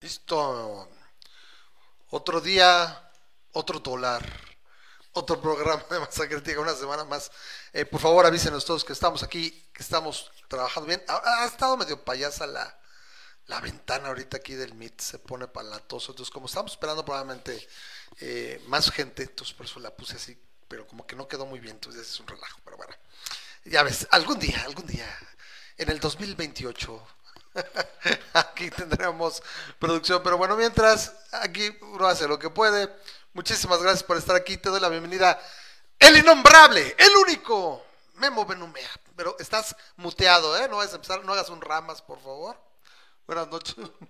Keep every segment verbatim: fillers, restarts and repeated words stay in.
Listo. Otro día, otro dólar, otro programa de Masa Crítica, una semana más. Eh, por favor, avísenos todos que estamos aquí, que estamos trabajando bien. Ha, ha estado medio payasa la, la ventana ahorita aquí del Meet, se pone palatoso. Entonces, como estamos esperando probablemente eh, más gente, entonces por eso la puse así, pero como que no quedó muy bien, entonces es un relajo. Pero bueno, ya ves, algún día, algún día, en el dos mil veintiocho, aquí tendremos producción. Pero bueno, mientras, aquí uno hace lo que puede. Muchísimas gracias por estar aquí. Te doy la bienvenida. El innombrable, el único, Memo Benumea. Pero estás muteado, ¿eh? No vas a empezar, no hagas un ramas, por favor. Buenas noches.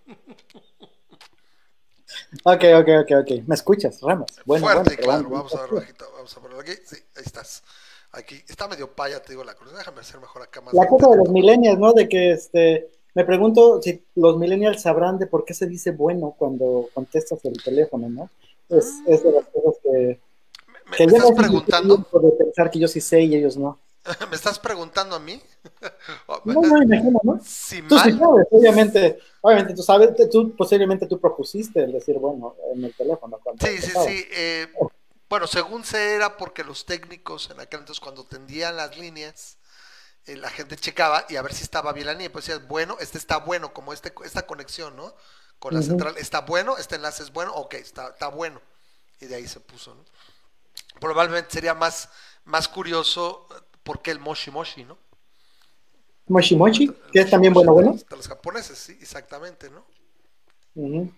Ok, ok, ok, ok. ¿Me escuchas, Ramos? Bueno, Fuerte bueno, y probando. claro. Vamos a ver bajito. Vamos a ponerlo aquí. Sí, ahí estás. Aquí está medio paya, te digo la cruz. Déjame hacer mejor acá más La grande cosa la de los toma. millennials, ¿no? De que este, me pregunto si los millennials sabrán de por qué se dice bueno cuando contestas el teléfono, ¿no? Es, es de Mm, las cosas que, ¿me, que me yo estás no sé si preguntando? tiempo de pensar que yo sí sé y ellos no. ¿Me estás preguntando a mí? No, no me imagino, ¿no? Si Tú sí mal. sabes, obviamente, obviamente tú sabes, tú posiblemente tú propusiste el decir bueno en el teléfono cuando Sí, sí, empezaba. sí. Eh, bueno, según se era porque los técnicos en aquel entonces cuando tendían las líneas, eh, la gente checaba y a ver si estaba bien la línea. Pues decías, bueno, este está bueno, como este, esta conexión, ¿no? Con la Ujú. central, está bueno, este enlace es bueno, ok, está, está bueno. Y de ahí se puso, ¿no? Probablemente sería más, más curioso por qué el moshi moshi, ¿no? Moshi Moshi, El que es moshi también moshi bueno, de bueno. los, de los japoneses, sí, exactamente, ¿no? Ujú.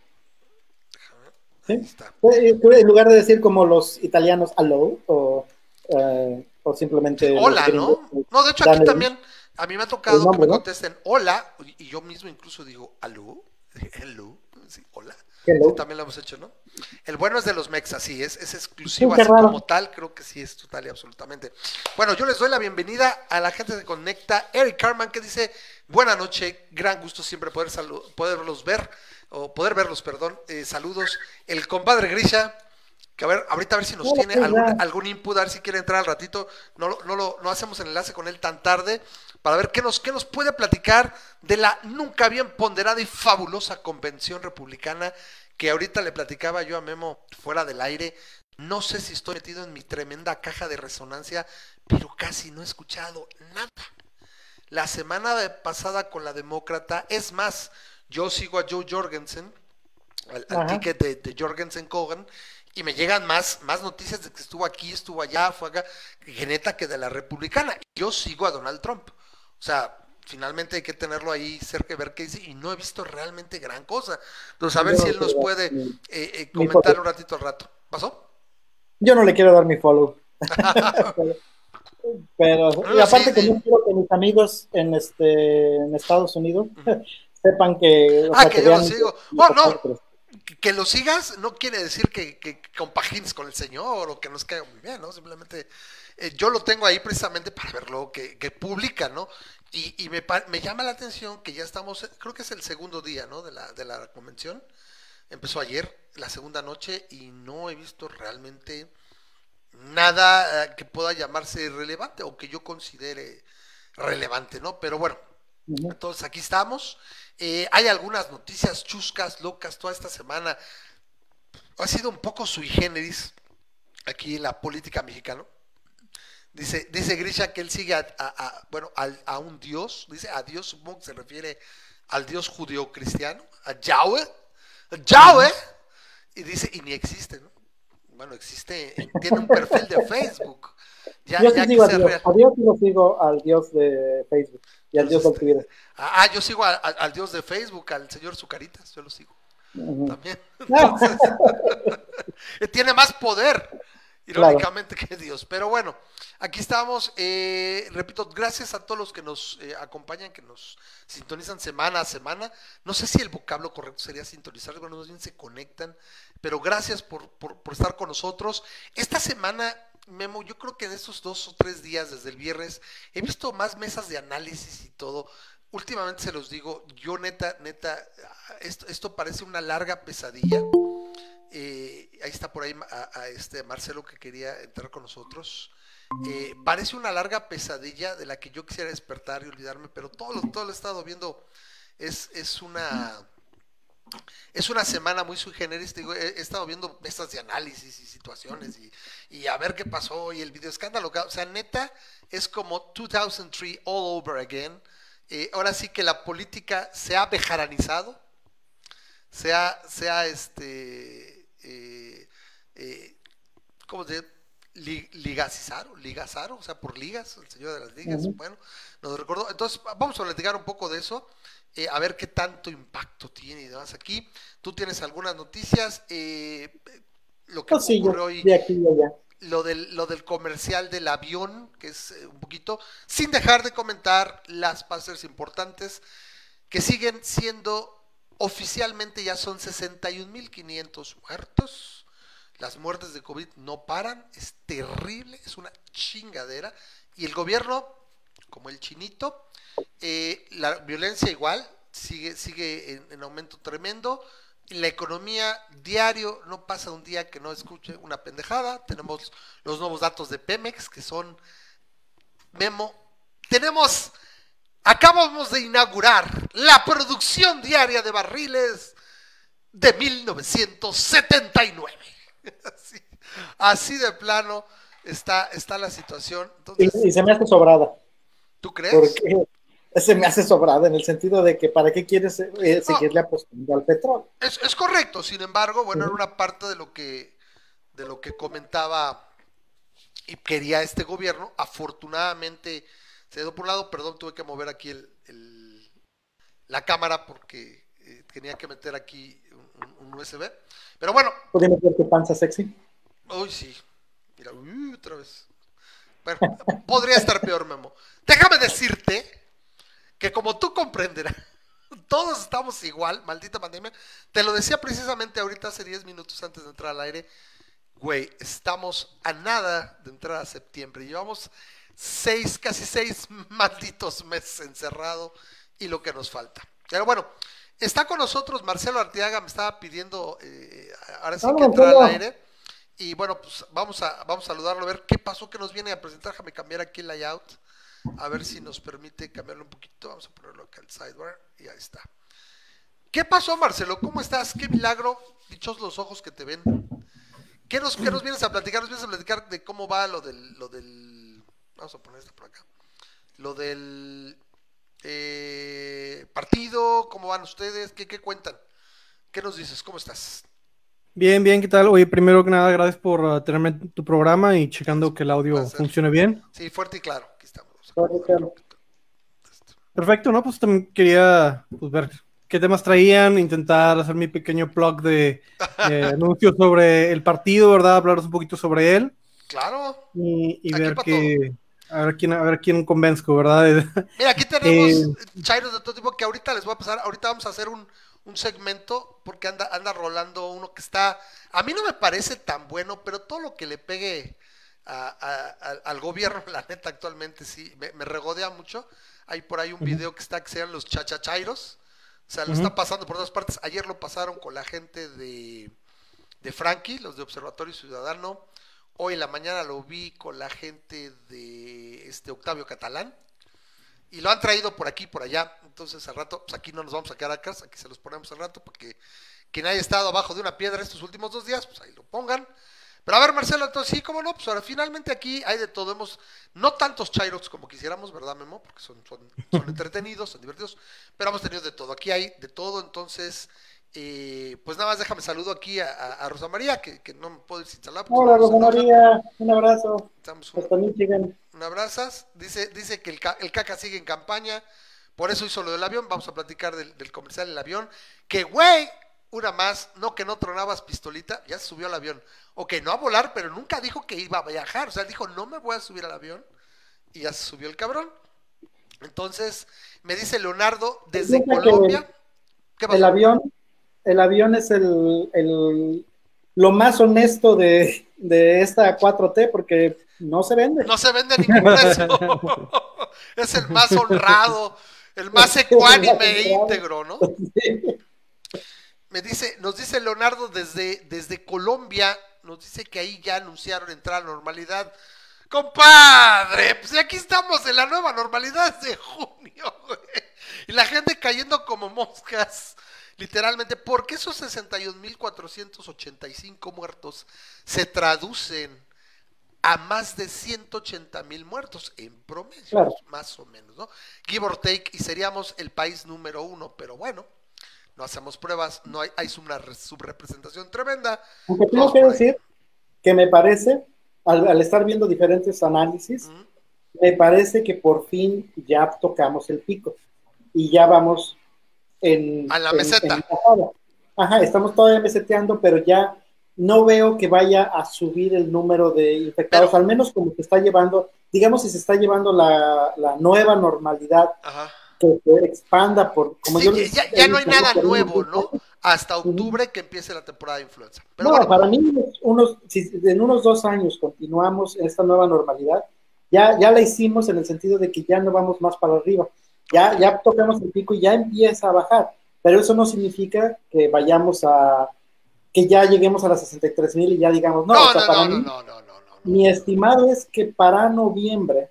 ¿Sí? Ahí está. Eh, En lugar de decir como los italianos hello o, eh, o Sí, simplemente los hola, gringos ¿no? No, de hecho aquí dan el, también a mí me ha el tocado que me nombre, ¿no? contesten hola y yo mismo incluso digo aló, hello, sí, hola. Sí, Hello. también lo hemos hecho, ¿no? El bueno es de los mexas, sí, es, es Sí, exclusivo qué así como raro. tal, creo que sí es total y absolutamente. Bueno, yo les doy la bienvenida a la gente que conecta. Eric Carman que dice, buena noche, gran gusto siempre poder poderlos ver, o poder verlos, perdón. Eh, saludos. El compadre Grisha, que a ver, ahorita a ver si nos Hola, tiene pues algún, ya. algún input, a ver si quiere entrar al ratito. No, no, lo, no hacemos el enlace con él tan tarde para ver qué nos, qué nos puede platicar de la nunca bien ponderada y fabulosa convención republicana que ahorita le platicaba yo a Memo fuera del aire. No sé si estoy metido en mi tremenda caja de resonancia, pero casi no he escuchado nada. La semana de pasada con la demócrata, es más, yo sigo a Joe Jorgensen, al, al Ajá. ticket de, de Jorgensen Kogan, y me llegan más, más noticias de que estuvo aquí, estuvo allá, fue acá, geneta que de la republicana. Yo sigo a Donald Trump. O sea, finalmente hay que tenerlo ahí cerca y ver qué dice, y no he visto realmente gran cosa. Entonces, a ver Yo no si le él nos quiero dar puede mi, eh, eh, mi comentar follow. un ratito al rato. ¿Pasó? Yo no le quiero dar mi follow. Pero, pero- y Sí, aparte que sí. no quiero que mis amigos en este en Estados Unidos sepan que, o Ah, sea, que que yo lo vean sigo. mis Oh, no. otros. Que, que lo sigas no quiere decir que, que compagines con el Señor o que nos caiga muy bien, ¿no? Simplemente eh, yo lo tengo ahí precisamente para verlo, que, que publica, ¿no? Y, y me, me, llama la atención que ya estamos, creo que es el segundo día, ¿no? De la, de la convención. Empezó ayer, la segunda noche, y no he visto realmente nada eh, que pueda llamarse relevante o que yo considere relevante, ¿no? Pero bueno, Ujú. entonces aquí estamos. Eh, hay algunas noticias chuscas, locas toda esta semana. Ha sido un poco sui generis aquí en la política mexicana. Dice, dice Grisha que él sigue a, a, a bueno, a, a, un dios, dice a Dios, supongo que se refiere al dios judío-cristiano, a Yahweh, a Ujú. Yahweh, y dice, y ni existe, ¿no? Bueno, existe, tiene un perfil de Facebook, ya, Yo sí ya que sigo a sea Dios. real. A Dios sí lo sigo al Dios de Facebook y al Entonces, Dios del este, Twitter. ah, yo sigo a, a, al dios de Facebook, al señor Zucaritas, yo lo sigo Ujú. también. Entonces, tiene más poder, Claro. irónicamente, que Dios. Pero bueno, aquí estamos. Eh, repito, gracias a todos los que nos eh, acompañan, que nos sintonizan semana a semana. No sé si el vocablo correcto sería sintonizar, bueno, más bien se conectan. Pero gracias por, por, por estar con nosotros. Esta semana, Memo, yo creo que en estos dos o tres días, desde el viernes, he visto más mesas de análisis y todo. Últimamente se los digo, yo neta, neta, esto, esto parece una larga pesadilla. Eh, ahí está por ahí a, a, este Marcelo que quería entrar con nosotros. Eh, parece una larga pesadilla de la que yo quisiera despertar y olvidarme, pero todo lo, todo lo he estado viendo. Es, es una Es una semana muy sui generis, digo, he, he, estado viendo mesas de análisis y situaciones y, y a ver qué pasó y el video escándalo, o sea, neta, es como dos mil tres all over again. Eh, ahora sí que la política se ha bejaranizado, se ha, se ha este, eh, eh, ¿cómo se llama? Ligazaro, ligazaro, o sea, por ligas, el señor de las ligas, Ujú. bueno, nos recordó. Entonces, vamos a platicar un poco de eso, eh, a ver qué tanto impacto tiene y demás aquí. Tú tienes algunas noticias, eh, lo que Pues sí, yo ocurrió hoy, de aquí y allá. lo del, lo del comercial del avión, que es eh, un poquito, sin dejar de comentar las pases importantes, que siguen siendo, oficialmente ya son sesenta y un mil quinientos muertos. Las muertes de COVID no paran, es terrible, es una chingadera. Y el gobierno, como el chinito, eh, la violencia igual, sigue, sigue en, en aumento tremendo. La economía diario, no pasa un día que no escuche una pendejada. Tenemos los nuevos datos de Pemex, que son Memo. Tenemos, acabamos de inaugurar la producción diaria de barriles de mil novecientos setenta y nueve. Así, así de plano está, está la situación. Entonces, Y, y se me hace sobrada, ¿tú crees? porque se me hace sobrada en el sentido de que para qué quieres eh, No, seguirle apostando al petróleo. es, es correcto. Sin embargo, bueno, era Ujú. una parte de lo que, de lo que comentaba y quería este gobierno. Afortunadamente se dio por un lado, perdón, tuve que mover aquí el, el, la cámara porque eh, tenía que meter aquí un, un U S B. Pero bueno, ¿Puede meter tu panza sexy? hoy sí. Mira, uh, otra vez. Bueno, podría estar peor, Memo. Déjame decirte que como tú comprenderás, todos estamos igual, maldita pandemia. Te lo decía precisamente ahorita, hace diez minutos antes de entrar al aire. Güey, estamos a nada de entrar a septiembre. Llevamos seis, casi seis malditos meses encerrado y lo que nos falta. Pero bueno, está con nosotros Marcelo Arteaga, me estaba pidiendo eh, ahora sí No, que entrar al Marcelo. aire. Y bueno, pues vamos a, vamos a saludarlo, a ver qué pasó, que nos viene a presentar. Déjame cambiar aquí el layout, a ver si nos permite cambiarlo un poquito. Vamos a ponerlo acá al sidebar y ahí está. ¿Qué pasó, Marcelo? ¿Cómo estás? Qué milagro, dichos los ojos que te ven. ¿Qué nos, qué nos vienes a platicar? Nos vienes a platicar de cómo va lo del, lo del, vamos a poner esto por acá, lo del eh, partido, cómo van ustedes, qué, qué cuentan, qué nos dices, cómo estás. Bien, bien, ¿qué tal? Oye, primero que nada, gracias por uh, tenerme en tu programa y Es checando que el un audio placer. funcione bien. Sí, fuerte y claro, aquí estamos. Vamos a Marcelo. acomodarlo. Perfecto, ¿no? Pues también quería pues, ver qué temas traían, intentar hacer mi pequeño plug de eh, anuncios sobre el partido, ¿verdad? Hablaros un poquito sobre él Claro, y, y aquí ver para todo. qué, a ver quién, a ver quién convenzco, ¿verdad? Mira, aquí eh, tenemos chairos de todo tipo que ahorita les voy a pasar. Ahorita vamos a hacer un, un segmento porque anda, anda rolando uno que está. A mí no me parece tan bueno, pero todo lo que le pegue a, a, a, al gobierno, la neta, actualmente sí, me, me regodea mucho. Hay por ahí un uh-huh, video que está que se llaman los chachachairos. O sea, lo uh-huh. está pasando por todas partes. Ayer lo pasaron con la gente de, de Frankie, los de Observatorio Ciudadano. Hoy en la mañana lo vi con la gente de este Octavio Catalán y lo han traído por aquí por allá. Entonces al rato, pues aquí no nos vamos a quedar acá, aquí se los ponemos al rato porque quien haya estado abajo de una piedra estos últimos dos días, pues ahí lo pongan. Pero a ver, Marcelo, entonces sí, cómo no, pues ahora finalmente aquí hay de todo. Hemos, no tantos Chairox como quisiéramos, ¿verdad, Memo? Porque son, son, son entretenidos, son divertidos, pero hemos tenido de todo. Aquí hay de todo, entonces, eh, pues nada más déjame saludo aquí a, a, a Rosa María, que, que, no me puedo ir sin saludar porque si Hola, no se Rosa enoja. María. Un abrazo. Estamos un, Hasta Michigan. un abrazas. Dice, dice que el, el caca sigue en campaña. Por eso hizo lo del avión. Vamos a platicar del, del comercial del avión. Que güey, una más. No que no tronabas pistolita. Ya se subió al avión. Ok, no a volar, pero nunca dijo que iba a viajar. O sea, dijo, no me voy a subir al avión. Y ya se subió el cabrón. Entonces, me dice Leonardo desde Piensa Colombia. que ¿Qué el pasó? avión, el avión es el, el lo más honesto de, de esta cuatro T porque no se vende. No se vende a ningún precio. Es el más honrado, el más ecuánime e íntegro, ¿no? Sí. Me dice, nos dice Leonardo desde, desde Colombia, nos dice que ahí ya anunciaron entrar a la normalidad. Compadre, pues aquí estamos en la nueva normalidad de junio, güey. Y la gente cayendo como moscas. literalmente, porque esos sesenta y un mil cuatrocientos ochenta y cinco muertos se traducen a más de ciento ochenta mil muertos en promedio, Claro. más o menos, ¿no? Give or take, y seríamos el país número uno, pero bueno, no hacemos pruebas, no hay, hay una subrepresentación tremenda. Aunque tengo que decir que me parece, al, al estar viendo diferentes análisis, uh-huh. me parece que por fin ya tocamos el pico y ya vamos en... A la en, meseta. En Ajá, estamos todavía meseteando, pero ya no veo que vaya a subir el número de infectados, pero, al menos como se está llevando, digamos si se está llevando la, la nueva normalidad, ajá. que se expanda por... Como sí, yo ya, ya, ya no hay nada nuevo, ¿no? Hasta octubre uh-huh. que empiece la temporada de influenza. Pero no, bueno, para mí, unos, si en unos dos años continuamos en esta nueva normalidad, ya, ya la hicimos en el sentido de que ya no vamos más para arriba, ya, okay. ya tocamos el pico y ya empieza a bajar, pero eso no significa que vayamos a... que ya lleguemos a las sesenta y tres mil y ya digamos, no, no, o sea, no, para no, mí, no, no, no, no, no, mi estimado es que para noviembre,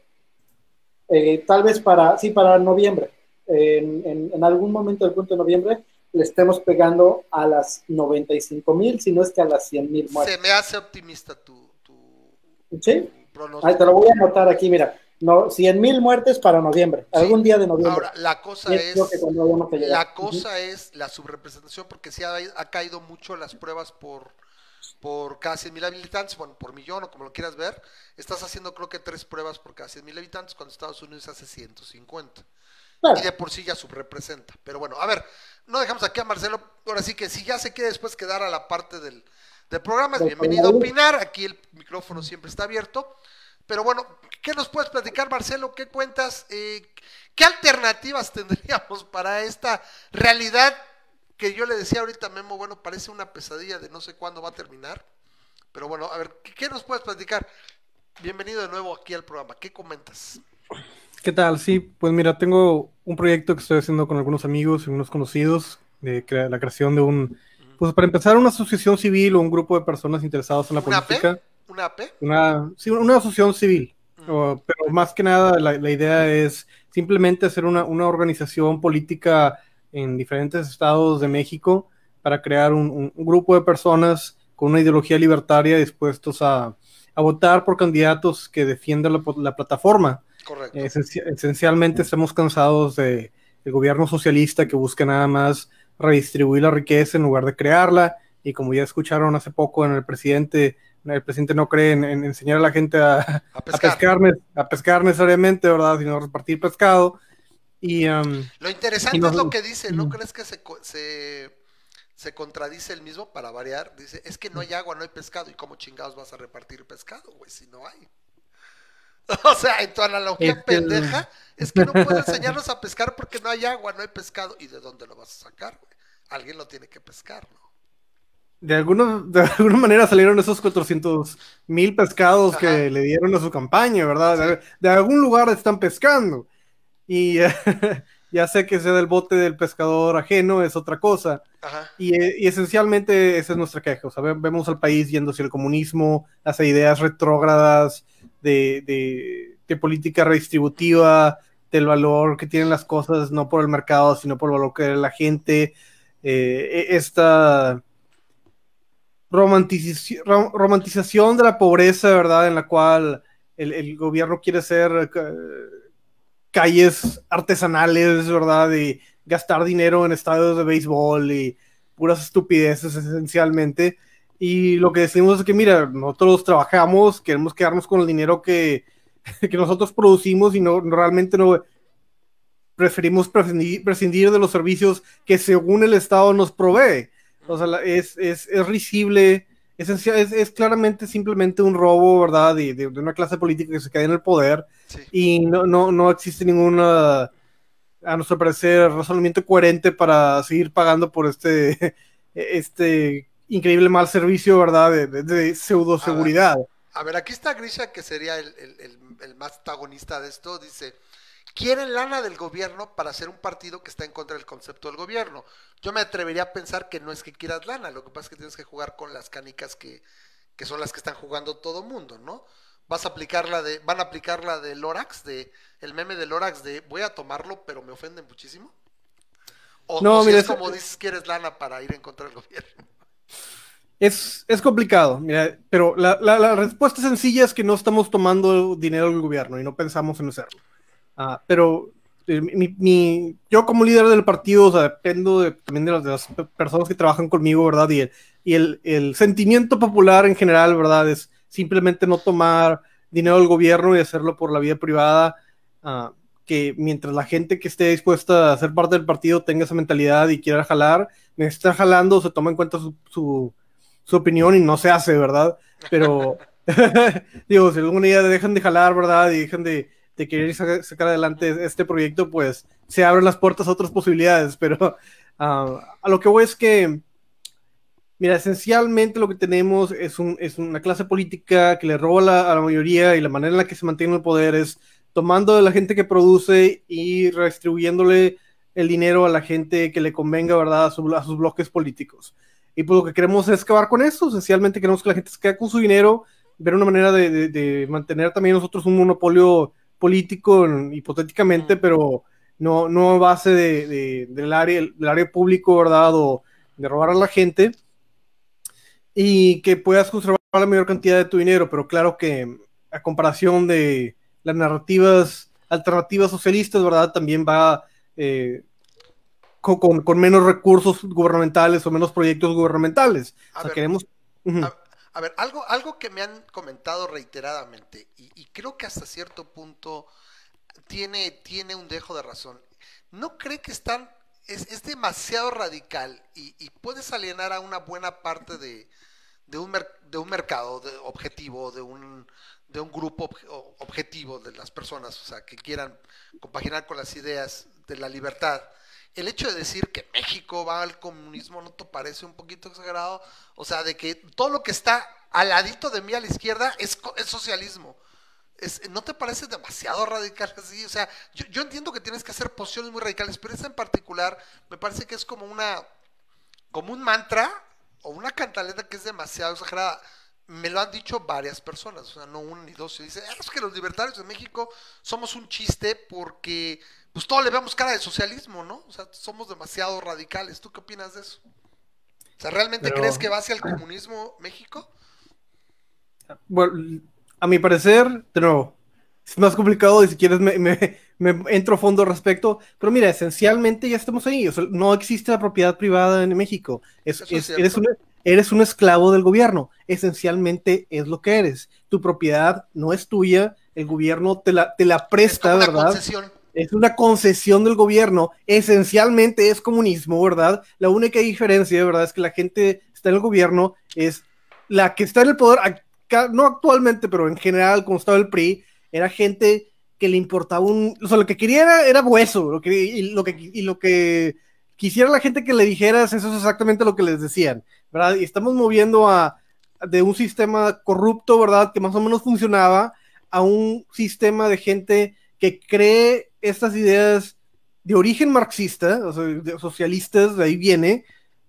eh, tal vez para, sí, para noviembre, eh, en, en, en algún momento del punto de noviembre, le estemos pegando a las noventa y cinco mil, si no es que a las cien mil muertes. Se me hace optimista tu, tu, ¿sí? tu pronóstico. Ahí te lo voy a anotar aquí, mira. No, cien mil muertes para noviembre, sí. algún día de noviembre. Ahora, la cosa es, es la cosa uh-huh. es la subrepresentación, porque sí ha, ha caído mucho las pruebas por, por cada cien mil habitantes, bueno, por millón o como lo quieras ver. Estás haciendo creo que tres pruebas por cada cien mil habitantes, cuando Estados Unidos hace ciento cincuenta. Claro. Y de por sí ya subrepresenta. Pero bueno, a ver, no dejamos aquí a Marcelo. Ahora sí que si ya se quiere después quedar a la parte del, del programa, es bienvenido a opinar. Aquí el micrófono siempre está abierto. Pero bueno, ¿qué nos puedes platicar, Marcelo? ¿Qué cuentas? Eh, ¿Qué alternativas tendríamos para esta realidad que yo le decía ahorita a Memo? Bueno, parece una pesadilla de no sé cuándo va a terminar. Pero bueno, a ver, ¿qué nos puedes platicar? Bienvenido de nuevo aquí al programa. ¿Qué comentas? ¿Qué tal? Sí, pues mira, tengo un proyecto que estoy haciendo con algunos amigos y unos conocidos de cre- la creación de un, pues para empezar, una asociación civil o un grupo de personas interesadas en la ¿Una política. A P? ¿Una A P? Una, sí, una asociación civil. Uh-huh. O, pero más que nada, la, la idea es simplemente hacer una, una organización política en diferentes estados de México para crear un, un, un grupo de personas con una ideología libertaria dispuestos a, a votar por candidatos que defiendan la, la plataforma. Correcto. Esenci- esencialmente estamos cansados de el gobierno socialista que busca nada más redistribuir la riqueza en lugar de crearla, y como ya escucharon hace poco en el presidente, el presidente no cree en, en enseñar a la gente a, a, pescar. a, pescar, a pescar necesariamente, ¿verdad? Sino a repartir pescado. Y, um, lo interesante y no, es lo que dice, ¿no? ¿Crees que se, se, se contradice el mismo para variar? Dice, es que no hay agua, no hay pescado, ¿y cómo chingados vas a repartir pescado, güey, si no hay? O sea, en tu analogía es pendeja, que... es que no puedes enseñarnos a pescar porque no hay agua, no hay pescado. ¿Y de dónde lo vas a sacar, güey? Alguien lo tiene que pescar, ¿no? De alguna, de alguna manera salieron esos cuatrocientos mil pescados Ajá. que le dieron a su campaña, ¿verdad? Sí. De, de algún lugar están pescando. Y uh, ya sé que sea del bote del pescador ajeno, es otra cosa. Ajá. Y, y esencialmente esa es nuestra queja. O sea, vemos al país yendo hacia el comunismo, hacia ideas retrógradas, De, de, de política redistributiva, del valor que tienen las cosas, no por el mercado, sino por el valor que tiene la gente. Eh, esta romantización, romantización de la pobreza, ¿verdad? En la cual el, el gobierno quiere hacer uh, calles artesanales, ¿verdad? Y gastar dinero en estadios de béisbol y puras estupideces, esencialmente. Y lo que decimos es que, mira, nosotros trabajamos, queremos quedarnos con el dinero que, que nosotros producimos y no realmente no preferimos prescindir, prescindir de los servicios que según el Estado nos provee. O sea, es, es, es risible, es, es, es claramente simplemente un robo, ¿verdad? De, de, de una clase política que se queda en el poder. Sí. Y no, no, no existe ninguna, a nuestro parecer, razonamiento coherente para seguir pagando por este, este increíble mal servicio, ¿verdad? De, de, de pseudo seguridad. A ver, a ver, aquí está Grisha, que sería el, el, el, el más antagonista de esto. Dice, quieren lana del gobierno para hacer un partido que está en contra del concepto del gobierno. Yo me atrevería a pensar que no es que quieras lana, lo que pasa es que tienes que jugar con las canicas que, que son las que están jugando todo mundo, ¿no? Vas a aplicar la de, van a aplicar la de Lorax, de el meme de Lorax de voy a tomarlo, pero me ofenden muchísimo. O, No, o si mira, es es, como dices, quieres lana para ir en contra del gobierno. es, es complicado, mira, pero la, la, la respuesta sencilla es que no estamos tomando dinero del gobierno y no pensamos en hacerlo. Ah, pero eh, mi, mi- yo como líder del partido, o sea, dependo de- también de las, de las personas que trabajan conmigo, ¿verdad? Y, el, y el, el sentimiento popular en general, ¿verdad? Es simplemente no tomar dinero del gobierno y hacerlo por la vía privada, ah, que mientras la gente que esté dispuesta a ser parte del partido tenga esa mentalidad y quiera jalar, me está jalando, se toma en cuenta su, su, su opinión y no se hace, ¿verdad? Pero, digo, si algún día dejan de jalar, ¿verdad? Y dejan de de querer sacar, sacar adelante este proyecto, pues se abren las puertas a otras posibilidades, pero uh, a lo que voy es que, mira, esencialmente lo que tenemos es, un, es una clase política que le roba la, a la mayoría y la manera en la que se mantiene el poder es tomando de la gente que produce y redistribuyéndole el dinero a la gente que le convenga, ¿verdad? A, su, a sus bloques políticos. Y pues lo que queremos es acabar con eso, esencialmente queremos que la gente se quede con su dinero, ver una manera de, de, de mantener también nosotros un monopolio político, hipotéticamente, Mm. pero no, no a base de, de, del, área, del área público, ¿verdad? O de robar a la gente y que puedas conservar la mayor cantidad de tu dinero, pero claro que a comparación de las narrativas alternativas socialistas, ¿verdad? También va eh, con, con, con, menos recursos gubernamentales o menos proyectos gubernamentales. A O sea, ver, queremos... Uh -huh. a, a ver, algo, algo que me han comentado reiteradamente, y, y creo que hasta cierto punto tiene, tiene un dejo de razón. ¿No cree que están, es, es demasiado radical y, y puedes alienar a una buena parte de, de, un, mer, de un mercado de objetivo, de un, de un grupo ob, objetivo de las personas, o sea, que quieran compaginar con las ideas de la libertad? El hecho de decir que México va al comunismo, ¿no te parece un poquito exagerado? O sea, de que todo lo que está al ladito de mí a la izquierda es, es socialismo. Es, ¿No te parece demasiado radical así? O sea, yo, yo entiendo que tienes que hacer posiciones muy radicales, pero esta en particular me parece que es como una, como un mantra o una cantaleta que es demasiado exagerada. Me lo han dicho varias personas, o sea, no una ni dos. Se dice, ah, es que los libertarios de México somos un chiste porque pues todo le vemos cara de socialismo, ¿no? O sea, somos demasiado radicales. ¿Tú qué opinas de eso? O sea, ¿realmente Pero... crees que va hacia el comunismo México? Bueno, a mi parecer, de nuevo, es más complicado y si quieres me, me, me entro a fondo al respecto, pero mira, esencialmente ya estamos ahí, o sea, no existe la propiedad privada en México, es, es, es eres, un, eres un esclavo del gobierno, esencialmente es lo que eres, tu propiedad no es tuya, el gobierno te la, te la presta, es ¿verdad? Concesión. Es una concesión del gobierno, esencialmente es comunismo, ¿verdad? La única diferencia, ¿verdad? Es que la gente está en el gobierno, es la que está en el poder, no actualmente, pero en general, como estaba el P R I, era gente que le importaba un, o sea, lo que quería era, era hueso, lo que, y, lo que, y lo que quisiera la gente que le dijeras, eso es exactamente lo que les decían, ¿verdad? Y estamos moviendo a, de un sistema corrupto, ¿verdad? Que más o menos funcionaba, a un sistema de gente que cree estas ideas de origen marxista, o sea, de socialistas, de ahí viene,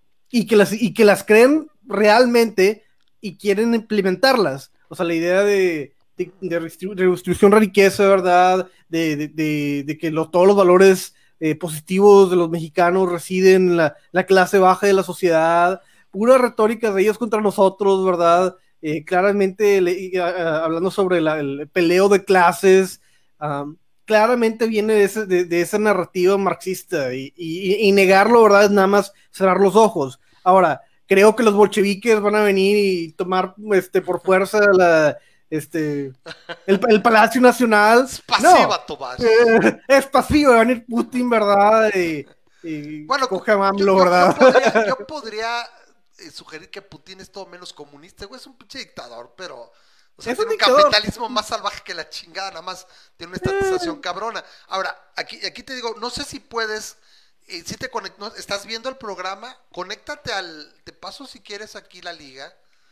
y que las, y que las creen realmente y quieren implementarlas. O sea, la idea de, de, de redistribución de riqueza, ¿verdad? De, de, de, de que los, todos los valores eh, positivos de los mexicanos residen en la, la clase baja de la sociedad, pura retórica de ellos contra nosotros, ¿verdad? Eh, claramente le, uh, hablando sobre la, el peleo de clases, um, claramente viene de, ese, de, de esa narrativa marxista y, y, y negarlo, ¿verdad? Es nada más cerrar los ojos. Ahora, creo que los bolcheviques van a venir y tomar este, por fuerza la, este, el, el Palacio Nacional. Es pasiva, no, Tomás. Eh, es pasivo, va a venir Putin, ¿verdad? Y, y bueno, coge a AMLO, yo, yo, ¿verdad? Yo podría, yo podría eh, sugerir que Putin es todo menos comunista, güey, es un pinche dictador, pero... O sea, es tiene un, un capitalismo más salvaje que la chingada, nada más tiene una estatización cabrona. Ahora, aquí, aquí te digo, no sé si puedes... Eh, si te conectas, estás viendo el programa, conéctate al, te paso si quieres aquí la liga,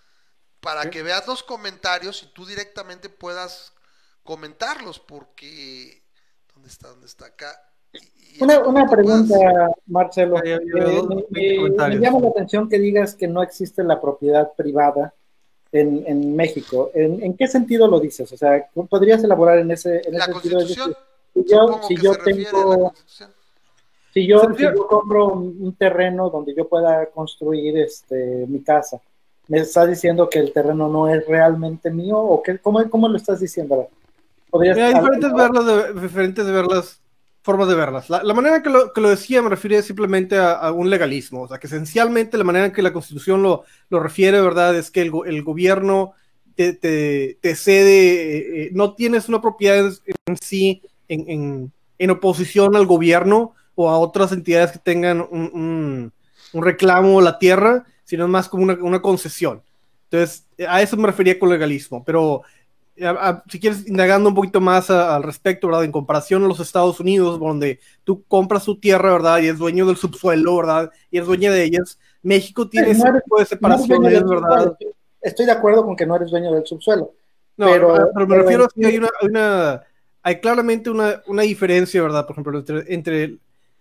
para ¿qué? Que veas los comentarios y tú directamente puedas comentarlos, porque, ¿dónde está? ¿Dónde está acá? Y, y una una pregunta, puedas... Marcelo, eh, me, me, me llama la atención que digas que no existe la propiedad privada en, en México. ¿En, ¿En qué sentido lo dices? O sea, ¿podrías elaborar en ese, en la ese Constitución, sentido? Si yo, si que yo se tengo... refiere a la Constitución. Si yo, si yo compro un, un terreno donde yo pueda construir este, mi casa, ¿me estás diciendo que el terreno no es realmente mío? ¿O qué, cómo, cómo lo estás diciendo? Hay diferentes, verlas de, diferentes verlas, formas de verlas. La, la manera que lo, que lo decía me refiere simplemente a, a un legalismo. O sea, que esencialmente la manera en que la Constitución lo, lo refiere, ¿verdad? Es que el, el gobierno te, te, te cede, eh, no tienes una propiedad en sí en, en, en oposición al gobierno o a otras entidades que tengan un, un, un reclamo a la tierra, sino más como una, una concesión. Entonces, a eso me refería con legalismo, pero a, a, si quieres, indagando un poquito más a, al respecto, ¿verdad? En comparación a los Estados Unidos, donde tú compras tu tierra, ¿verdad? Y es dueño del subsuelo, ¿verdad? Y es dueño de ellas. México tiene no ese eres, tipo de separaciones, no ¿verdad? Estoy de acuerdo con que no eres dueño del subsuelo. No, pero, pero me pero refiero a que hay una, hay una hay claramente una, una diferencia, ¿verdad? Por ejemplo, entre, entre,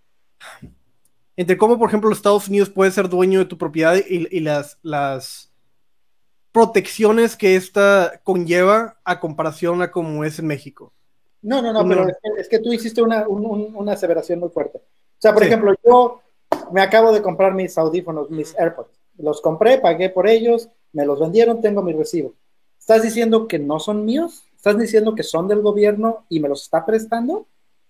entre cómo, por ejemplo, los Estados Unidos puede ser dueño de tu propiedad y, y las, las protecciones que esta conlleva a comparación a como es en México. No, no, no, no. pero es que, es que tú hiciste una, un, un, una aseveración muy fuerte. O sea, por sí. ejemplo, yo me acabo de comprar mis audífonos, mis AirPods. Los compré, pagué por ellos, me los vendieron, tengo mi recibo. ¿Estás diciendo que no son míos? ¿Estás diciendo que son del gobierno y me los está prestando?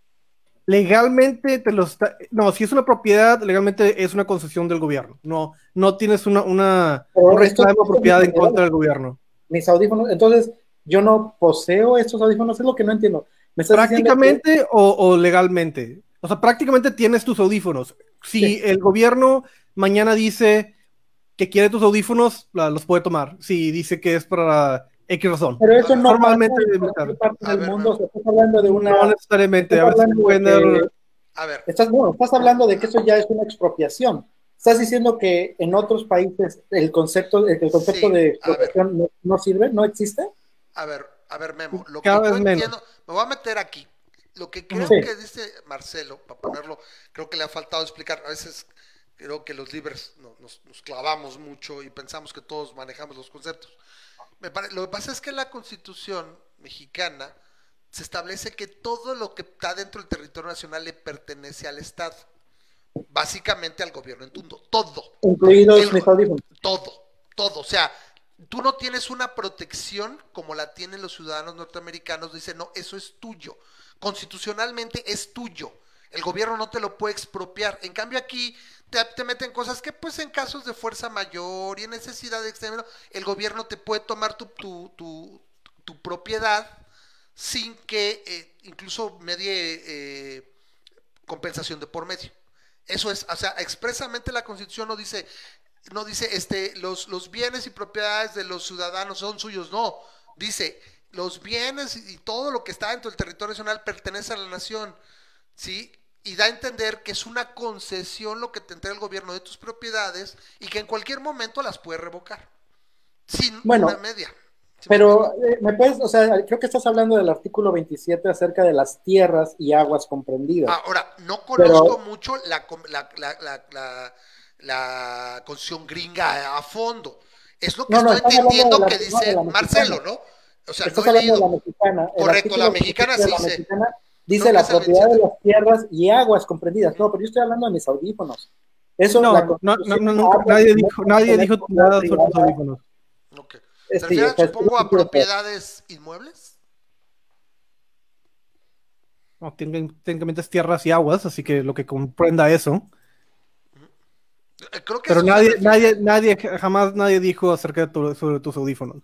Legalmente te los está... No, si es una propiedad, legalmente es una concesión del gobierno. No, no tienes una, una un reclamo de propiedad en contra del gobierno. Mis audífonos, entonces yo no poseo estos audífonos, es lo que no entiendo. ¿Me estás prácticamente que... o, o legalmente? O sea, prácticamente tienes tus audífonos. Si sí. el gobierno mañana dice que quiere tus audífonos, los puede tomar. Si dice que es para X razón. Pero eso no normalmente pasa en parte del mundo. Se estás hablando de una. No necesariamente. A veces pueden dar... que... A ver. Estás, bueno, estás hablando de que eso ya es una expropiación. Estás diciendo que en otros países el concepto, el concepto sí, de expropiación no, no sirve, no existe. A ver, a ver, Memo. Lo Cada que vez yo menos. entiendo, me voy a meter aquí. Lo que creo sí. que dice Marcelo, para ponerlo, creo que le ha faltado explicar. A veces creo que los libres no, nos, nos clavamos mucho y pensamos que todos manejamos los conceptos. Me pare... Lo que pasa es que en la Constitución mexicana se establece que todo lo que está dentro del territorio nacional le pertenece al Estado, básicamente al gobierno en turno, todo. Incluidos el... mis audífonos. Todo, todo, o sea, tú no tienes una protección como la tienen los ciudadanos norteamericanos, dicen, no, eso es tuyo, constitucionalmente es tuyo, el gobierno no te lo puede expropiar, en cambio aquí te, te meten cosas que pues en casos de fuerza mayor y en necesidad de extremo, el gobierno te puede tomar tu, tu, tu, tu propiedad sin que eh, incluso medie eh, compensación de por medio. Eso es, o sea, expresamente la Constitución no dice, no dice este, los, los bienes y propiedades de los ciudadanos son suyos, no, dice, los bienes y todo lo que está dentro del territorio nacional pertenece a la nación, ¿sí? Y da a entender que es una concesión lo que te entrega el gobierno de tus propiedades y que en cualquier momento las puede revocar, sin bueno, una media. Pero eh, me puedes, o sea, creo que estás hablando del artículo veintisiete acerca de las tierras y aguas comprendidas. Ahora, no conozco pero... mucho la, la, la, la, la, la constitución gringa a fondo. Es lo que no, no, estoy entendiendo la, que dice no, Marcelo, ¿no? O sea, estás no he hablando leído. de la mexicana. Correcto, la mexicana sí la dice. Mexicana dice la propiedad de las tierras y aguas comprendidas. No, pero yo estoy hablando de mis audífonos. Eso no, la no, no, no, nunca, nadie dijo, nadie dijo nada sobre los audífonos. Ok. ¿Se refiere, sí, supongo, a propiedades inmuebles? No, técnicamente es tierras y aguas, así que lo que comprenda eso. Creo que Pero nadie, nadie, nadie, jamás nadie dijo acerca de tu, sobre tus audífonos.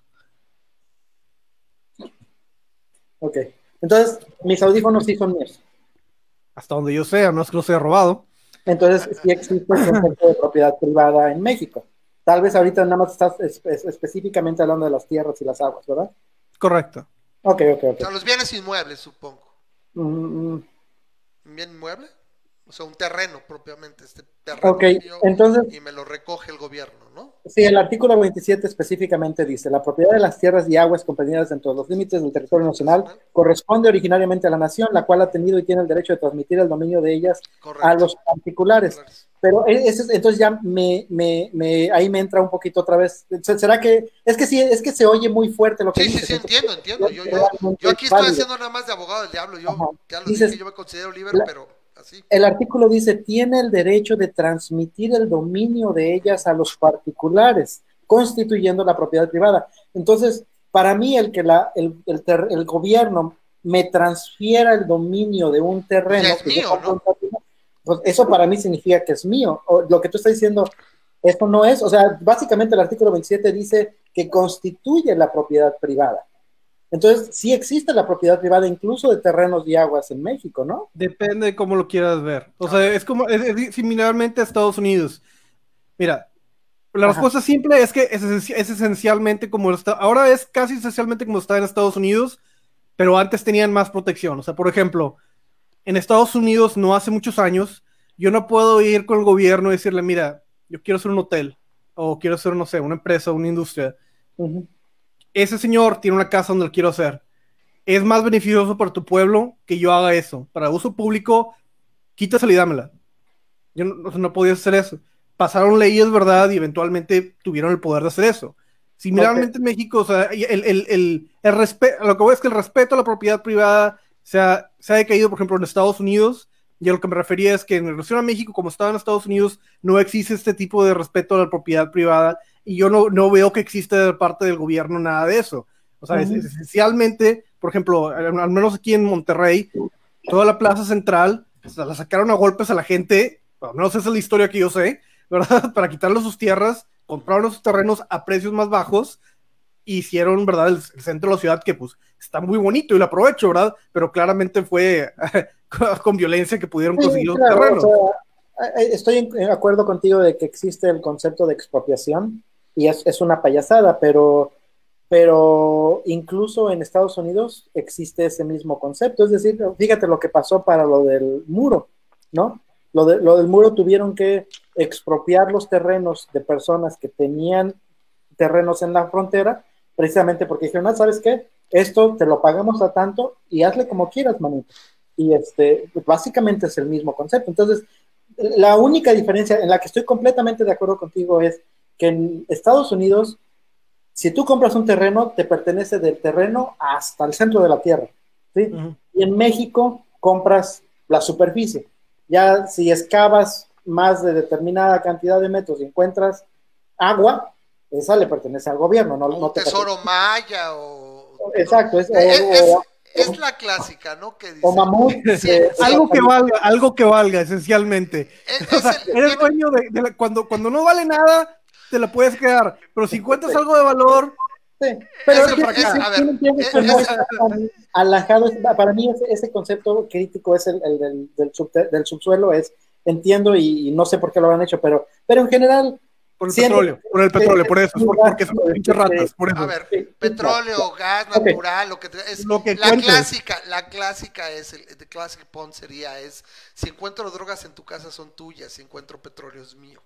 Ok. Entonces, mis audífonos sí son míos. Hasta donde yo sé, a menos que los haya robado. Entonces, sí existe el concepto de propiedad privada en México. Tal vez ahorita nada más estás es, es, específicamente hablando de las tierras y las aguas, ¿verdad? Correcto. Ok, ok, ok. O sea, los bienes inmuebles, supongo. Mm, ¿Un bien inmueble? O sea, un terreno propiamente, este terreno okay, mío, entonces, y me lo recoge el gobierno, ¿no? Sí, el artículo veintisiete específicamente dice, la propiedad de las tierras y aguas comprendidas dentro de los límites del territorio nacional corresponde originariamente a la nación, la cual ha tenido y tiene el derecho de transmitir el dominio de ellas Correcto. A los particulares. Correcto. Pero ese, entonces ya me, me, me, ahí me entra un poquito otra vez. ¿Será que, es que sí, es que se oye muy fuerte lo que sí, dices? Sí, sí, entiendo, entiendo. Yo, yo, yo aquí estoy haciendo nada más de abogado del diablo, yo, ya lo dices, dije, yo me considero libre, la, pero... así. El artículo dice, tiene el derecho de transmitir el dominio de ellas a los particulares, constituyendo la propiedad privada. Entonces, para mí, el que la, el, el, ter, el gobierno me transfiera el dominio de un terreno, ya es mío, ¿no? Pues eso para mí significa que es mío. O lo que tú estás diciendo, eso no es, o sea, básicamente el artículo veintisiete dice que constituye la propiedad privada. Entonces, sí existe la propiedad privada incluso de terrenos y aguas en México, ¿no? Depende de cómo lo quieras ver. O sea, es como, es, es similarmente a Estados Unidos. Mira, la Ajá. respuesta simple es que es, es esencialmente como está, ahora es casi esencialmente como está en Estados Unidos, pero antes tenían más protección. O sea, por ejemplo, en Estados Unidos no hace muchos años, yo no puedo ir con el gobierno y decirle, mira, yo quiero hacer un hotel, o quiero hacer, no sé, una empresa, una industria. Uh-huh. Ese señor tiene una casa donde lo quiero hacer. Es más beneficioso para tu pueblo que yo haga eso. Para uso público, quítasela y dámela. Yo no, no podía hacer eso. Pasaron leyes, ¿verdad? Y eventualmente tuvieron el poder de hacer eso. Similarmente okay. en México, o sea, el, el, el, el respeto, lo que voy es que el respeto a la propiedad privada se ha, se ha decaído, por ejemplo, en Estados Unidos, y a lo que me refería es que en relación a México, como estaba en Estados Unidos, no existe este tipo de respeto a la propiedad privada, y yo no, no veo que existe de parte del gobierno nada de eso. O sea, uh-huh. es, es esencialmente, por ejemplo, al, al menos aquí en Monterrey, toda la plaza central, o sea, la sacaron a golpes a la gente, al menos esa es la historia que yo sé, ¿verdad? Para quitarle sus tierras, compraron sus terrenos a precios más bajos, hicieron, ¿verdad? El, el centro de la ciudad que, pues, está muy bonito y lo aprovecho, ¿verdad? Pero claramente fue con violencia que pudieron conseguir sí, claro, los terrenos. O sea, estoy en acuerdo contigo de que existe el concepto de expropiación y es, es una payasada, pero, pero incluso en Estados Unidos existe ese mismo concepto. Es decir, fíjate lo que pasó para lo del muro, ¿no? Lo, de, lo del muro tuvieron que expropiar los terrenos de personas que tenían terrenos en la frontera, precisamente porque dijeron, ah, ¿sabes qué? Esto te lo pagamos a tanto y hazle como quieras, manito. Y este, básicamente es el mismo concepto. Entonces, la única diferencia en la que estoy completamente de acuerdo contigo es que en Estados Unidos, si tú compras un terreno, te pertenece del terreno hasta el centro de la tierra, ¿sí? Uh-huh. Y en México compras la superficie. Ya si excavas más de determinada cantidad de metros y encuentras agua, esa le pertenece al gobierno. No, o no un te tesoro maya o... Exacto. Es, es, o, o, es, es la clásica, ¿no? Que dice, o mamut. Sí, eh, algo que valga, algo que valga, esencialmente. Es, o sea, el, eres tiene... dueño de, de la, cuando, cuando no vale nada, te la puedes quedar. Pero si encuentras algo de valor... Sí, pero es que, es, a ver, es, no es, alajado, para mí ese, ese concepto crítico es el, el del, del, sub, del subsuelo, es, entiendo y, y no sé por qué lo han hecho, pero, pero en general... Por el petróleo, por el petróleo, por eso, es por, porque son pinches ratas, por eso. A ver, sí, petróleo, gas natural, okay. lo que te, es lo que la cuentes. clásica, la clásica es, el the classic point sería es, si encuentro drogas en tu casa son tuyas, si encuentro petróleo es mío.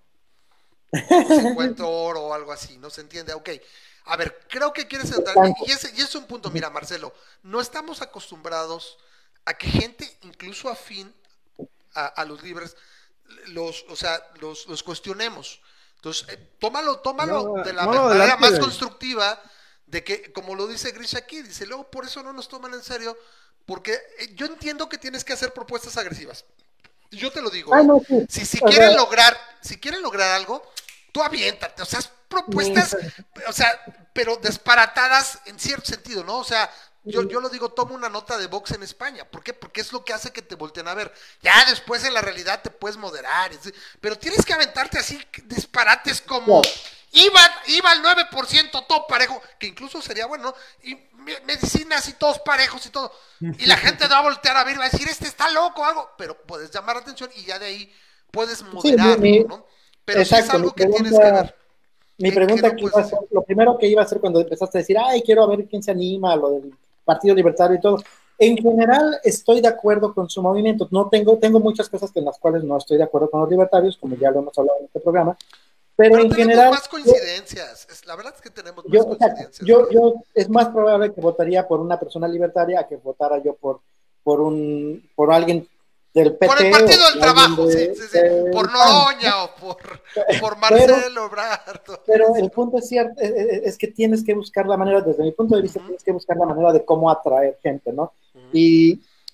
O si encuentro oro o algo así, ¿no se entiende? Ok. A ver, creo que quieres entrar, y ese, y ese es un punto, mira, Marcelo, no estamos acostumbrados a que gente, incluso afín a, a los libres, los, o sea, los, los cuestionemos. Entonces, eh, tómalo, tómalo no, de la no, manera adelante, más constructiva, de que, como lo dice Grisha aquí, dice, luego por eso no nos toman en serio, porque eh, yo entiendo que tienes que hacer propuestas agresivas. Yo te lo digo, ah, eh, no, sí. si, si quieren sea, lograr, si quieren lograr algo, tú aviéntate, o sea, propuestas, o sea, pero disparatadas en cierto sentido, ¿no? O sea, yo, yo lo digo, tomo una nota de Vox en España. ¿Por qué? Porque es lo que hace que te volteen a ver. Ya después en la realidad te puedes moderar, pero tienes que aventarte así disparates como iba, iba al nueve por ciento todo parejo, que incluso sería bueno, ¿no? Y medicinas y todos parejos y todo. Y la gente va a voltear a ver y va a decir, este está loco o algo, pero puedes llamar la atención y ya de ahí puedes moderarlo, sí, mi, ¿no? Pero exacto, sí es algo que pregunta... tienes que ver. Mi pregunta que iba a ser, lo primero que iba a hacer cuando empezaste a decir, ay, quiero ver quién se anima a lo del Partido Libertario y todo. En general estoy de acuerdo con su movimiento. No tengo, tengo muchas cosas en las cuales no estoy de acuerdo con los libertarios, como ya lo hemos hablado en este programa. Pero, pero en general. más coincidencias. Es, la verdad es que tenemos más yo, coincidencias. Yo, yo, es más probable que votaría por una persona libertaria a que votara yo por, por un, por alguien del P T. Por el Partido del Trabajo, de, sí, sí, sí. De, por Noroña o por, por Marcelo Ebrard. Pero el punto es cierto, es, es que tienes que buscar la manera, desde mi punto de vista, uh-huh. tienes que buscar la manera de cómo atraer gente, ¿no? Uh-huh. Y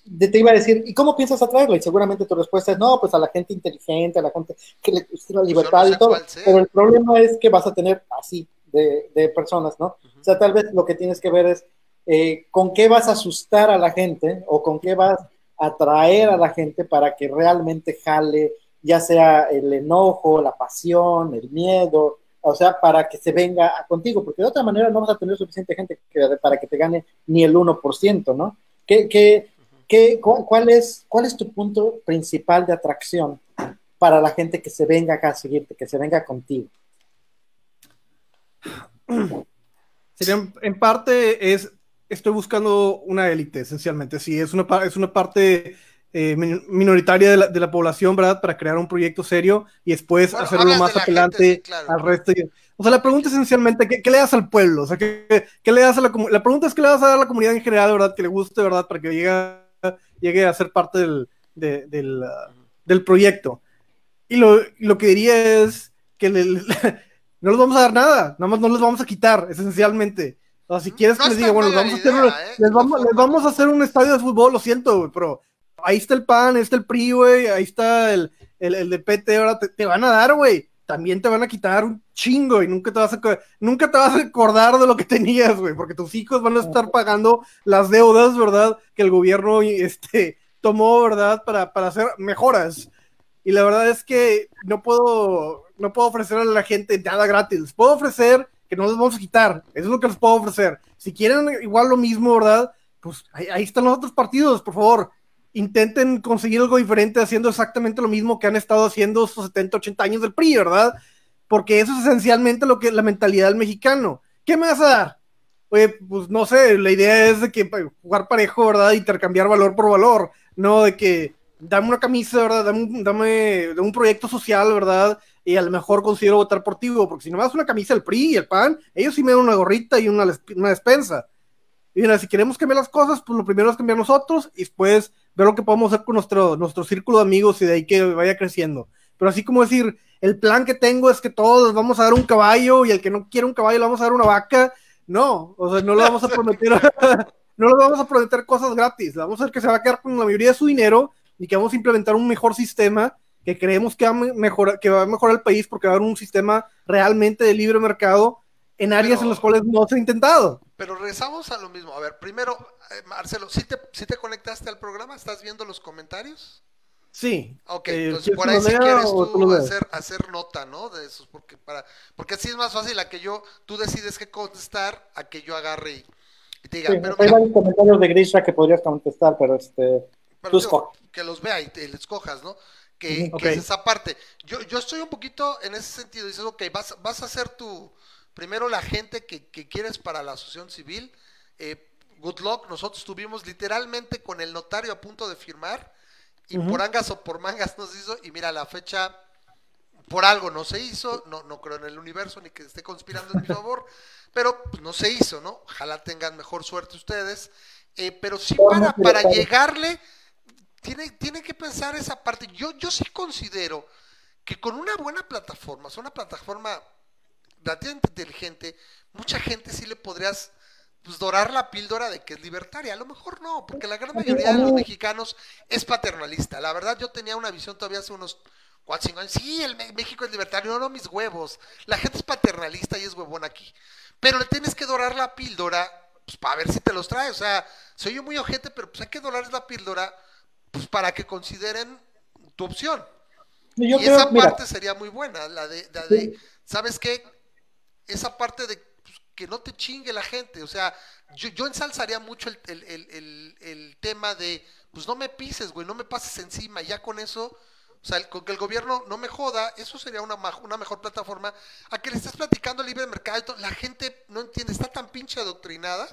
de, te iba a decir, ¿y cómo piensas atraerla? Y seguramente tu respuesta es, no, pues a la gente inteligente, a la gente que le gusta la libertad Yo no sé y todo. cuál sea. Pero el problema es que vas a tener así de, de personas, ¿no? Ujú. O sea, tal vez lo que tienes que ver es eh, con qué vas a asustar a la gente o con qué vas a atraer a la gente para que realmente jale, ya sea el enojo, la pasión, el miedo, o sea, para que se venga contigo, porque de otra manera no vas a tener suficiente gente que, para que te gane ni el uno por ciento, ¿no? ¿Qué, qué, qué, cu cuál, es, ¿Cuál es tu punto principal de atracción para la gente que se venga acá a seguirte, que se venga contigo? Sería, en parte, es, estoy buscando una élite, esencialmente, sí, es una, es una parte eh, minoritaria de la, de la población, ¿verdad? Para crear un proyecto serio y después Bueno, hacerlo hablas más de la apelante gente, sí, claro. al resto. O sea, la pregunta esencialmente, ¿qué, qué le das al pueblo? O sea, ¿qué, qué le das a la comunidad? La pregunta es, ¿qué le das a dar a la comunidad en general, ¿verdad? Que le guste, ¿verdad? Para que llegue a, llegue a ser parte del, de, del, uh, del proyecto. Y lo, lo que diría es que le, le, no les vamos a dar nada, nada más no les vamos a quitar, esencialmente. O sea, si quieres no que les diga, bueno, les vamos, idea, a hacer, ¿eh? les, vamos, les vamos a hacer un estadio de fútbol, lo siento, güey, pero ahí está el P A N, ahí está el P R I, güey, ahí está el, el, el de P T, ahora te, te van a dar, güey. También te van a quitar un chingo y nunca te vas a, nunca te vas a acordar de lo que tenías, güey, porque tus hijos van a estar pagando las deudas, ¿verdad? Que el gobierno este, tomó, ¿verdad? Para, para hacer mejoras. Y la verdad es que no puedo, no puedo ofrecer a la gente nada gratis. Les puedo ofrecer que no les vamos a quitar. Eso es lo que les puedo ofrecer. Si quieren igual lo mismo, ¿verdad? Pues ahí, ahí están los otros partidos, por favor. Intenten conseguir algo diferente haciendo exactamente lo mismo que han estado haciendo estos setenta, ochenta años del P R I, ¿verdad? Porque eso es esencialmente lo que es la mentalidad del mexicano. ¿Qué me vas a dar? Oye, pues no sé, la idea es de que jugar parejo, ¿verdad? Intercambiar valor por valor, no de que dame una camisa, ¿verdad? Dame un, dame un proyecto social, ¿verdad? Y a lo mejor considero votar por ti, porque si no me das una camisa del P R I y el P A N, ellos sí me dan una gorrita y una, una despensa. Y mira, si queremos cambiar las cosas, pues lo primero es cambiar nosotros y después ver lo que podemos hacer con nuestro, nuestro círculo de amigos y de ahí que vaya creciendo. Pero así como decir, el plan que tengo es que todos les vamos a dar un caballo y el que no quiere un caballo le vamos a dar una vaca. No, o sea, no le vamos a prometer, no le vamos a prometer cosas gratis. Le vamos a ver que se va a quedar con la mayoría de su dinero y que vamos a implementar un mejor sistema que creemos que va a mejorar, que va a mejorar el país porque va a haber un sistema realmente de libre mercado en áreas pero, en las cuales no se ha intentado. Pero regresamos a lo mismo. A ver, primero, eh, Marcelo, ¿sí te, ¿sí te conectaste al programa? ¿Estás viendo los comentarios? Sí. Ok, eh, entonces por ahí si sí quieres tú, tú hacer, hacer nota, ¿no? De esos, porque para, porque así es más fácil a que yo, tú decides qué contestar, a que yo agarre y, y te diga. Sí, pero hay mira, varios comentarios de Grisha que podrías contestar, pero este, pero tú digo, que los vea y te les cojas, ¿no? Que, uh-huh. que okay. es esa parte. Yo, yo estoy un poquito en ese sentido, dices, ok, vas, vas a hacer tu, primero la gente que, que quieres para la asociación civil, eh, good luck, nosotros estuvimos literalmente con el notario a punto de firmar, y uh-huh. por angas o por mangas nos hizo, y mira, la fecha, por algo no se hizo, no, no creo en el universo ni que esté conspirando en mi favor, pero pues, no se hizo, ¿no? Ojalá tengan mejor suerte ustedes, eh, pero sí para, para llegarle, tiene, tiene que pensar esa parte. Yo, yo sí considero que con una buena plataforma, o sea, una plataforma relativamente inteligente, mucha gente sí le podrías pues dorar la píldora de que es libertaria. A lo mejor no, porque la gran mayoría de los mexicanos es paternalista. La verdad, yo tenía una visión todavía hace unos cuatro, cinco años. Sí, el México es libertario. No, no, mis huevos. La gente es paternalista y es huevón aquí. Pero le tienes que dorar la píldora pues, para ver si te los trae. O sea, soy yo muy ojete, pero pues hay que dorarles la píldora pues para que consideren tu opción. Yo y creo, esa mira, parte sería muy buena. La de, la de sí. ¿sabes qué? Esa parte de que no te chingue la gente, o sea, yo, yo ensalzaría mucho el, el, el, el, el tema de, pues no me pises, güey, no me pases encima, ya con eso, o sea, el, con que el gobierno no me joda, eso sería una, una mejor plataforma, a que le estés platicando libre mercado y todo, la gente no entiende, está tan pinche adoctrinada,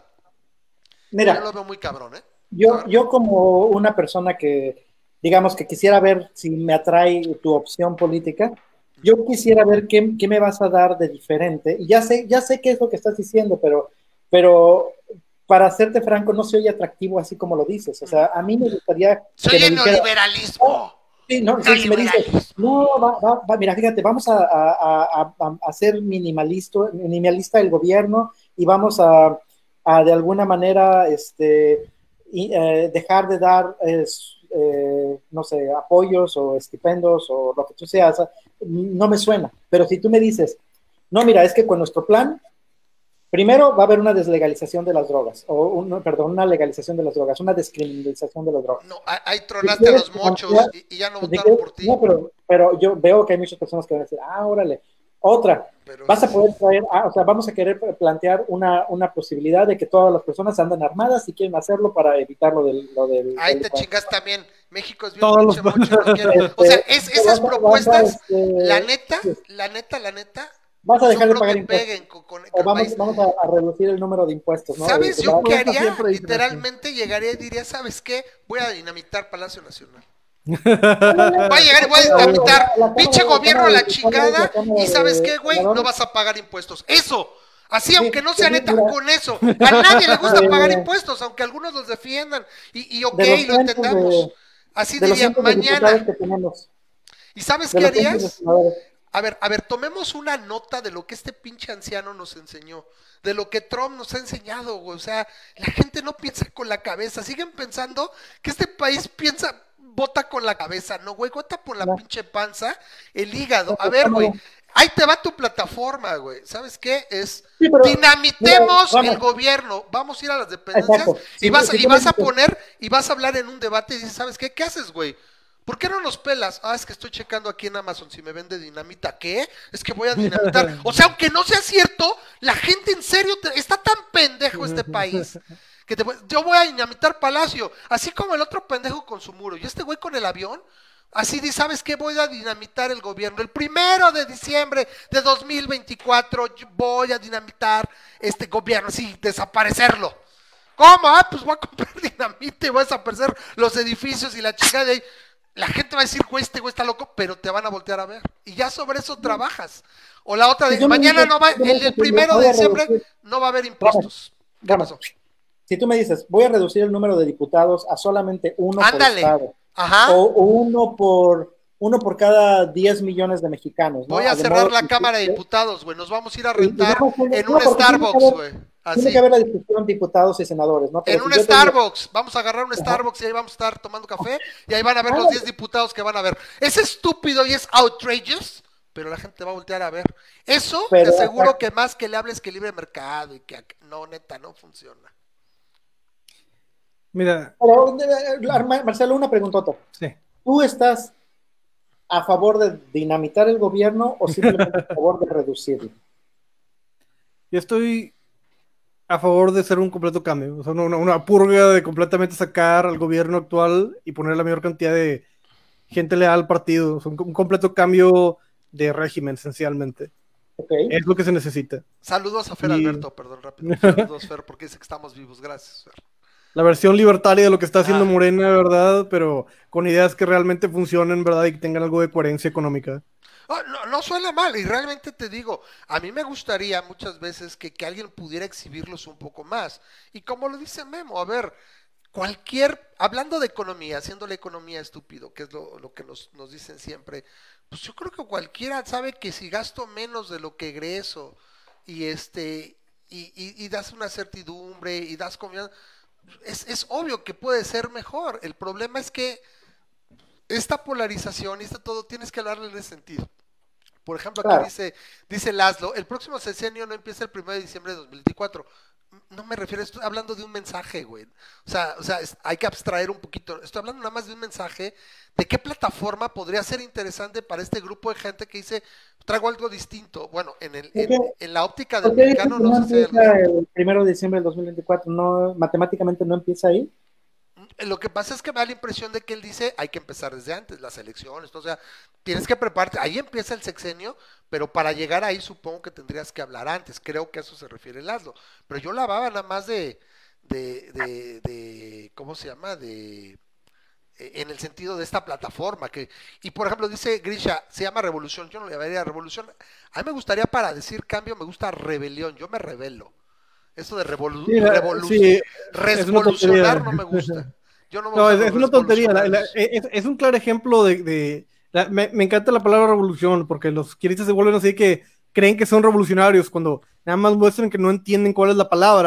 mira, yo lo veo muy cabrón, ¿eh? Yo, yo como una persona que, digamos, que quisiera ver si me atrae tu opción política, yo quisiera ver qué, qué me vas a dar de diferente. Y ya sé, ya sé qué es lo que estás diciendo, pero, pero para serte franco, no se oye atractivo así como lo dices. O sea, a mí me gustaría... Soy el neoliberalismo. Oh, sí, no, sí, si me dices, no, va, va, va, mira, fíjate, vamos a, a, a, a, a ser minimalista, minimalista del gobierno y vamos a, a de alguna manera, este... y, eh, dejar de dar, eh, eh, no sé, apoyos o estipendos o lo que tú seas, no me suena. Pero si tú me dices, no, mira, es que con nuestro plan, primero va a haber una deslegalización de las drogas, o un, perdón, una legalización de las drogas, una descriminalización de las drogas. No, ahí tronaste a los mochos y, y ya no votaron por ti. No, pero, pero yo veo que hay muchas personas que van a decir, ah, órale. Otra, pero vas a poder traer, ah, o sea, vamos a querer plantear una, una posibilidad de que todas las personas andan armadas y quieren hacerlo para evitar lo del... Lo del Ahí del te cual. Chingas también. México es bien mucho, mucho, no quiero. O sea, es, esas propuestas, la neta, la neta, la neta, vas a dejar no de pagar que impuestos. Peguen con, con, o vamos, vamos a, a reducir el número de impuestos, ¿no? ¿Sabes de, yo qué haría? Siempre Literalmente llegaría y diría, ¿sabes qué? Voy a dinamitar Palacio Nacional. Voy a llegar y voy a dinamitar, pinche gobierno a la chingada, y ¿sabes qué, güey? No vas a pagar impuestos. Eso, así, aunque no sea neta, con eso. A nadie le gusta pagar impuestos, aunque algunos los defiendan. Y, y ok, lo entendamos. Así diría, mañana. ¿Y sabes qué harías? A ver, a ver, tomemos una nota de lo que este pinche anciano nos enseñó, de lo que Trump nos ha enseñado, güey. O sea, la gente no piensa con la cabeza, siguen pensando que este país piensa, vota con la cabeza, no, güey, vota por la no. pinche panza, el hígado. A ver, güey, ahí te va tu plataforma, güey. ¿Sabes qué? Es, sí, pero, dinamitemos mira, el gobierno, vamos a ir a las dependencias sí, y vas, sí, y vas a poner, y vas a hablar en un debate y dices, ¿sabes qué? ¿Qué haces, güey? ¿Por qué no nos pelas? Ah, es que estoy checando aquí en Amazon si me vende dinamita. ¿Qué? Es que voy a dinamitar. O sea, aunque no sea cierto, la gente en serio te... está tan pendejo este país que te... yo voy a dinamitar Palacio, así como el otro pendejo con su muro. Y este güey con el avión, así dice, ¿sabes qué? Voy a dinamitar el gobierno. El primero de diciembre de dos mil veinticuatro voy a dinamitar este gobierno, así, desaparecerlo. ¿Cómo? Ah, pues voy a comprar dinamita y voy a desaparecer los edificios y la chica de ahí. La gente va a decir, güey, este güey está loco, pero te van a voltear a ver. Y ya sobre eso trabajas. O la otra, de, si mañana no va, el, el primero de diciembre no va a haber impuestos. ¿Qué pasó? Si tú me dices, voy a reducir el número de diputados a solamente uno Ándale. por estado. Ajá. O, o uno por uno por cada diez millones de mexicanos. ¿no? Voy a cerrar Además, la Cámara de Diputados, güey. Nos vamos a ir a rentar en un Starbucks, güey. Así. Tiene que haber la discusión diputados y senadores, ¿no? Pero en si un Starbucks, digo... vamos a agarrar un Starbucks y ahí vamos a estar tomando café y ahí van a ver ah, los diez diputados que van a ver. Es estúpido y es outrageous, pero la gente va a voltear a ver. Eso pero, te aseguro que más que le hables que libre mercado y que no, neta, no funciona. Mira. Pero, Marcelo, una preguntota. Sí. ¿Tú estás a favor de dinamitar el gobierno o simplemente a favor de reducirlo? Yo estoy a favor de hacer un completo cambio, o sea, una, una purga de completamente sacar al gobierno actual y poner la mayor cantidad de gente leal al partido, o sea, un, un completo cambio de régimen, esencialmente. Okay. Es lo que se necesita. Saludos a Fer y... Alberto, perdón, rápido. Saludos, Fer, porque dice que estamos vivos. Gracias, Fer. La versión libertaria de lo que está haciendo ah. Morena, ¿verdad? Pero con ideas que realmente funcionen, ¿verdad? Y que tengan algo de coherencia económica. No, no, no suena mal, y realmente te digo, a mí me gustaría muchas veces que, que alguien pudiera exhibirlos un poco más. Y como lo dice Memo, a ver, cualquier, hablando de economía, haciendo la economía estúpido, que es lo, lo que nos, nos dicen siempre, pues yo creo que cualquiera sabe que si gasto menos de lo que egreso, y este, y, y, y das una certidumbre, y das confianza, es, es obvio que puede ser mejor. El problema es que esta polarización y esto todo, tienes que hablarle en ese sentido. Por ejemplo, aquí claro. dice, dice Laszlo, el próximo sexenio no empieza el primero de diciembre de dos mil veinticuatro. No me refiero, estoy hablando de un mensaje, güey. O sea, o sea es, hay que abstraer un poquito. Estoy hablando nada más de un mensaje de qué plataforma podría ser interesante para este grupo de gente que dice, traigo algo distinto. Bueno, en, el, en, en la óptica del mexicano no, no sé si el primero de diciembre del dos mil veinticuatro, no, matemáticamente no empieza ahí. Lo que pasa es que me da la impresión de que él dice hay que empezar desde antes, las elecciones, o sea, tienes que prepararte, ahí empieza el sexenio, pero para llegar ahí supongo que tendrías que hablar antes, creo que a eso se refiere Laszlo, pero yo la hablaba nada más de, de, de, de, ¿cómo se llama? De, en el sentido de esta plataforma, que, y por ejemplo dice Grisha, se llama revolución, yo no le llamaría revolución, a mí me gustaría para decir cambio, me gusta rebelión, yo me rebelo. Eso de revolu sí, revolu sí, revolucionar no me gusta. Yo no me no, gusta es, es una tontería. La, la, es, es un claro ejemplo de... de la, me, me encanta la palabra revolución, porque los quiristas se vuelven así que creen que son revolucionarios cuando nada más muestran que no entienden cuál es la palabra,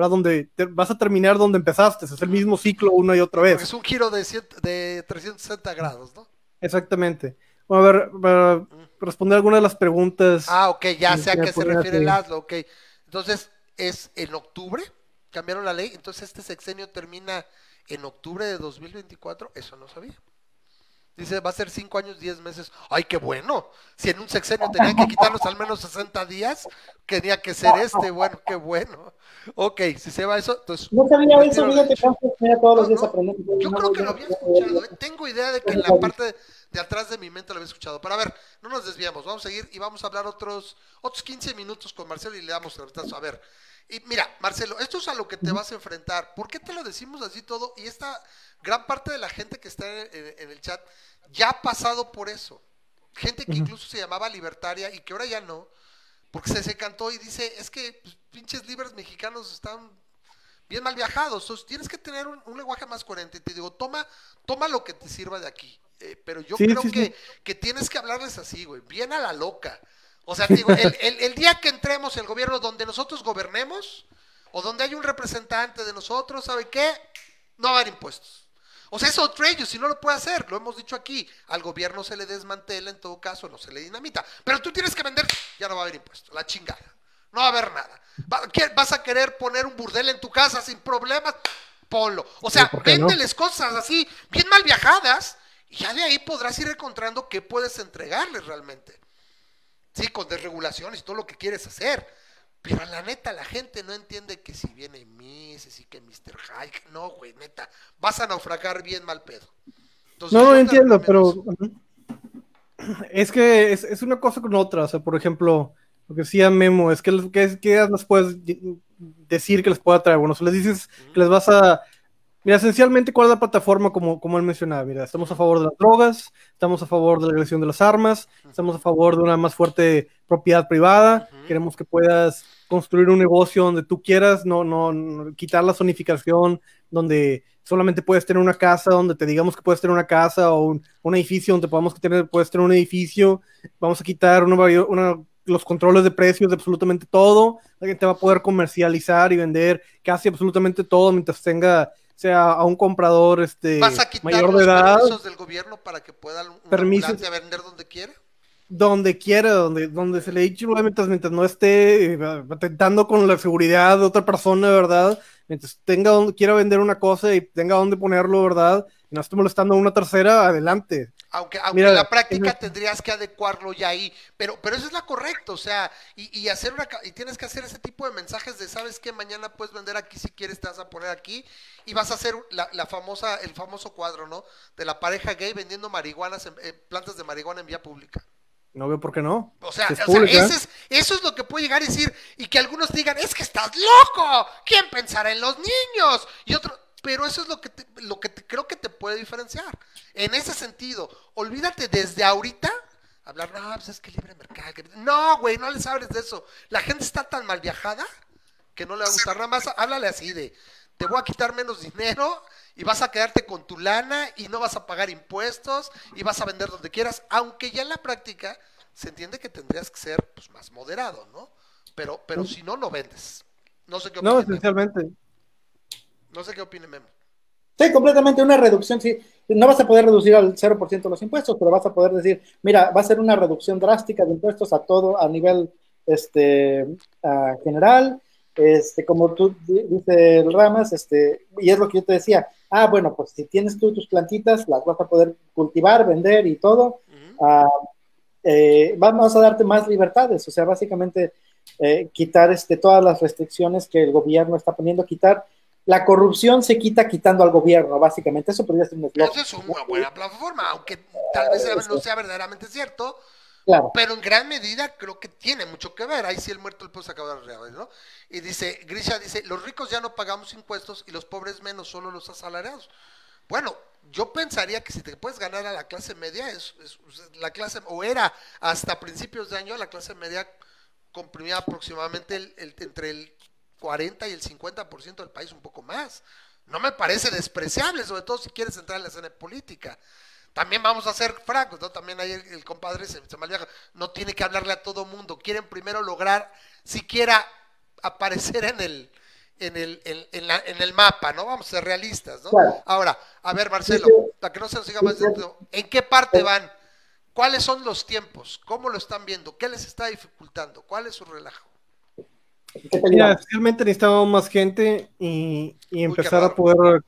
¿verdad? Donde te, vas a terminar donde empezaste, es el mismo ciclo una y otra vez. Porque es un giro de, cien, de trescientos sesenta grados, ¿no? Exactamente. Bueno, a ver, para mm. responder algunas de las preguntas. Ah, ok, ya sé a qué se refiere el Laszlo, ok. Entonces, es en octubre, cambiaron la ley, entonces este sexenio termina en octubre de dos mil veinticuatro, eso no sabía. Dice, va a ser cinco años, diez meses. ¡Ay, qué bueno! Si en un sexenio tenían que quitarnos al menos sesenta días, tenía que ser este. Bueno, qué bueno. Ok, si se va eso, entonces... No sabía eso, fíjate cuánto tenía todos los días aprendiendo. Yo no, creo que yo lo no había sabía escuchado, eso. ¿eh? Tengo idea de que en la parte de, de atrás de mi mente lo había escuchado. Pero a ver, no nos desviamos, vamos a seguir y vamos a hablar otros, otros quince minutos con Marcelo y le damos el retazo. A ver, y mira, Marcelo, esto es a lo que te vas a enfrentar. ¿Por qué te lo decimos así todo? Y esta gran parte de la gente que está en, en, en el chat ya ha pasado por eso. Gente que incluso se llamaba libertaria y que ahora ya no, porque se, se cantó y dice, es que pues, pinches libres mexicanos están bien mal viajados, entonces tienes que tener un, un lenguaje más coherente. Y te digo, toma, toma lo que te sirva de aquí. Eh, pero yo sí, creo sí, que, sí. que tienes que hablarles así, güey, bien a la loca. O sea, te digo, el, el, el día que entremos el gobierno donde nosotros gobernemos, o donde hay un representante de nosotros, ¿sabe qué? No va a haber impuestos. O sea, es otro ello, si no lo puede hacer, lo hemos dicho aquí, al gobierno se le desmantela, en todo caso, no se le dinamita. Pero tú tienes que vender, ya no va a haber impuestos, la chingada. No va a haber nada. ¿Vas a querer poner un burdel en tu casa sin problemas? Ponlo. O sea, véndeles no? cosas así, bien mal viajadas, y ya de ahí podrás ir encontrando qué puedes entregarles realmente. Sí, con desregulaciones y todo lo que quieres hacer. Pero la neta, la gente no entiende que si viene Mises y que mister Hyde, no, güey, neta, vas a naufragar bien mal pedo. Entonces, no, no entiendo, pero eso. es que es, es una cosa con otra. O sea, por ejemplo, lo que decía Memo, es que, que, que les puedes decir que les pueda traer. Bueno, si les dices uh-huh. que les vas a... Mira, esencialmente, ¿cuál es la plataforma como, como él mencionaba? Mira, estamos a favor de las drogas, estamos a favor de la agresión de las armas, estamos a favor de una más fuerte propiedad privada, uh-huh. queremos que puedas construir un negocio donde tú quieras, no, no, no quitar la zonificación, donde solamente puedes tener una casa, donde te digamos que puedes tener una casa, o un, un edificio donde podamos tener, puedes tener un edificio, vamos a quitar una, una, los controles de precios de absolutamente todo, la gente va a poder comercializar y vender casi absolutamente todo mientras tenga... sea a un comprador este ¿Vas a quitar mayor los de edad, permisos del gobierno para que pueda un ambulante a vender donde quiera? Donde quiera, donde, donde se le dice mientras, mientras no esté atentando con la seguridad de otra persona, ¿verdad? Mientras tenga donde quiera vender una cosa y tenga donde ponerlo, ¿verdad? Y no esté molestando a una tercera, adelante. Aunque, aunque Mira, en la práctica es... tendrías que adecuarlo ya ahí, pero, pero eso es la correcta, o sea, y, y hacer una y tienes que hacer ese tipo de mensajes de sabes que mañana puedes vender aquí si quieres, te vas a poner aquí, y vas a hacer la, la famosa, el famoso cuadro, ¿no? De la pareja gay vendiendo marihuanas en, en plantas de marihuana en vía pública. No veo por qué no. O sea, o sea ese es, eso es lo que puede llegar a decir, y que algunos digan, es que estás loco, ¿quién pensará en los niños? Y otro, pero eso es lo que te, lo que te, creo que te puede diferenciar. En ese sentido, olvídate desde ahorita, hablar, no, pues es que libre mercado. Que... No, güey, no les hables de eso. La gente está tan mal viajada que no le va a gustar nada más. Háblale así de, te voy a quitar menos dinero y vas a quedarte con tu lana y no vas a pagar impuestos y vas a vender donde quieras, aunque ya en la práctica se entiende que tendrías que ser pues, más moderado, ¿no? Pero, pero si no, no vendes. No sé qué opina. No, esencialmente. Memo. No sé qué opine Memo. Sí, completamente una reducción, sí. No vas a poder reducir al cero por ciento los impuestos, pero vas a poder decir, mira, va a ser una reducción drástica de impuestos a todo, a nivel este, uh, general, este, como tú dices, Ramas, este, y es lo que yo te decía, ah, bueno, pues si tienes tú tus plantitas, las vas a poder cultivar, vender y todo, uh-huh. uh, eh, vamos a darte más libertades, o sea, básicamente eh, quitar este, todas las restricciones que el gobierno está poniendo, quitar. La corrupción se quita quitando al gobierno, básicamente. Eso podría ser un eslogan. Eso es una buena plataforma, aunque tal vez no sea verdaderamente cierto, claro. Pero en gran medida creo que tiene mucho que ver. Ahí sí el muerto el pueblo se acaba de real, ¿no? Y dice, Grisha dice, los ricos ya no pagamos impuestos y los pobres menos, solo los asalariados. Bueno, yo pensaría que si te puedes ganar a la clase media, es, es, es la clase, o era hasta principios de año, la clase media comprimía aproximadamente el, el, entre el cuarenta y el cincuenta por ciento del país, un poco más. No me parece despreciable, sobre todo si quieres entrar en la escena política. También vamos a ser francos, ¿no? También ahí el, el compadre se, se malviaja. No tiene que hablarle a todo mundo. Quieren primero lograr siquiera aparecer en el en el, en, en, la, en el mapa, ¿no? Vamos a ser realistas, ¿no? Claro. Ahora, a ver, Marcelo, Sí, sí. para que no se nos siga más dentro, ¿en qué parte van? ¿Cuáles son los tiempos? ¿Cómo lo están viendo? ¿Qué les está dificultando? ¿Cuál es su relajo? Mira, especialmente necesitamos más gente y, y empezar a poder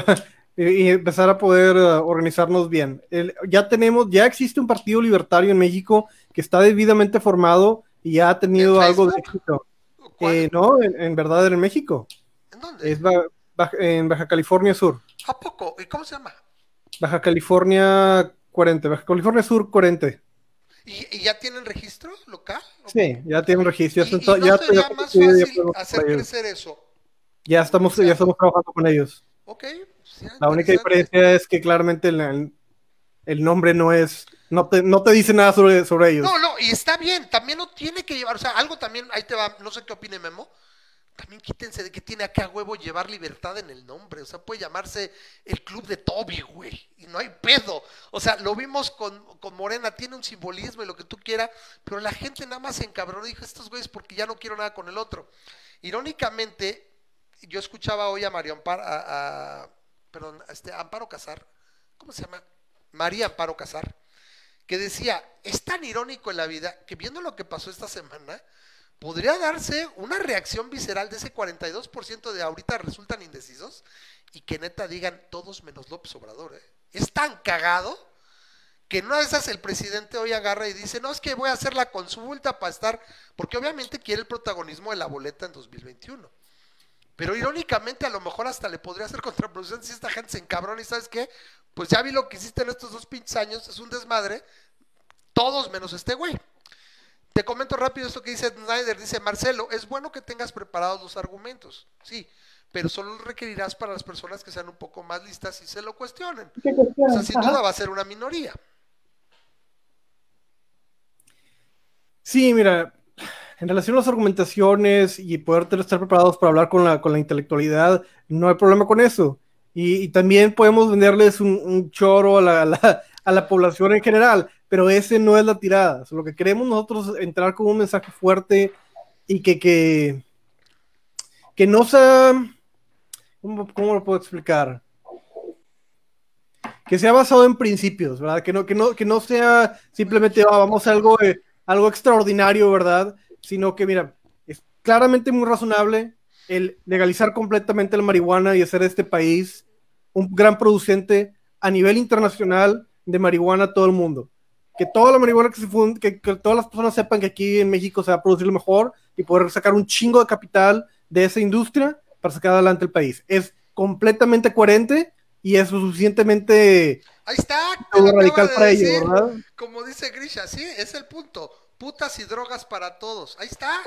y empezar a poder uh, organizarnos bien. El, ya tenemos, ya existe un partido libertario en México que está debidamente formado y ya ha tenido algo de éxito. Eh, no, en, en verdad en México. ¿En dónde? Es ba ba en Baja California Sur. ¿A poco? ¿Y cómo se llama? Baja California cuarenta, Baja California Sur cuarenta. ¿Y, y ya tienen registro local? Sí, ya tienen registro. Ya ¿Y, están, y no ya sería ya, más ya, fácil ya hacer crecer eso? Ya estamos, o sea, ya estamos trabajando con ellos. Ok. Sí, la única diferencia es que claramente el, el nombre no es, no te, no te dice nada sobre, sobre ellos. No, no, y está bien, también no tiene que llevar, o sea, algo también, ahí te va, no sé qué opine Memo, también quítense de que tiene acá a huevo llevar libertad en el nombre, o sea, puede llamarse el club de Toby, güey, y no hay pedo, o sea, lo vimos con, con Morena, tiene un simbolismo y lo que tú quieras, pero la gente nada más se encabronó y dijo, estos güeyes porque ya no quiero nada con el otro. Irónicamente, yo escuchaba hoy a María Amparo, a, a, perdón, a este Amparo Casar, ¿cómo se llama? María Amparo Casar, que decía, es tan irónico en la vida que viendo lo que pasó esta semana, podría darse una reacción visceral de ese cuarenta y dos por ciento de ahorita resultan indecisos y que neta digan todos menos López Obrador. ¿eh? Es tan cagado que no es esas el presidente hoy agarra y dice, no, es que voy a hacer la consulta para estar, porque obviamente quiere el protagonismo de la boleta en dos mil veintiuno. Pero irónicamente a lo mejor hasta le podría hacer contraproducente si esta gente se encabrona y ¿sabes qué? Pues ya vi lo que hiciste en estos dos pinches años, es un desmadre, todos menos este güey. Te comento rápido esto que dice Snyder, dice Marcelo, es bueno que tengas preparados los argumentos, sí, pero solo los requerirás para las personas que sean un poco más listas y se lo cuestionen. O sea, sin duda va a ser una minoría. Sí, mira, en relación a las argumentaciones y poder estar preparados para hablar con la, con la intelectualidad, no hay problema con eso. Y, y también podemos venderles un, un choro a la, a, la, a la población en general, pero ese no es la tirada. O sea, lo que queremos nosotros es entrar con un mensaje fuerte y que, que, que no sea... ¿cómo, ¿Cómo lo puedo explicar? Que sea basado en principios, ¿verdad? Que no, que no, que no sea simplemente oh, vamos a algo, eh, algo extraordinario, ¿verdad? Sino que, mira, es claramente muy razonable el legalizar completamente la marihuana y hacer de este país un gran producente a nivel internacional de marihuana a todo el mundo. Que toda la marihuana que se funde, que, que todas las personas sepan que aquí en México se va a producir lo mejor y poder sacar un chingo de capital de esa industria para sacar adelante el país. Es completamente coherente y es suficientemente ahí está, radical para decir, ello, ¿verdad? Como dice Grisha, sí, es el punto. Putas y drogas para todos. Ahí está.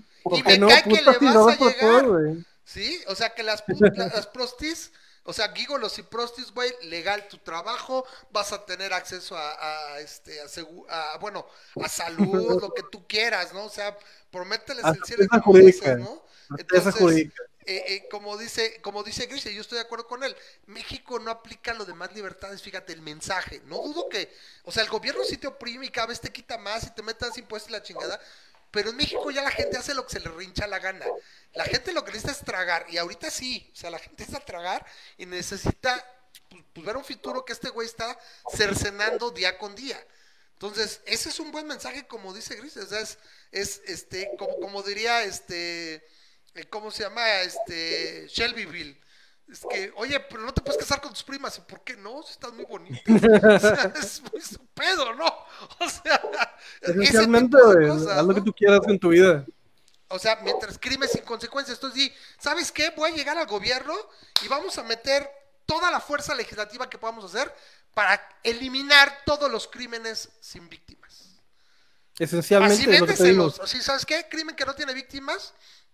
Y me no, cae que le vas a llegar. Todo, sí, o sea que las, las prostis, o sea, gigolos y prostis, güey, legal tu trabajo, vas a tener acceso a, a este, a, a, bueno, a salud, lo que tú quieras, ¿no? O sea, promételes el cielo y como dices, ¿no? Entonces, eh, eh, como dice, como dice Grisha, yo estoy de acuerdo con él, México no aplica lo demás libertades, fíjate, el mensaje, no dudo que, o sea, el gobierno sí te oprime y cada vez te quita más y te metas impuestos y la chingada, pero en México ya la gente hace lo que se le rincha la gana, la gente lo que necesita es tragar, y ahorita sí, o sea, la gente necesita tragar y necesita, pues, pues ver un futuro que este güey está cercenando día con día. Entonces, ese es un buen mensaje, como dice Grisha, o sea, es, es este, como, como diría este... ¿cómo se llama? Este, Shelbyville. Es que, oye, pero no te puedes casar con tus primas. ¿Y por qué no? Si estás muy bonita. O sea, es muy su pedo, ¿no? O sea, esencialmente, ese tipo de cosas, haz lo ¿no? que tú quieras en tu vida. O sea, mientras crímenes sin consecuencias. Entonces, ¿sabes qué? Voy a llegar al gobierno y vamos a meter toda la fuerza legislativa que podamos hacer para eliminar todos los crímenes sin víctimas. Esencialmente, así véndeselos. Así, ¿sabes qué? Crimen que no tiene víctimas,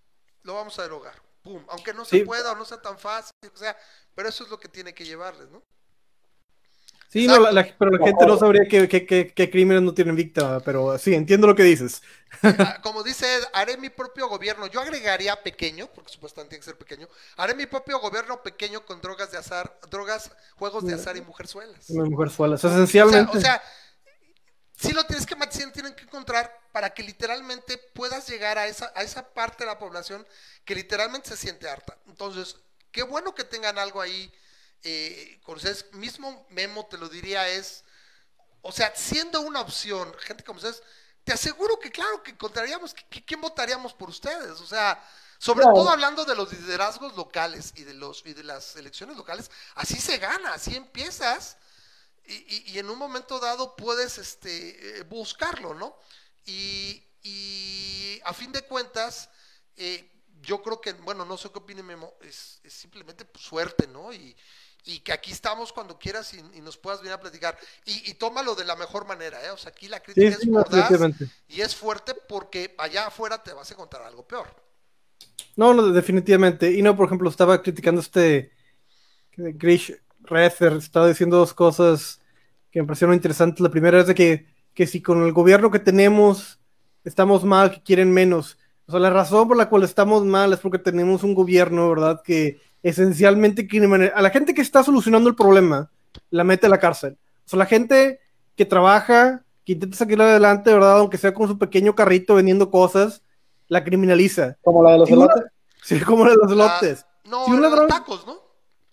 lo vamos a derogar, pum, aunque no se sí. pueda o no sea tan fácil, o sea, pero eso es lo que tiene que llevarles, ¿no? Sí, no, la, la, pero la gente no sabría qué, qué, qué, qué crímenes no tienen víctima, pero sí, entiendo lo que dices. Como dice Ed, haré mi propio gobierno, yo agregaría pequeño, porque supuestamente tiene que ser pequeño, haré mi propio gobierno pequeño con drogas de azar, drogas, juegos de azar y mujerzuelas. Y mujerzuelas, esencialmente. O sea, o sea sí lo tienes que matizar, tienen que encontrar para que literalmente puedas llegar a esa, a esa parte de la población que literalmente se siente harta. Entonces, qué bueno que tengan algo ahí. Eh, con ustedes, mismo Memo te lo diría es, o sea, siendo una opción, gente como ustedes, te aseguro que claro que encontraríamos, que, que, ¿quién votaríamos por ustedes? O sea, sobre Claro. todo hablando de los liderazgos locales y de, los, y de las elecciones locales, así se gana, así empiezas. Y, y, y en un momento dado puedes este, eh, buscarlo, ¿no? Y, y a fin de cuentas, eh, yo creo que, bueno, no sé qué opine Memo, es, es simplemente pues, suerte, ¿no? Y, y que aquí estamos cuando quieras y, y nos puedas venir a platicar. Y, y tómalo de la mejor manera, ¿eh? O sea, aquí la Sí, crítica sí, es no, mordaz definitivamente. y es fuerte porque allá afuera te vas a encontrar algo peor. No, no, definitivamente. Y no, por ejemplo, estaba criticando este que Grish Rether, estaba diciendo dos cosas que me parecieron interesantes. La primera es de que, que si con el gobierno que tenemos estamos mal, que quieren menos. O sea, la razón por la cual estamos mal es porque tenemos un gobierno, ¿verdad? Que esencialmente criminal- a la gente que está solucionando el problema la mete a la cárcel. O sea, la gente que trabaja, que intenta salir adelante, ¿verdad? Aunque sea con su pequeño carrito vendiendo cosas, la criminaliza. Como la de los Si una- elotes, Sí, como la de los La, elotes. no, Si un los ladrón, tacos, ¿no?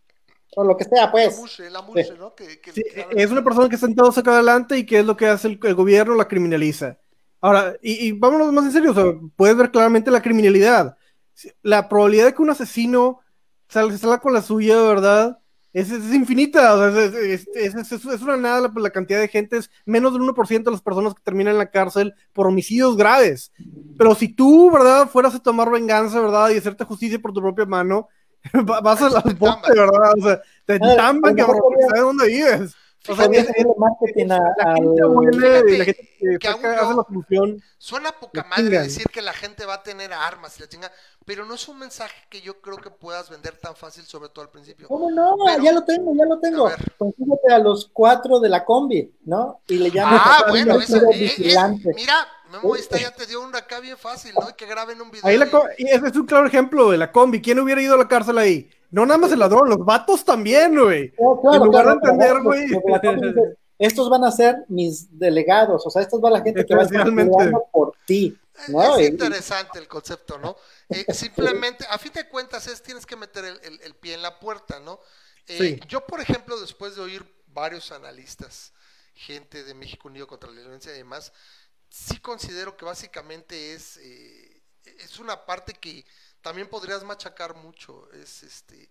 o lo que sea, La pues. mushe, la Sí. mushe, ¿no? Que, que, sí, que es una persona que está intentando sacar adelante y que es lo que hace el, el gobierno, la criminaliza. Ahora, y, y vámonos más en serio, o sea, puedes ver claramente la criminalidad. La probabilidad de que un asesino salga, salga con la suya, ¿verdad? Es, es infinita, o sea, es, es, es, es, es una nada la, la cantidad de gente, es menos del uno por ciento de las personas que terminan en la cárcel por homicidios graves. Pero si tú, ¿verdad?, fueras a tomar venganza, ¿verdad?, y hacerte justicia por tu propia mano, vas Ahí sí al te bote, tambas. ¿verdad? O sea, te A ver, a tamban, lo mejor cabrón, podría- ¿sabes dónde vives? O sea, podría es- Fíjate, hacerle marketing es- a- la al... gente huele y la fíjate gente que que aún saca- hace la yo, función, suena poca la madre chingan. decir que la gente va a tener armas y la chinga, pero no es un mensaje que yo creo que puedas vender tan fácil, sobre todo al principio. ¿Cómo no? Pero, Ya lo tengo, ya lo a tengo. ver. Pues fíjate a los cuatro de la combi, ¿no? Y le llaman Ah, bueno, el esa, tiro eh, eh, es- vigilante. mira, Memo, esta ya te dio una acá bien fácil, ¿no? Y que graben un video. Ahí la y- co- y ese es un claro ejemplo de la combi. ¿Quién hubiera ido a la cárcel ahí? No nada más el ladrón, los vatos también, güey. No, claro, En lugar claro, de entender, los- güey. los de la combi dicen, estos van a ser mis delegados, o sea, estos va la gente que va a estar Esencialmente. peleando por ti, ¿no? Es Y- interesante el concepto, ¿no? Eh, simplemente, a fin de cuentas, es tienes que meter el, el- el pie en la puerta, ¿no? Eh, Sí. Yo, por ejemplo, después de oír varios analistas, gente de México Unido contra la Violencia y demás, sí considero que básicamente es, eh, es una parte que también podrías machacar mucho. Es este,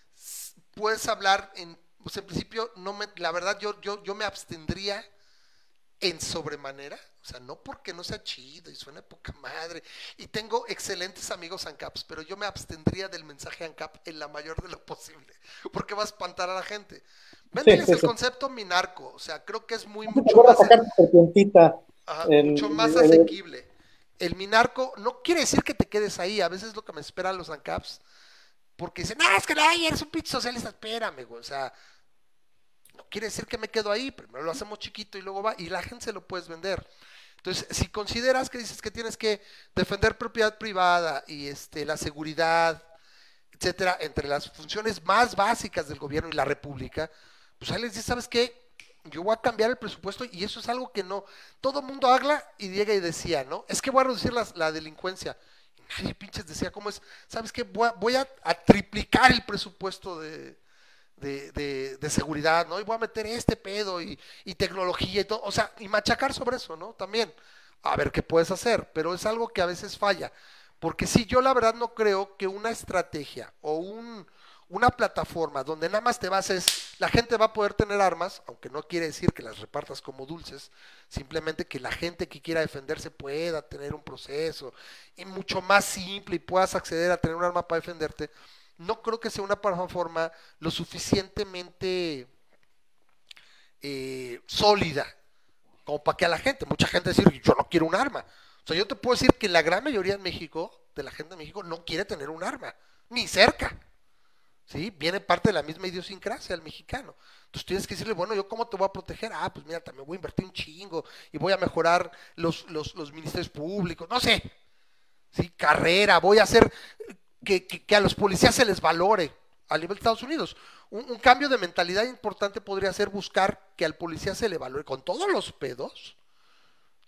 s- puedes hablar en, pues en principio, no me, la verdad, yo, yo, yo me abstendría en sobremanera, o sea, no porque no sea chido y suene poca madre, y tengo excelentes amigos ANCAPs, pero yo me abstendría del mensaje ANCAP en la mayor de lo posible, porque va a espantar a la gente. Véndeles sí, el sí. concepto minarco, o sea, creo que es muy ¿No te mucho acuerdas más, sacar tu serpientita? ajá, en- mucho más en- asequible. El minarco no quiere decir que te quedes ahí, a veces es lo que me esperan los ANCAPs, porque dicen, ah, es que ay, eres un pinche socialista, espérame, güey, o sea, no quiere decir que me quedo ahí, primero lo hacemos chiquito y luego va, y la gente se lo puedes vender. Entonces, si consideras que dices que tienes que defender propiedad privada y este la seguridad, etcétera, entre las funciones más básicas del gobierno y la república, pues ahí les dices, ¿sabes qué? Yo voy a cambiar el presupuesto y eso es algo que no, todo mundo habla y llega y decía, ¿no? Es que voy a reducir la, la delincuencia. Y nadie pinches decía, ¿cómo es? ¿Sabes qué? Voy a, voy a, a triplicar el presupuesto de, de, de, de seguridad, ¿no? Y voy a meter este pedo y, y tecnología y todo, o sea, y machacar sobre eso, ¿no? También, a ver qué puedes hacer, pero es algo que a veces falla, porque sí, yo la verdad no creo que una estrategia o un, una plataforma donde nada más te bases, la gente va a poder tener armas, aunque no quiere decir que las repartas como dulces, simplemente que la gente que quiera defenderse pueda tener un proceso y mucho más simple y puedas acceder a tener un arma para defenderte. No creo que sea una plataforma lo suficientemente eh, sólida como para que a la gente, mucha gente decir, yo no quiero un arma. O sea, yo te puedo decir que la gran mayoría en México, de la gente de México, no quiere tener un arma, ni cerca. ¿Sí? Viene parte de la misma idiosincrasia del mexicano. Entonces tienes que decirle, bueno, ¿yo cómo te voy a proteger? Ah, pues mira, también voy a invertir un chingo y voy a mejorar los, los, los ministerios públicos, no sé. ¿Sí? Carrera, voy a hacer que, que, que a los policías se les valore a nivel de Estados Unidos. Un, un cambio de mentalidad importante podría ser buscar que al policía se le valore con todos los pedos,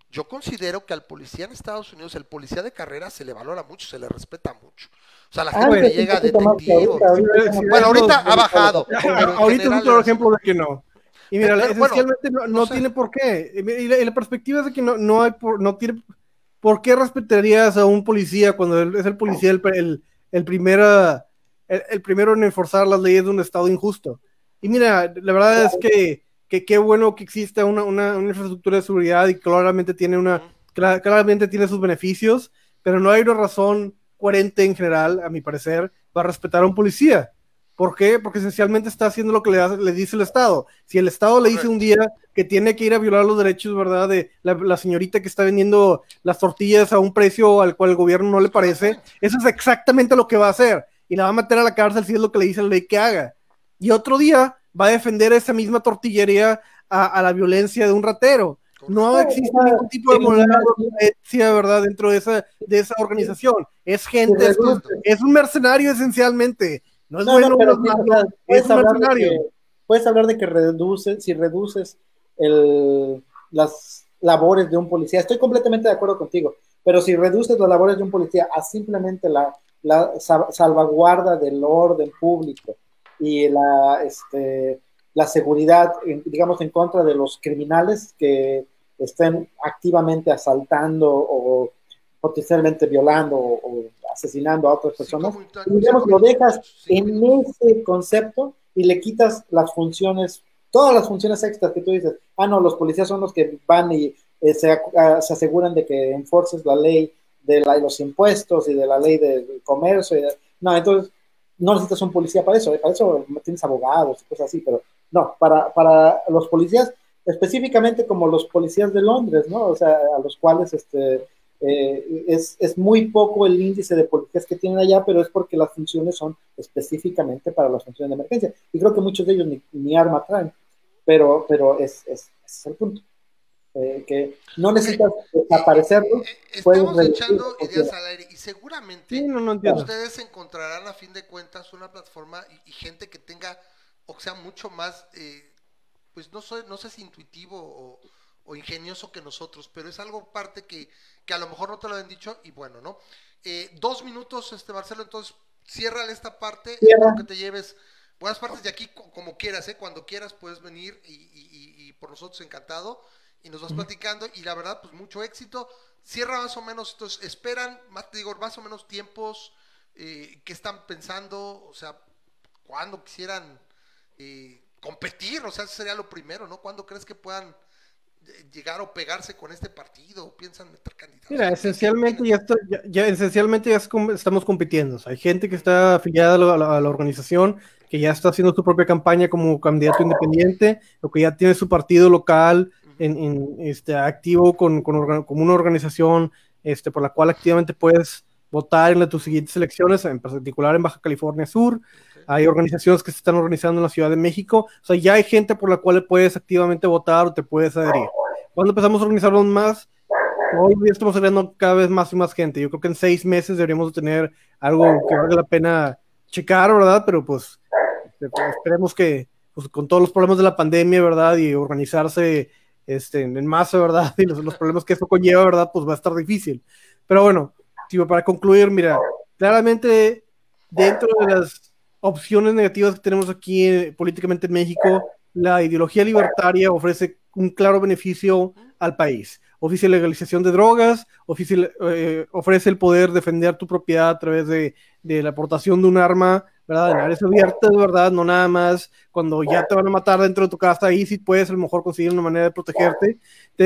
Yo considero que al policía en Estados Unidos, el policía de carrera se le valora mucho, se le respeta mucho. O sea, la gente Antes que un llega poquito más que detectivo. ahorita, Si ahorita ves- somos si Bueno, ves todos los- ahorita ha militares de bajado, pero en ahorita es un general claro era así. ejemplo de que no. Y mira, Pero bueno, esencialmente no, no no sé. tiene por qué. Y y la, y la perspectiva es de que no, no hay por, no tiene por qué respetarías a un policía cuando él es el policía el, el, el primera, el, el primero en enforzar las leyes de un estado injusto. Y mira, la verdad es que que qué bueno que exista una, una, una infraestructura de seguridad y claramente tiene una Ujú. cla- claramente tiene sus beneficios, pero no hay una razón coherente en general, a mi parecer, para respetar a un policía. ¿Por qué? Porque esencialmente está haciendo lo que le, hace, le dice el Estado. Si el Estado le dice un Correcto. día que tiene que ir a violar los derechos, ¿verdad? De la, la señorita que está vendiendo las tortillas a un precio al cual el gobierno no le parece, Correctamente. eso es exactamente lo que va a hacer. Y la va a meter a la cárcel si es lo que le dice la ley que haga. Y otro día va a defender esa misma tortillería a, a la violencia de un ratero. No Correcto. existe ningún tipo de moral o violencia, ¿verdad? Dentro de esa, de esa organización. Es Si gente, es, Entiendo. es un mercenario esencialmente. No es No, no, bueno, no pero es sí, o malo, sea, es puedes un hablar de mercenario. que, puedes hablar de que reduces, si reduces el, las labores de un policía, estoy completamente de acuerdo contigo, pero si reduces las labores de un policía a simplemente la, la salvaguarda del orden público y la, este, la seguridad, digamos, en contra de los criminales que estén activamente asaltando o potencialmente violando o, o asesinando a otras Sí, personas, como, y digamos, cinco lo dejas minutos. Cinco en minutos. ese concepto y le quitas las funciones, todas las funciones extras que tú dices, ah, no, los policías son los que van y eh, se, uh, se, aseguran de que enforces la ley de, la, de, los impuestos y de la ley del comercio. Y de, no, entonces no necesitas un policía para eso, ¿eh? Para eso tienes abogados y cosas así, pero no, para, para los policías, específicamente como los policías de Londres, ¿no? O sea, a los cuales este, eh, es, es muy poco el índice de policías que tienen allá, pero es porque las funciones son específicamente para las funciones de emergencia. Y creo que muchos de ellos ni, ni arma traen, pero, pero es, es, es el punto. Eh, que no necesitas Okay. desaparecerlos, Eh, eh, puedes estamos reducir echando la ideas al aire y Sí, seguramente no, no entiendo. ustedes encontrarán a fin de cuentas una plataforma y, y gente que tenga, o sea, mucho más, eh, pues no, soy, no sé si intuitivo o, o, ingenioso que nosotros, pero es algo parte que, que a lo mejor no te lo han dicho y bueno, ¿no? Eh, dos minutos, este Marcelo, entonces ciérrale esta parte, espero que te lleves buenas partes de aquí como quieras, ¿eh? Cuando quieras puedes venir y, y, y, y por nosotros encantado y nos vas uh-huh. platicando y la verdad pues mucho éxito, cierra más o menos, entonces esperan, más, te digo, más o menos tiempos eh, que están pensando, o sea, cuando quisieran eh, competir, o sea, eso sería lo primero, ¿no? ¿Cuándo crees que puedan llegar o pegarse con este partido? ¿Piensan meter candidatos? Mira, esencialmente ya, está, ya, ya, esencialmente ya es, estamos compitiendo. O sea, hay gente que está afiliada a la, a la organización, que ya está haciendo su propia campaña como candidato independiente, o que ya tiene su partido local en, en, este, activo con, con, con una organización este, por la cual activamente puedes votar en la, tus siguientes elecciones, en particular en Baja California Sur. Okay. Hay organizaciones que se están organizando en la Ciudad de México. O sea, ya hay gente por la cual puedes activamente votar o te puedes adherir. Cuando empezamos a organizarnos más, hoy día estamos agregando cada vez más y más gente. Yo creo que en seis meses deberíamos tener algo que valga la pena checar, ¿verdad? Pero pues esperemos que pues, con todos los problemas de la pandemia, ¿verdad? Y organizarse este, en masa, ¿verdad? Y los, los problemas que eso conlleva, ¿verdad? Pues va a estar difícil. Pero bueno, tipo, para concluir, mira, claramente dentro de las opciones negativas que tenemos aquí eh, políticamente en México, la ideología libertaria ofrece un claro beneficio al país. Ofrece legalización de drogas, ofrece, eh, ofrece el poder defender tu propiedad a través de, de la aportación de un arma, ¿verdad? En áreas abiertas, ¿verdad? No nada más cuando ya te van a matar dentro de tu casa, ahí sí puedes a lo mejor conseguir una manera de protegerte.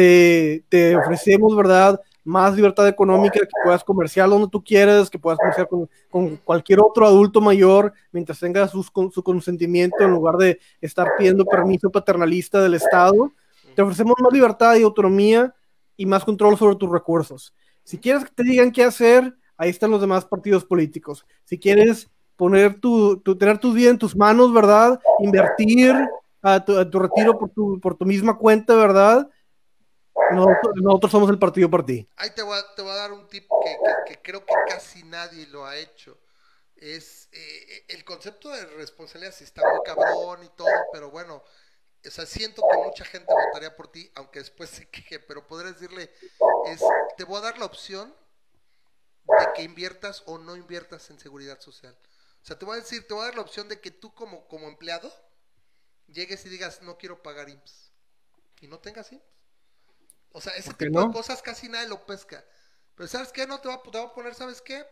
Te, te ofrecemos, ¿verdad? Más libertad económica, que puedas comerciar donde tú quieras, que puedas comerciar con, con cualquier otro adulto mayor mientras tenga su, su consentimiento en lugar de estar pidiendo permiso paternalista del Estado. Te ofrecemos más libertad y autonomía y más control sobre tus recursos. Si quieres que te digan qué hacer, ahí están los demás partidos políticos. Si quieres poner tu, tu tener tu vida en tus manos, ¿verdad? Invertir a tu, a tu retiro por tu, por tu misma cuenta, ¿verdad? Nosotros, nosotros somos el partido por ti. Ahí te voy a, te voy a dar un tip que, que, que creo que casi nadie lo ha hecho. Es eh, el concepto de responsabilidad, si está muy cabrón y todo, pero bueno, o sea, siento que mucha gente votaría por ti, aunque después se queje, pero podrías decirle, es, te voy a dar la opción de que inviertas o no inviertas en seguridad social. O sea, te voy a decir, te voy a dar la opción de que tú como, como empleado llegues y digas, no quiero pagar I M S S y no tengas I M S S. O sea, ese ¿Por qué tipo de no? cosas casi nadie lo pesca. Pero ¿sabes qué? No te va, a- te va a poner, ¿sabes qué?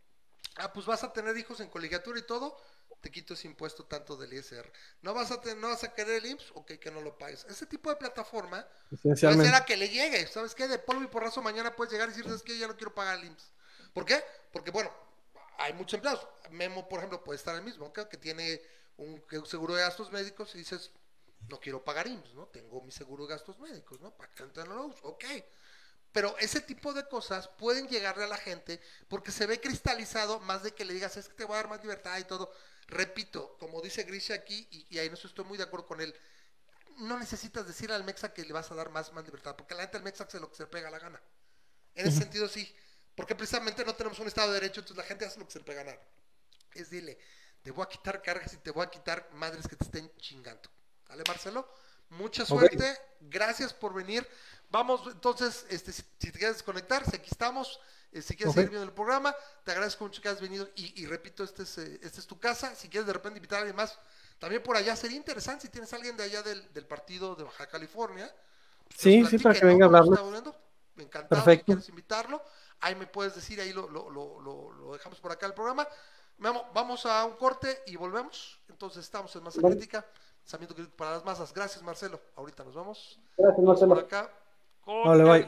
Ah, pues vas a tener hijos en colegiatura y todo, te quito ese impuesto tanto del I S R. No vas a tener, no vas a querer el I M S S, ok, que no lo pagues. Ese tipo de plataforma puede ser Esencialmente. a que le llegue, ¿sabes qué? De polvo y porrazo mañana puedes llegar y decir, ¿sabes qué? Ya no quiero pagar el I M S S. ¿Por qué? Porque, bueno, hay muchos empleados. Memo, por ejemplo, puede estar el mismo, ¿ok? Que tiene un, un seguro de gastos médicos y dices, no quiero pagar I M S S, ¿no? Tengo mi seguro de gastos médicos, ¿no? ¿Para qué no lo uso? Ok. Pero ese tipo de cosas pueden llegarle a la gente porque se ve cristalizado más de que le digas, es que te voy a dar más libertad y todo. Repito, como dice Grisha aquí, y, y ahí no estoy muy de acuerdo con él, no necesitas decirle al Mexa que le vas a dar más, más libertad, porque la gente al Mexa hace lo que se le pega la gana. En ese Ujú. sentido sí, porque precisamente no tenemos un Estado de Derecho, entonces la gente hace lo que se le pega la gana. Es dile, te voy a quitar cargas y te voy a quitar madres que te estén chingando. ¿Vale, Marcelo? Mucha Ok. suerte, gracias por venir. Vamos, entonces, este, si, si te quieres desconectar, si aquí estamos, eh, si quieres Ok. seguir viendo el programa, te agradezco mucho que hayas venido y, y repito, este es, eh, esta es tu casa. Si quieres de repente invitar a alguien más, también por allá sería interesante si tienes a alguien de allá del, del partido de Baja California, pues que nos Sí, sí, para platique, que ¿no? venga a Cómo se hablarles. está volviendo. Encantado si Perfecto. quieres invitarlo. Ahí me puedes decir, ahí lo, lo, lo, lo, lo dejamos por acá el programa. Vamos, vamos a un corte y volvemos. Entonces estamos en Masa Vale. Crítica, pensamiento crítico para las masas. Gracias, Marcelo. Ahorita nos vamos. Gracias, Vamos por Marcelo. acá con Vale, el, bye.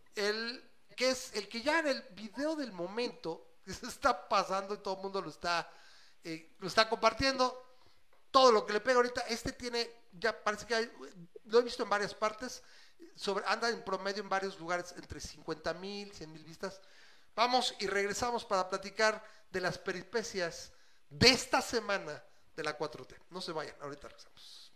el que es el que ya en el video del momento que se está pasando y todo el mundo lo está, eh, lo está compartiendo. Todo lo que le pega ahorita, este tiene, ya parece que hay, lo he visto en varias partes, sobre, anda en promedio en varios lugares entre cincuenta mil, cien mil vistas. Vamos y regresamos para platicar de las peripecias de esta semana de la cuatro T. No se vayan, ahorita regresamos.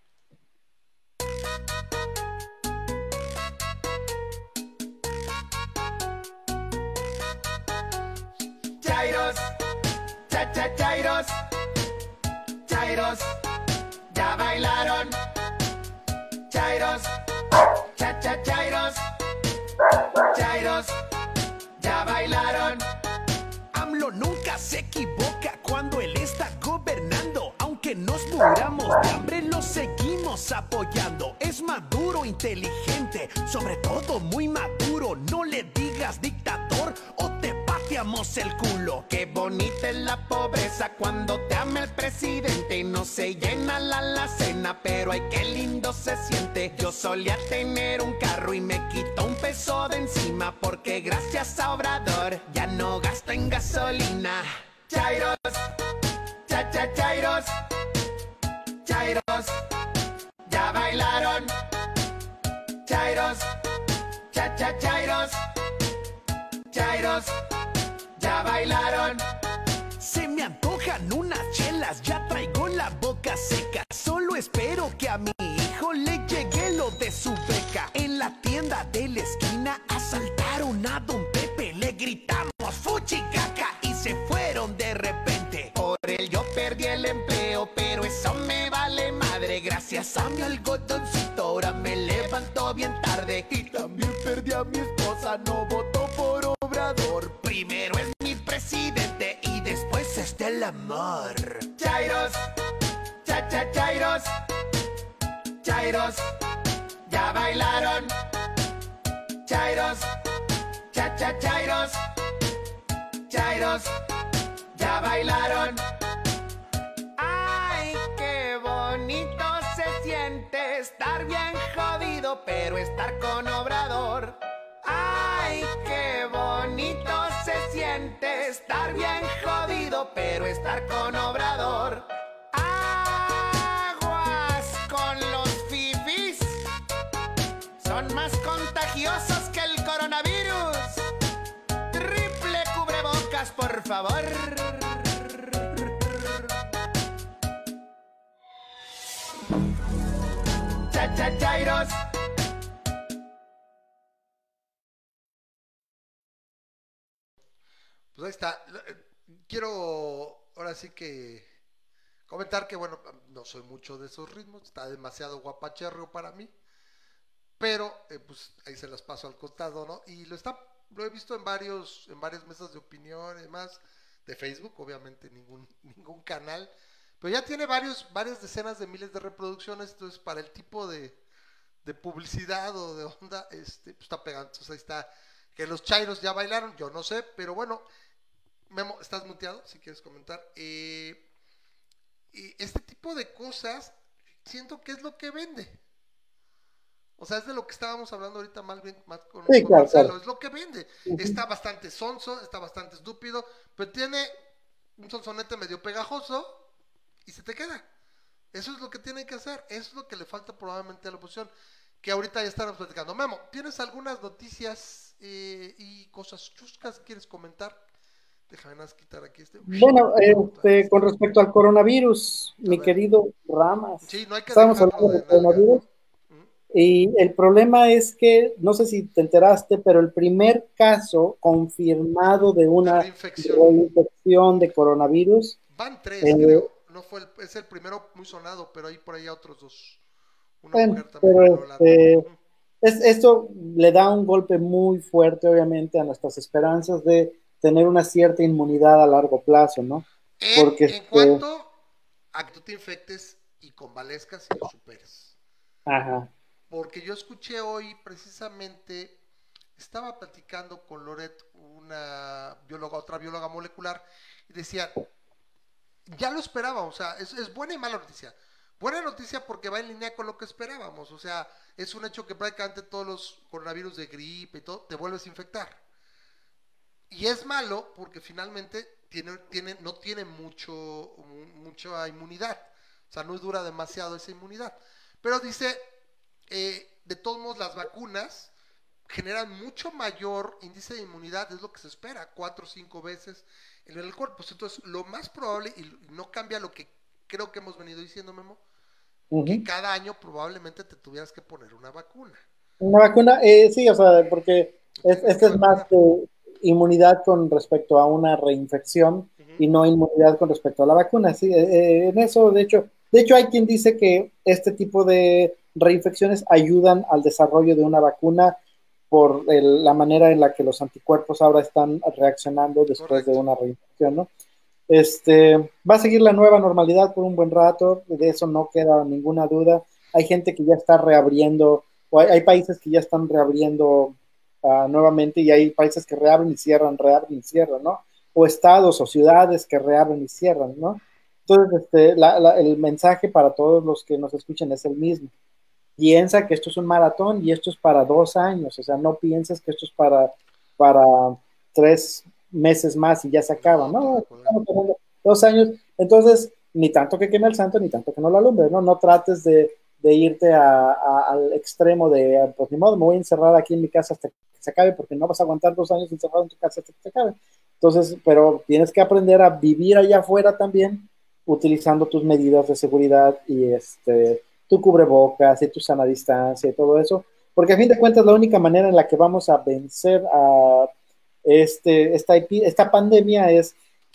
Chairos, cha cha chairos, chairos, ya bailaron. Chairos, cha cha chairos, chairos, ya bailaron. AMLO nunca se equivoca cuando él está gobernando. Aunque nos muramos de hambre, lo seguimos apoyando. Es maduro, inteligente, sobre todo muy maduro. No le digas dictador o te pateamos el culo. Qué bonita es la pobreza cuando te ama el presidente. No se llena la alacena, pero ay qué lindo se siente. Yo solía tener un carro y me quitó un peso de encima, porque gracias a Obrador ya no gasto en gasolina. Chairos, cha cha chairos, chairos, ya bailaron. Chairos, cha cha chairos, chairos, ya bailaron. Se me antojan unas chelas, ya traigo la boca seca. Solo espero que a mi hijo le llegue lo de su beca. En la tienda de la esquina asaltaron a don Pepe. Le gritamos fuchicaca y se fueron de repente. Por él yo perdí el empleo, pero eso me vale madre. Gracias a mi algodoncito ahora me levanto bien tarde. Y también perdí a mi esposa, no votó por Obrador. Primero es mi presidente y después es el amor. Chairos, cha cha chairos, chairos, ya bailaron. Chairos, cha cha chairos, chairos, ya bailaron. Ay, qué bonito se siente estar bien jodido, pero estar con Obrador. Ay, qué bonito se siente estar bien jodido, pero estar con Obrador. Aguas con los fifis, son más contagiosos que el coronavirus. Triple cubrebocas, por favor. Cha cha chairos. Pues ahí está. Quiero ahora sí que comentar que, bueno, no soy mucho de esos ritmos, está demasiado guapacherrio para mí, pero eh, pues ahí se las paso al costado, ¿no? Y lo está, lo he visto en varios, en varias mesas de opinión y demás, de Facebook, obviamente ningún, ningún canal, pero ya tiene varios, varias decenas de miles de reproducciones, entonces para el tipo de, de publicidad o de onda, este, pues está pegando, entonces ahí está, que los chairos ya bailaron, yo no sé, pero bueno, Memo, estás muteado, si quieres comentar, eh, y este tipo de cosas, siento que es lo que vende. O sea, es de lo que estábamos hablando ahorita más bien más con, Sí, con claro, Marcelo, claro. es lo que vende. Ujú. Está bastante sonso, está bastante estúpido, pero tiene un sonsonete medio pegajoso y se te queda. Eso es lo que tiene que hacer, eso es lo que le falta probablemente a la oposición, que ahorita ya estamos platicando. Memo, ¿tienes algunas noticias eh, y cosas chuscas que quieres comentar? Déjame nada más quitar aquí este. Bueno, este, con respecto al coronavirus, A mi ver, querido Ramas, sí, no hay que estábamos dejarlo hablando de del nalga, coronavirus ¿no? ¿Mm? y el problema es que, no sé si te enteraste, pero el primer caso confirmado de De una reinfección. reinfección de coronavirus, Van tres, eh, creo. No fue el, es el primero muy sonado, pero hay por ahí otros dos. Una bueno, mujer también en pero Holanda. este, Ujú. es, esto le da un golpe muy fuerte, obviamente, a nuestras esperanzas de tener una cierta inmunidad a largo plazo, ¿no? En, Porque, en este, cuanto a que tú te infectes y convalezcas y lo superes. ajá, Porque yo escuché hoy precisamente, estaba platicando con Loret, una bióloga, otra bióloga molecular, y decía, ya lo esperábamos, o sea, es, es buena y mala noticia. Buena noticia porque va en línea con lo que esperábamos, o sea, es un hecho que prácticamente todos los coronavirus de gripe y todo te vuelves a infectar. Y es malo porque finalmente tiene, tiene, no tiene mucho, mucha inmunidad, o sea, no dura demasiado esa inmunidad. Pero dice, eh, de todos modos las vacunas generan mucho mayor índice de inmunidad, es lo que se espera, cuatro o cinco veces en el cuerpo. Entonces, lo más probable, y no cambia lo que creo que hemos venido diciendo, Memo, que ujú. cada año probablemente te tuvieras que poner una vacuna. Una vacuna, eh, sí, o sea, porque es, Tienes que este es más vacunar. de inmunidad con respecto a una reinfección Uh -huh. y no inmunidad con respecto a la vacuna. Sí, eh, eh, en eso, de hecho, de hecho hay quien dice que este tipo de reinfecciones ayudan al desarrollo de una vacuna por el, la manera en la que los anticuerpos ahora están reaccionando después de Correcto. una reinfección, ¿no? Este, va a seguir la nueva normalidad por un buen rato, de eso no queda ninguna duda. Hay gente que ya está reabriendo, o hay, hay países que ya están reabriendo uh, nuevamente y hay países que reabren y cierran, reabren y cierran, ¿no? O estados o ciudades que reabren y cierran, ¿no? Entonces, este, la, la, el mensaje para todos los que nos escuchen es el mismo. Piensa que esto es un maratón y esto es para dos años, o sea, no pienses que esto es para, para tres meses más y ya se acaba, No, estoy de no, acuerdo. estamos hablando dos años, entonces, ni tanto que queme el santo, ni tanto que no lo alumbre, ¿no? No trates de, de irte a, a, al extremo de, pues ni modo, me voy a encerrar aquí en mi casa hasta que se acabe, porque no vas a aguantar dos años encerrado en tu casa hasta que se acabe. Entonces, pero tienes que aprender a vivir allá afuera también, utilizando tus medidas de seguridad y este tu cubrebocas y tu sana distancia y todo eso, porque a fin de cuentas la única manera en la que vamos a vencer a este, esta, esta pandemia es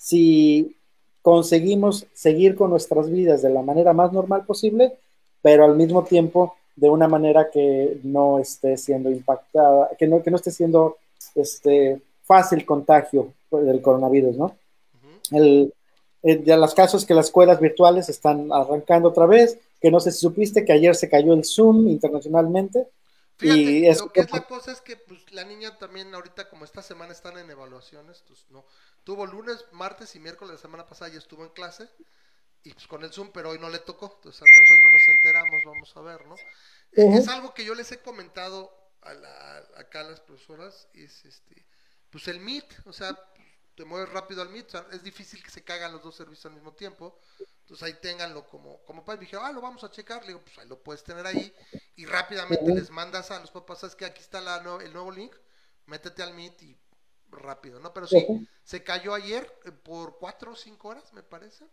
si conseguimos seguir con nuestras vidas de la manera más normal posible, pero al mismo tiempo de una manera que no esté siendo impactada, que no, que no esté siendo este, fácil contagio del coronavirus, ¿no? Uh-huh. El, el, ya los casos que las escuelas virtuales están arrancando otra vez, que no sé si supiste que ayer se cayó el Zoom internacionalmente. Fíjate, Y eso, lo que es la cosa es que pues la niña también ahorita como esta semana están en evaluaciones, pues no, tuvo lunes, martes y miércoles la semana pasada ya estuvo en clase y pues con el Zoom, pero hoy no le tocó, entonces al menos hoy no nos enteramos, vamos a ver, ¿no? Uh-huh. Es algo que yo les he comentado a la, acá a las profesoras, es este, pues el Meet, o sea, te mueves rápido al Meet, o sea, es difícil que se cagan los dos servicios al mismo tiempo, entonces ahí ténganlo como, como para, y dije, ah, lo vamos a checar, le digo, pues ahí lo puedes tener ahí, y rápidamente uh-huh. les mandas a los papás, sabes que aquí está la, no, el nuevo link, métete al Meet y rápido, ¿no? Pero sí, uh-huh. se cayó ayer eh, por cuatro o cinco horas, me parece.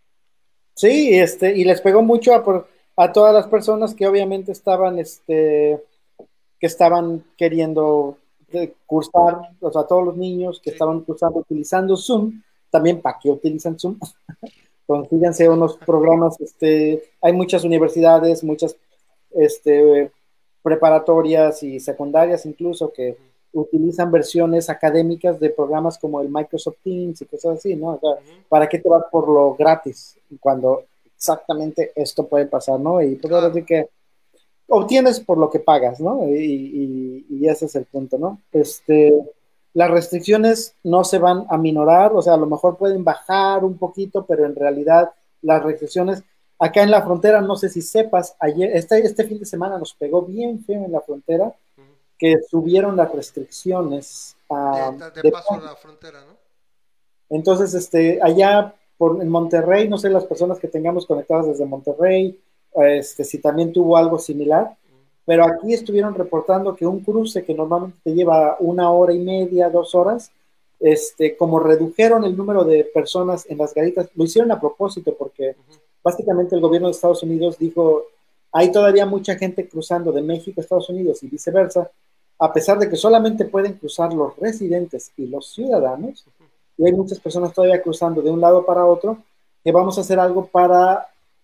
Sí, este, y les pegó mucho a, por, a todas las personas que obviamente estaban, este, que estaban queriendo cursar, o sea, todos los niños que sí. estaban cursando utilizando Zoom, también para qué utilizan Zoom, consíganse unos programas, este, hay muchas universidades, muchas este, preparatorias y secundarias incluso que utilizan versiones académicas de programas como el Microsoft Teams y cosas así, ¿no? O sea, Ujú. ¿para qué te vas por lo gratis cuando exactamente esto puede pasar, ¿no? Y pues ahora Claro. sí que obtienes por lo que pagas, ¿no? Y, y, y ese es el punto, ¿no? Este, las restricciones no se van a minorar, o sea, a lo mejor pueden bajar un poquito, pero en realidad las restricciones, acá en la frontera, no sé si sepas, ayer, este, este fin de semana nos pegó bien feo en la frontera, Ujú. que subieron las restricciones. De, Uh, de de, paso a la frontera, ¿no? entonces, este, allá por, en Monterrey, no sé, las personas que tengamos conectadas desde Monterrey, este, si también tuvo algo similar, pero aquí estuvieron reportando que un cruce que normalmente te lleva una hora y media, dos horas, este, como redujeron el número de personas en las garitas, lo hicieron a propósito porque Ujú. básicamente el gobierno de Estados Unidos dijo, hay todavía mucha gente cruzando de México a Estados Unidos y viceversa, a pesar de que solamente pueden cruzar los residentes y los ciudadanos, y hay muchas personas todavía cruzando de un lado para otro, que vamos a hacer algo para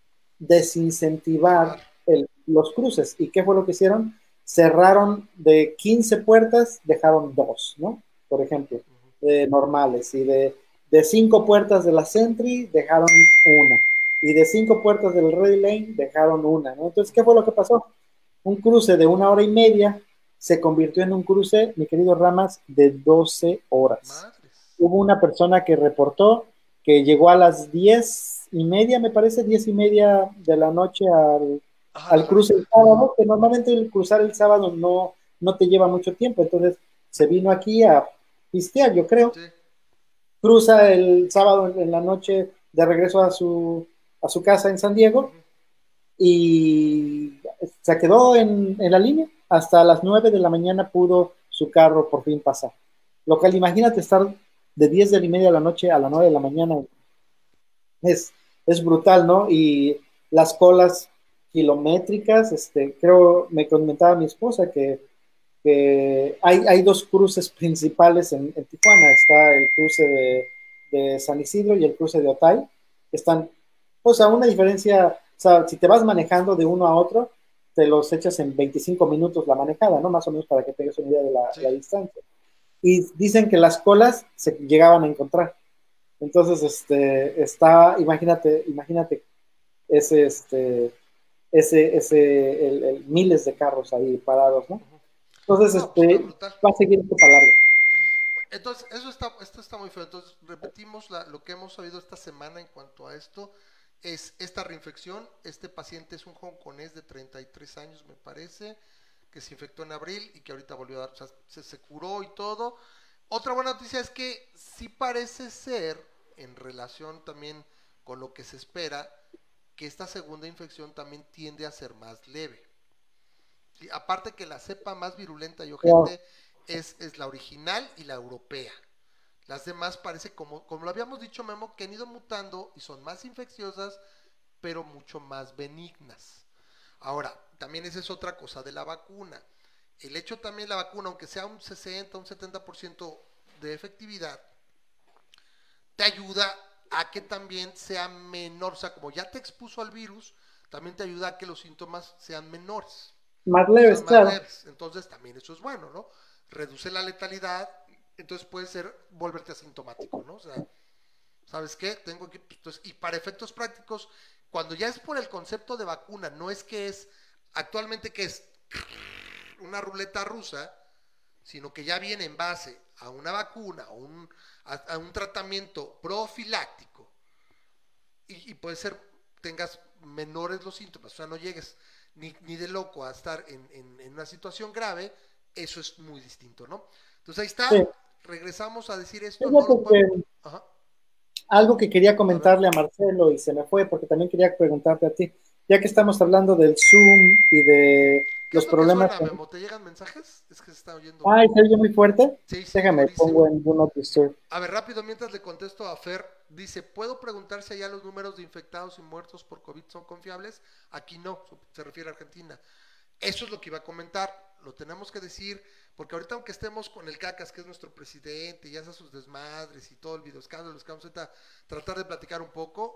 desincentivar Motivar. el, los cruces. ¿Y qué fue lo que hicieron? Cerraron de quince puertas, dejaron dos, ¿no? Por ejemplo, eh, normales. Y de, de cinco puertas de la Sentry, dejaron una. Y de cinco puertas del Red Lane, dejaron una, ¿no? Entonces, ¿qué fue lo que pasó? Un cruce de una hora y media se convirtió en un cruce, mi querido Ramas, de doce horas. Madres. Hubo una persona que reportó que llegó a las diez y media, me parece, diez y media de la noche al, Ah, la al cruce garita. el sábado, que normalmente el cruzar el sábado no, no te lleva mucho tiempo, entonces se vino aquí a pistear, yo creo, Sí. cruza el sábado en, en la noche de regreso a su, a su casa en San Diego Ujú. y se quedó en, en la línea, hasta las nueve de la mañana pudo su carro por fin pasar. Lo cual, imagínate estar de diez de la media de la noche a las nueve de la mañana, es, es brutal, ¿no? Y las colas kilométricas, este, creo, me comentaba mi esposa que, que hay, hay dos cruces principales en, en Tijuana, está el cruce de, de San Isidro y el cruce de Otay, que están, pues a una diferencia, o sea, si te vas manejando de uno a otro, te los echas en veinticinco minutos la manejada, ¿no? Más o menos para que tengas una idea de la, Sí. la distancia. Y dicen que las colas se llegaban a encontrar. Entonces, este, está, imagínate, imagínate ese, este, ese, ese, el, el miles de carros ahí parados, ¿no? Ujú. Entonces, No, pues está este, brutal. va a seguir esto para largo. Entonces, eso está, esto está muy feo. Entonces, repetimos la- lo que hemos oído esta semana en cuanto a esto. Es esta reinfección. Este paciente es un hongkonés de treinta y tres años, me parece, que se infectó en abril y que ahorita volvió a dar, o sea, se, se curó y todo. Otra buena noticia es que sí parece ser, en relación también con lo que se espera, que esta segunda infección también tiende a ser más leve. Sí, aparte que la cepa más virulenta y Wow. ojete es, es la original y la europea. Las demás parece, como, como lo habíamos dicho, Memo, que han ido mutando y son más infecciosas, pero mucho más benignas. Ahora, también esa es otra cosa de la vacuna. El hecho también de la vacuna, aunque sea un sesenta, un setenta por ciento de efectividad, te ayuda a que también sea menor. O sea, como ya te expuso al virus, también te ayuda a que los síntomas sean menores. Más leves, Sean más claro. leves. Entonces también eso es bueno, ¿no? Reduce la letalidad, entonces puede ser volverte asintomático, ¿no? O sea, ¿sabes qué? Tengo que... Entonces, y para efectos prácticos, cuando ya es por el concepto de vacuna, no es que es, actualmente que es una ruleta rusa, sino que ya viene en base a una vacuna, o un, a, a un tratamiento profiláctico, y, y puede ser, tengas menores los síntomas, o sea, no llegues ni, ni de loco a estar en, en, en una situación grave, eso es muy distinto, ¿no? Entonces ahí está, Sí. regresamos a decir esto, no Fíjate lo podemos... que Ajá, algo que quería a ver. comentarle a Marcelo y se me fue porque también quería preguntarte a ti, ya que estamos hablando del Zoom y de ¿Qué es los lo que problemas. suena, Que... Memo? ¿Te llegan mensajes? Es que se está oyendo. Ay, ¿se oye muy fuerte? Sí, sí, Déjame, pongo durísimo. en Do Not Disturb. A ver, rápido, mientras le contesto a Fer, dice, ¿puedo preguntar si allá los números de infectados y muertos por COVID son confiables? Aquí no, se refiere a Argentina. Eso es lo que iba a comentar, lo tenemos que decir, porque ahorita aunque estemos con el Cacas, que es nuestro presidente, y hace sus desmadres y todo el video escándalo, que vamos a tratar de platicar un poco,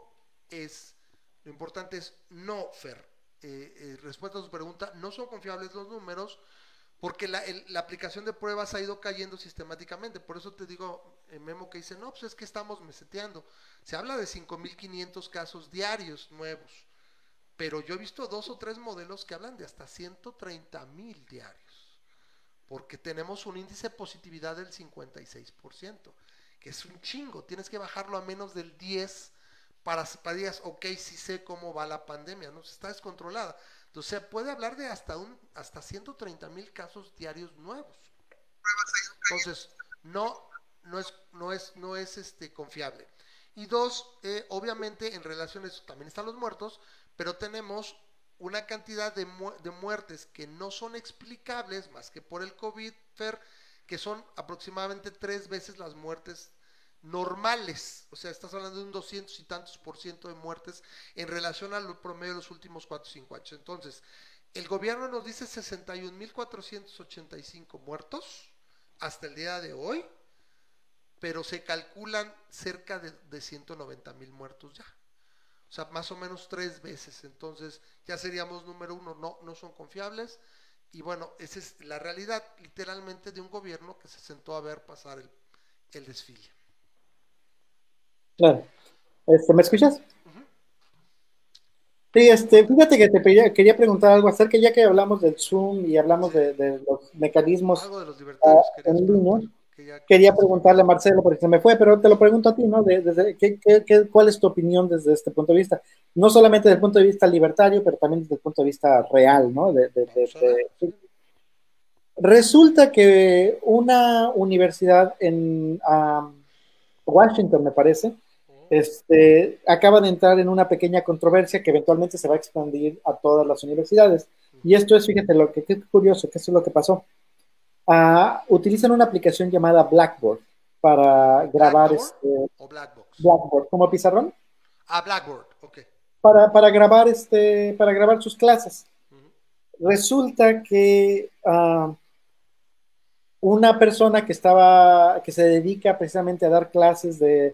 es, lo importante es no, Fer. Eh, eh, respuesta a su pregunta, no son confiables los números porque la, el, la aplicación de pruebas ha ido cayendo sistemáticamente. Por eso te digo, eh, Memo, que dice, no, pues es que estamos meseteando. Se habla de cinco mil quinientos casos diarios nuevos, pero yo he visto dos o tres modelos que hablan de hasta ciento treinta mil diarios, porque tenemos un índice de positividad del cincuenta y seis por ciento, que es un chingo. Tienes que bajarlo a menos del diez para, para digas, ok, sí sé cómo va la pandemia, ¿no? Está descontrolada. Entonces se puede hablar de hasta un hasta ciento treinta mil casos diarios nuevos. Entonces, no, no es, no es, no es este confiable. Y dos, eh, obviamente en relación a eso también están los muertos, pero tenemos una cantidad de, mu de muertes que no son explicables más que por el COVID, Fer, que son aproximadamente tres veces las muertes normales. O sea, estás hablando de un doscientos y tantos por ciento de muertes en relación al promedio de los últimos cuatro o cinco años. Entonces, el gobierno nos dice sesenta y un mil cuatrocientos ochenta y cinco muertos hasta el día de hoy, pero se calculan cerca de, de ciento noventa mil muertos ya. O sea, más o menos tres veces. Entonces, ya seríamos número uno, no, no son confiables. Y bueno, esa es la realidad literalmente de un gobierno que se sentó a ver pasar el, el desfile. Claro. Este, ¿me escuchas? Uh-huh. Sí, este, fíjate que te quería, quería preguntar algo acerca, ya que hablamos del Zoom y hablamos sí. de, de los mecanismos algo de los libertarios, uh, en línea. Que ya... Quería preguntarle a Marcelo porque se me fue, pero te lo pregunto a ti, ¿no? De, de, ¿qué, qué, qué, ¿Cuál es tu opinión desde este punto de vista? No solamente desde el punto de vista libertario, pero también desde el punto de vista real, ¿no? De, de, de, de, de... Resulta que una universidad en um, Washington, me parece, Este, acaba de entrar en una pequeña controversia que eventualmente se va a expandir a todas las universidades. Y esto es, fíjate, lo que qué curioso, que eso es lo que pasó. Uh, utilizan una aplicación llamada Blackboard para grabar Blackboard este, o Blackbox. Blackboard, ¿como pizarrón? Ah, Blackboard, ok. Para, para grabar este, para grabar sus clases. Uh-huh. Resulta que uh, una persona que estaba, que se dedica precisamente a dar clases de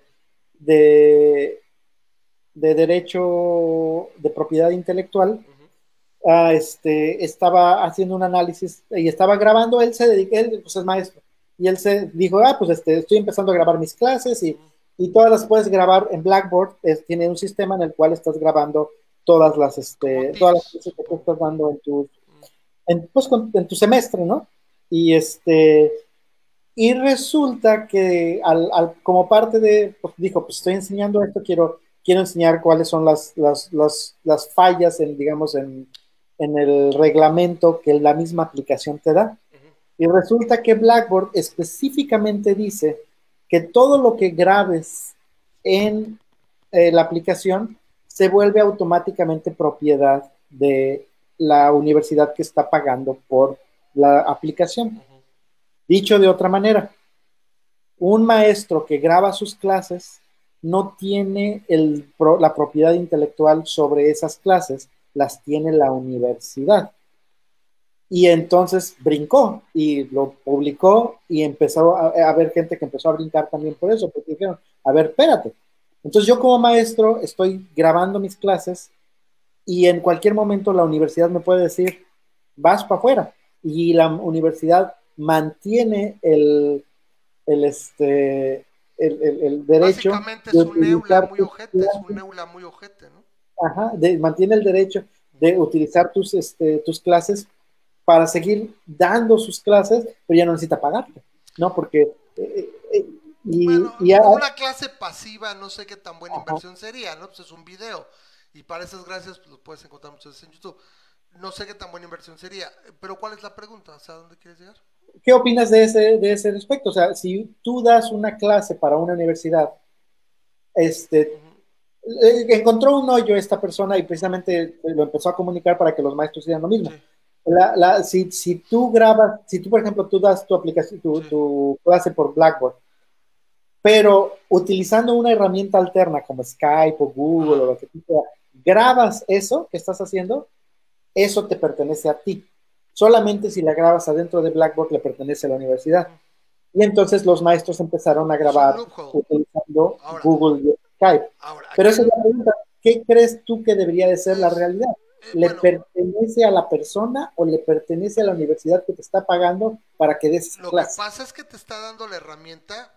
De, de derecho de propiedad intelectual, uh-huh. uh, este, estaba haciendo un análisis y estaba grabando, él se dedica, él pues es maestro, y él se dijo, ah, pues este, estoy empezando a grabar mis clases y, uh-huh. y todas las puedes grabar en Blackboard, es, tiene un sistema en el cual estás grabando todas las, este, todas las clases que tú estás dando en tu, en, pues, con, en tu semestre, ¿no? Y este... Y resulta que al, al, como parte de, pues dijo, pues estoy enseñando esto, quiero, quiero enseñar cuáles son las, las, las, las fallas, en, digamos, en, en el reglamento que la misma aplicación te da. Uh-huh. Y resulta que Blackboard específicamente dice que todo lo que grabes en eh, la aplicación se vuelve automáticamente propiedad de la universidad que está pagando por la aplicación. Uh-huh. Dicho de otra manera, un maestro que graba sus clases no tiene el, la propiedad intelectual sobre esas clases, las tiene la universidad. Y entonces brincó y lo publicó y empezó a, a haber gente que empezó a brincar también por eso, porque dijeron, a ver, espérate. Entonces yo como maestro estoy grabando mis clases y en cualquier momento la universidad me puede decir, vas para afuera. Y la universidad mantiene el, el, este, el, el, el derecho. Básicamente es un neula muy ojete, es un neula muy ojete, ¿no? Ajá, de, mantiene el derecho de utilizar tus, este, tus clases para seguir dando sus clases, pero ya no necesita pagarte, ¿no? Porque... Eh, eh, y, bueno, y a, una clase pasiva, no sé qué tan buena ajá. inversión sería, ¿no? Pues es un video, y para esas gracias pues, lo puedes encontrar muchas veces en YouTube. No sé qué tan buena inversión sería, pero ¿cuál es la pregunta? O sea, ¿a dónde quieres llegar? ¿Qué opinas de ese, de ese respecto? O sea, si tú das una clase para una universidad, este, uh-huh. eh, encontró un hoyo esta persona y precisamente lo empezó a comunicar para que los maestros hicieran lo mismo. Sí. La, la, si, si tú grabas, si tú, por ejemplo, tú das tu aplicación, tu, sí. tu clase por Blackboard, pero utilizando una herramienta alterna como Skype o Google uh-huh. o lo que tú quieras, grabas eso que estás haciendo, eso te pertenece a ti. Solamente si la grabas adentro de Blackboard le pertenece a la universidad. Y entonces los maestros empezaron a grabar utilizando ahora, Google y Skype. Ahora, Pero esa es la pregunta. ¿qué crees tú que debería de ser la Es, realidad? eh, ¿Le bueno, pertenece a la persona o le pertenece a la universidad que te está pagando para que des lo que clase? pasa es que te está dando la herramienta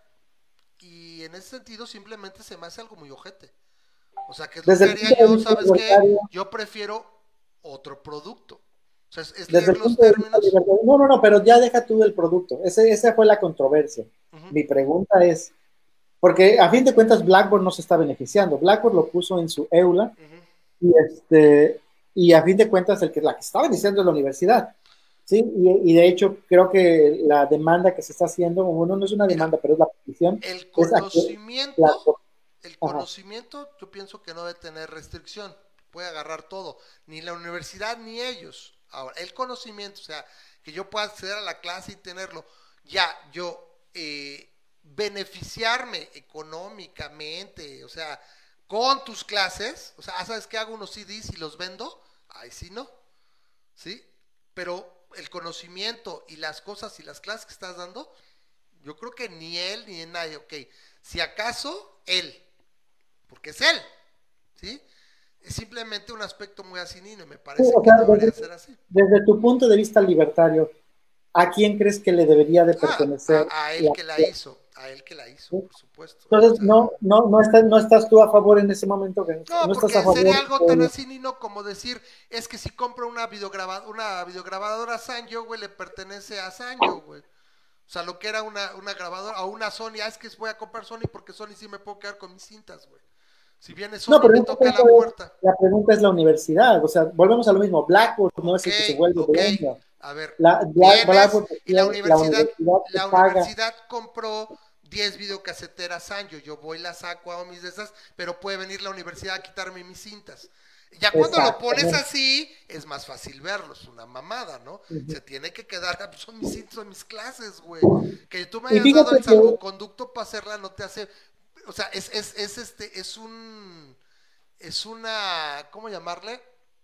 y en ese sentido simplemente se me hace algo muy ojete. O sea, ¿qué es lo Desde que el haría punto de yo? vista ¿Sabes qué? libertario, Yo prefiero otro producto. O sea, es, es desde leer el los punto de vista términos. libertario, no, no, no, pero ya deja tú el producto. Ese, esa fue la controversia. Ujú, Mi pregunta es, porque a fin de cuentas Blackboard no se está beneficiando. Blackboard lo puso en su EULA ujú. y, este, y a fin de cuentas el que, la que está beneficiando es la universidad. ¿Sí? Y, y de hecho creo que la demanda que se está haciendo, bueno, no es una Mira, demanda, pero es la petición, el es a que la... conocimiento, el Ajá. conocimiento yo pienso que no debe tener restricción. Puede agarrar todo. Ni la universidad ni ellos. Ahora, el conocimiento, o sea, que yo pueda acceder a la clase y tenerlo. Ya, yo eh, beneficiarme económicamente, o sea, con tus clases, o sea, ah, ¿sabes qué? Hago unos C Ds y los vendo. Ahí sí no, ¿sí? Pero el conocimiento y las cosas y las clases que estás dando, yo creo que ni él ni nadie, ok, si acaso él, porque es él, ¿sí? Es simplemente un aspecto muy asinino y me Sí, parece o que sea, no debería desde, ser así. desde tu punto de vista libertario, ¿a quién crees que le debería de Ah, pertenecer a, a él la... que la hizo, a él que la hizo, ¿Sí? por supuesto. O Entonces, sea, no, no, no, estás, no estás tú a favor en ese momento, que no, no estás a porque sería favor algo tan de... asinino como decir, es que si compro una videograbadora, una videograbadora Sanyo, güey, le pertenece a Sanyo, güey. O sea, lo que era una, una grabadora o una Sony, ah, es que voy a comprar Sony porque Sony sí me puedo quedar con mis cintas, güey. Si viene No, Sony y pero me en este toca caso la es- puerta. la pregunta es la universidad, o sea, volvemos a lo mismo, Blackboard no es Ok, el que se vuelve ok. dueño. A ver, La, Black, vienes Blackboard y la requiere- la universidad, universidad te la paga. universidad compró diez videocaseteras Sanyo. Yo voy, las saco, hago mis de esas, pero puede venir la universidad a quitarme mis cintas. Ya cuando lo pones Exactamente. así, es más fácil verlo, es una mamada, ¿no? Ujú. Se tiene que quedar, ah, pues son mis cintas, son mis clases, güey. Que tú me Y hayas dado fíjate el que, salvoconducto para hacerla no te hace, o sea, es, es, es este, es un, es una, ¿cómo llamarle?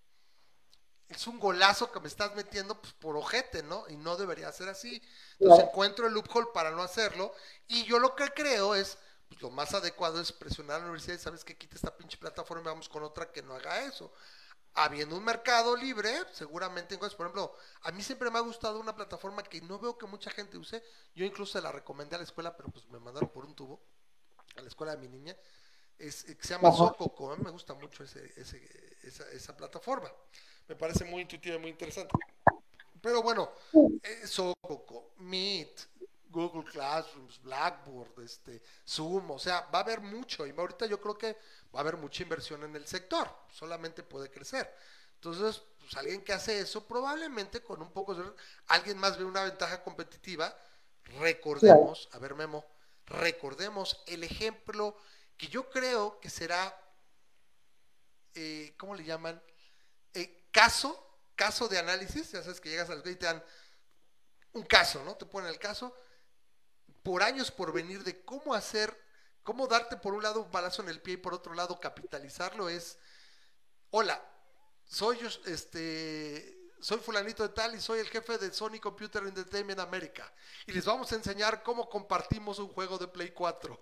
Es un golazo que me estás metiendo pues, por ojete, ¿no? Y no debería ser así. Entonces claro, encuentro el loophole para no hacerlo. Y yo lo que creo es, pues lo más adecuado es presionar a la universidad y sabes que quita esta pinche plataforma y vamos con otra que no haga eso. Habiendo un mercado libre, seguramente, entonces, por ejemplo, a mí siempre me ha gustado una plataforma que no veo que mucha gente use. Yo incluso se la recomendé a la escuela, pero pues me mandaron por un tubo a la escuela de mi niña. Es, que se llama ajá. Sococo. A mí me gusta mucho ese, ese, esa, esa plataforma. Me parece muy intuitiva y muy interesante. Pero bueno, eh, Sococo, Meet, Google Classrooms, Blackboard, este, Zoom, o sea, va a haber mucho. Y ahorita yo creo que va a haber mucha inversión en el sector. Solamente puede crecer. Entonces, pues alguien que hace eso, probablemente con un poco de... Alguien más ve una ventaja competitiva. Claro. Recordemos, a ver Memo, recordemos el ejemplo que yo creo que será, eh, ¿cómo le llaman? Eh, caso, caso de análisis, ya sabes que llegas al y te dan un caso, ¿no? Te ponen el caso por años por venir de cómo hacer, cómo darte por un lado un balazo en el pie y por otro lado capitalizarlo es, hola, soy yo, este, soy fulanito de tal y soy el jefe de Sony Computer Entertainment América y les vamos a enseñar cómo compartimos un juego de Play cuatro.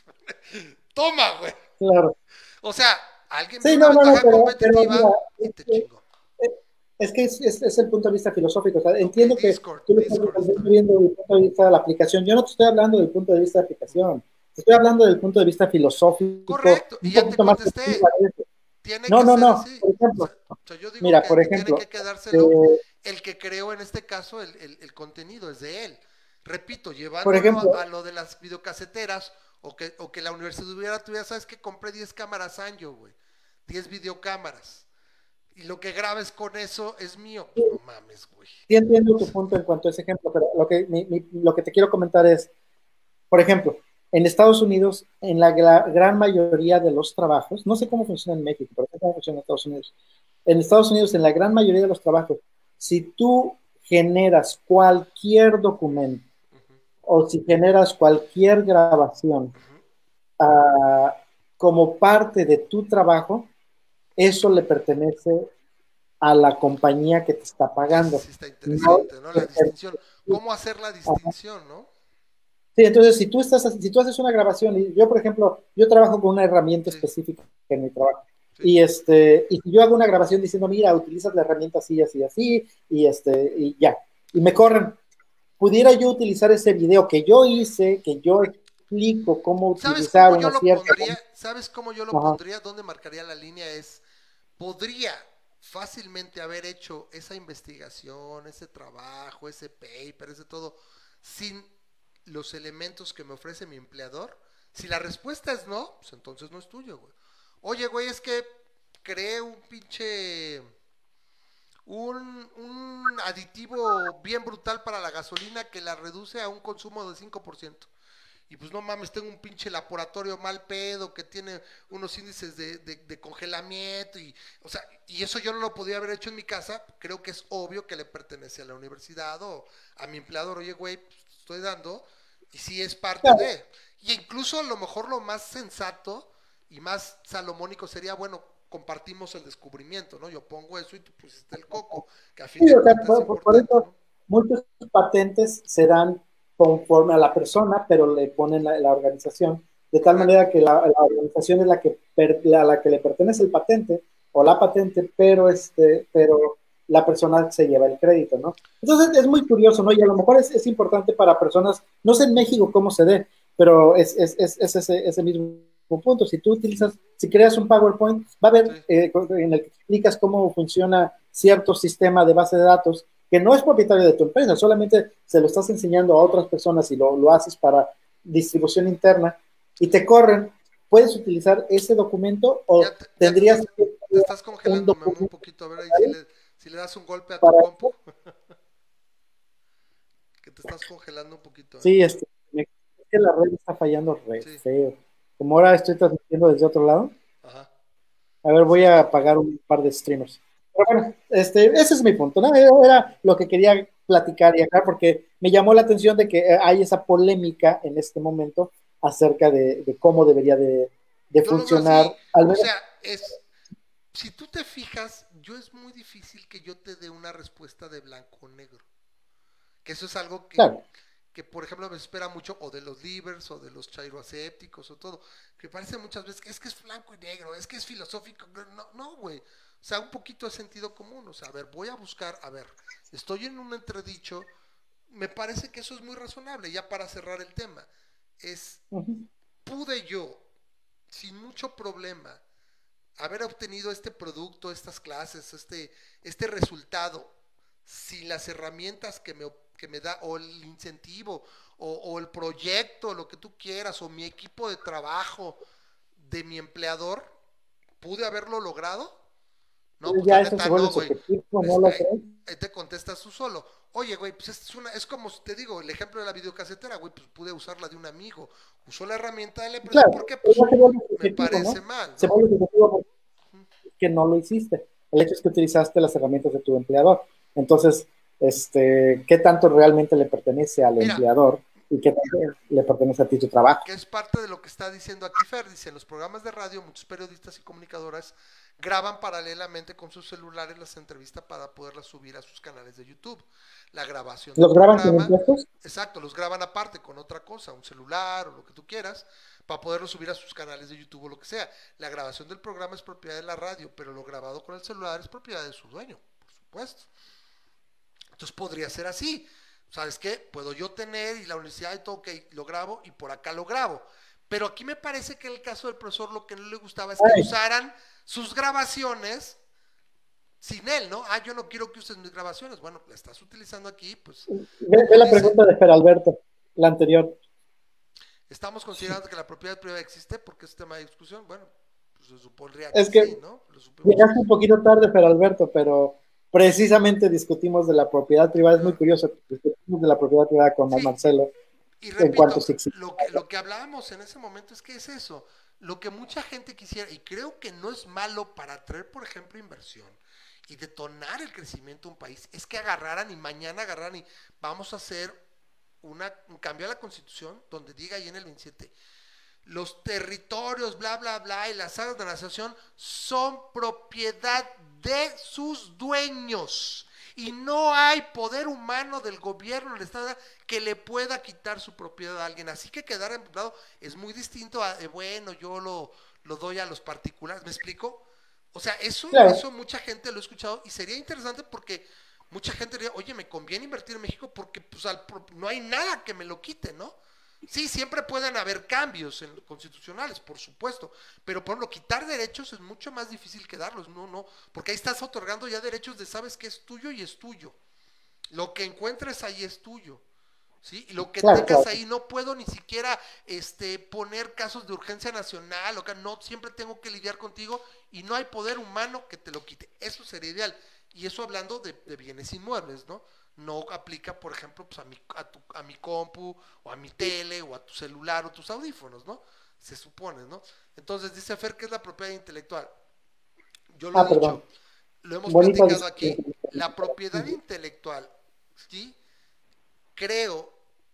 Toma, güey. Claro. O sea, alguien ve Sí, una no, no, no, ventaja pero, pero competitiva mira, y es te que, chingo. es, que es, es- es el punto de vista filosófico. O sea, Ok, entiendo que Discord, tú lo estás Discord está bien. viendo desde el punto de vista de la aplicación. Yo no te estoy hablando del punto de vista de aplicación. Te estoy hablando del punto de vista filosófico, Correcto, y un ya te poquito más contesté. profundo a eso. Tiene No, que no, ser no. así. Por O sea, ejemplo, o sea, yo digo mira, que por tiene ejemplo, que quedárselo eh, el que creó en este caso el, el, el contenido, es de él. Repito, por llevándolo ejemplo, a, a lo de las videocaseteras o que, o que la universidad hubiera, tuviera, sabes que compré diez cámaras Sanyo, güey. diez videocámaras. Y lo que grabes con eso es mío. Pues no mames, güey. sí entiendo tu punto en cuanto a ese ejemplo, pero lo que, mi- mi- lo que te quiero comentar es, por ejemplo, en Estados Unidos, en la gra- gran mayoría de los trabajos, no sé cómo funciona en México, pero sé cómo funciona en Estados Unidos. En Estados Unidos, en la gran mayoría de los trabajos, si tú generas cualquier documento Ujú, o si generas cualquier grabación ujú. ah, como parte de tu trabajo, eso le pertenece a la compañía que te está Ese pagando. sí está No interesante, ¿no? te La distinción. pertenece. ¿Cómo hacer la distinción, no? Sí, entonces si tú estás, si tú haces una grabación, y yo por ejemplo, yo trabajo con una herramienta Sí, específica en mi trabajo. Sí. Y este, y si yo hago una grabación diciendo, mira, utilizas la herramienta así, así, así, y este, y ya, y me corren, pudiera yo utilizar ese video que yo hice, que yo explico cómo ¿Sabes utilizar cómo yo una lo cierta. pondría? ¿Sabes cómo yo lo Ajá. pondría? ¿Dónde marcaría la línea? Es, podría fácilmente haber hecho esa investigación, ese trabajo, ese paper, ese todo, sin los elementos que me ofrece mi empleador. Si la respuesta es no, pues entonces no es tuyo, güey. Oye, güey, es que creé un pinche un, un aditivo bien brutal para la gasolina que la reduce a un consumo de cinco por ciento. Y pues no mames, tengo un pinche laboratorio mal pedo que tiene unos índices de, de, de congelamiento y, o sea, y eso yo no lo podía haber hecho en mi casa. Creo que es obvio que le pertenece a la universidad o a mi empleador. Oye, güey, pues, estoy dando y sí es parte Claro. de. Y incluso a lo mejor lo más sensato y más salomónico sería, bueno, compartimos el descubrimiento, ¿no? Yo pongo eso y tú pusiste el coco, que a fin Sí, de o sea, cuentas es por, por- por importante, eso ¿no? muchos patentes se dan conforme a la persona, pero le ponen la, la organización, de tal Correcto. manera que la, la organización es la que, per- la, la que le pertenece el patente o la patente, pero, este, pero la persona se lleva el crédito, ¿no? Entonces es muy curioso, ¿no? Y a lo mejor es, es importante para personas, no sé en México cómo se dé, pero es, es, es, es ese, ese mismo punto. Si tú utilizas, si creas un PowerPoint, va a haber Sí. eh, en el que explicas cómo funciona cierto sistema de base de datos que no es propietario de tu empresa, solamente se lo estás enseñando a otras personas y lo, lo haces para distribución interna y te corren, puedes utilizar ese documento o Ya te, ya te tendrías estás, que te tener estás un congelando, Memo, un documento poquito. A ver ahí si le, si le das un golpe a tu para... compu, que te estás congelando un poquito, ¿eh? Sí, este, me- es que la red está fallando re Sí, feo. Como ahora estoy transmitiendo desde otro lado, ajá. a ver, Sí, voy a está. apagar un par de streamers. Pero bueno, este, ese es mi punto, ¿no? Era lo que quería platicar y acá, porque me llamó la atención de que hay esa polémica en este momento acerca de, de cómo debería de, de Yo lo veo así, funcionar, al o menos. sea, es, si tú te fijas, yo es muy difícil que yo te dé una respuesta de blanco o negro. Que eso es algo que, Claro, que por ejemplo, me espera mucho, o de los livers, o de los chairoasépticos, o todo, que parece muchas veces que es que es blanco y negro, es que es filosófico. No, no, güey. O sea, un poquito de sentido común. O sea, a ver, voy a buscar, a ver, estoy en un entredicho, me parece que eso es muy razonable, ya para cerrar el tema. Es, ujú, pude yo, sin mucho problema, haber obtenido este producto, estas clases, este, este resultado, sin las herramientas que me, que me da, o el incentivo, o, o el proyecto, lo que tú quieras, o mi equipo de trabajo de mi empleador, ¿pude haberlo logrado? No, pues la ya eso se neta vuelve no, güey. subjetivo, ¿no Es- lo ahí, crees? ahí te contestas tú solo. Oye, güey, pues es una, es como te digo, el ejemplo de la videocasetera, güey, pues pude usarla de un amigo. Usó la herramienta de la empresa Claro, porque, pero pues, ya se vuelve me subjetivo, parece ¿no? mal, Se ¿no? vuelve subjetivo porque no lo hiciste. El hecho es que utilizaste las herramientas de tu empleador. Entonces, este, ¿qué tanto realmente le pertenece al Mira, empleador y qué tanto le pertenece a ti tu trabajo? que es parte de lo que está diciendo aquí Fer. Dice, en los programas de radio, muchos periodistas y comunicadoras graban paralelamente con sus celulares las entrevistas para poderlas subir a sus canales de YouTube. La grabación del ¿Los graban con programa, impuestos? exacto, los graban aparte con otra cosa, un celular o lo que tú quieras, para poderlo subir a sus canales de YouTube o lo que sea. La grabación del programa es propiedad de la radio, pero lo grabado con el celular es propiedad de su dueño, por supuesto. Entonces podría ser así. ¿Sabes qué? Puedo yo tener y la universidad y todo, ok, lo grabo y por acá lo grabo. Pero aquí me parece que en el caso del profesor lo que no le gustaba es que Ay, usaran sus grabaciones sin él, ¿no? Ah, yo no quiero que uses mis grabaciones. Bueno, la estás utilizando aquí, pues, ve, como ve la dice, pregunta de Per Alberto, la anterior. estamos considerando que la propiedad privada existe porque es tema de discusión. Bueno, pues se supondría que Es que sí, ¿no? Lo supimos. llegaste un poquito tarde, Per Alberto, pero precisamente discutimos de la propiedad privada. Es muy Ah, curioso, discutimos de la propiedad privada con sí, Marcelo y en cuanto repito, si existe. lo que, lo que hablábamos en ese momento es que es eso. Lo que mucha gente quisiera, y creo que no es malo para atraer, por ejemplo, inversión y detonar el crecimiento de un país, es que agarraran y mañana agarraran y vamos a hacer una, un cambio a la constitución donde diga ahí en el veintisiete, los territorios, bla, bla, bla, y las áreas de la nación son propiedad de sus dueños. Y no hay poder humano del gobierno, del Estado, que le pueda quitar su propiedad a alguien. Así que quedar empleado es muy distinto a, eh, bueno, yo lo, lo doy a los particulares. ¿Me explico? O sea, eso, Claro. eso mucha gente lo ha escuchado y sería interesante porque mucha gente diría, oye, me conviene invertir en México porque pues, al, no hay nada que me lo quite, ¿no? Sí, siempre pueden haber cambios en, constitucionales, por supuesto, pero por ejemplo, quitar derechos es mucho más difícil que darlos, no, no, porque ahí estás otorgando ya derechos de sabes que es tuyo y es tuyo. Lo que encuentres ahí es tuyo. ¿Sí? Y lo que Claro, tengas claro. ahí no puedo ni siquiera este, poner casos de urgencia nacional, o que no siempre tengo que lidiar contigo y no hay poder humano que te lo quite. Eso sería ideal. Y eso hablando de, de bienes inmuebles, ¿no? No aplica, por ejemplo, pues a, mi, a, tu, a mi compu, o a mi tele, o a tu celular, o tus audífonos, ¿no? Se supone, ¿no? Entonces dice Fer que es la propiedad intelectual. Yo lo Ah, he dicho, perdón. lo hemos Bonita platicado discusión. aquí. La propiedad intelectual, ¿sí? Creo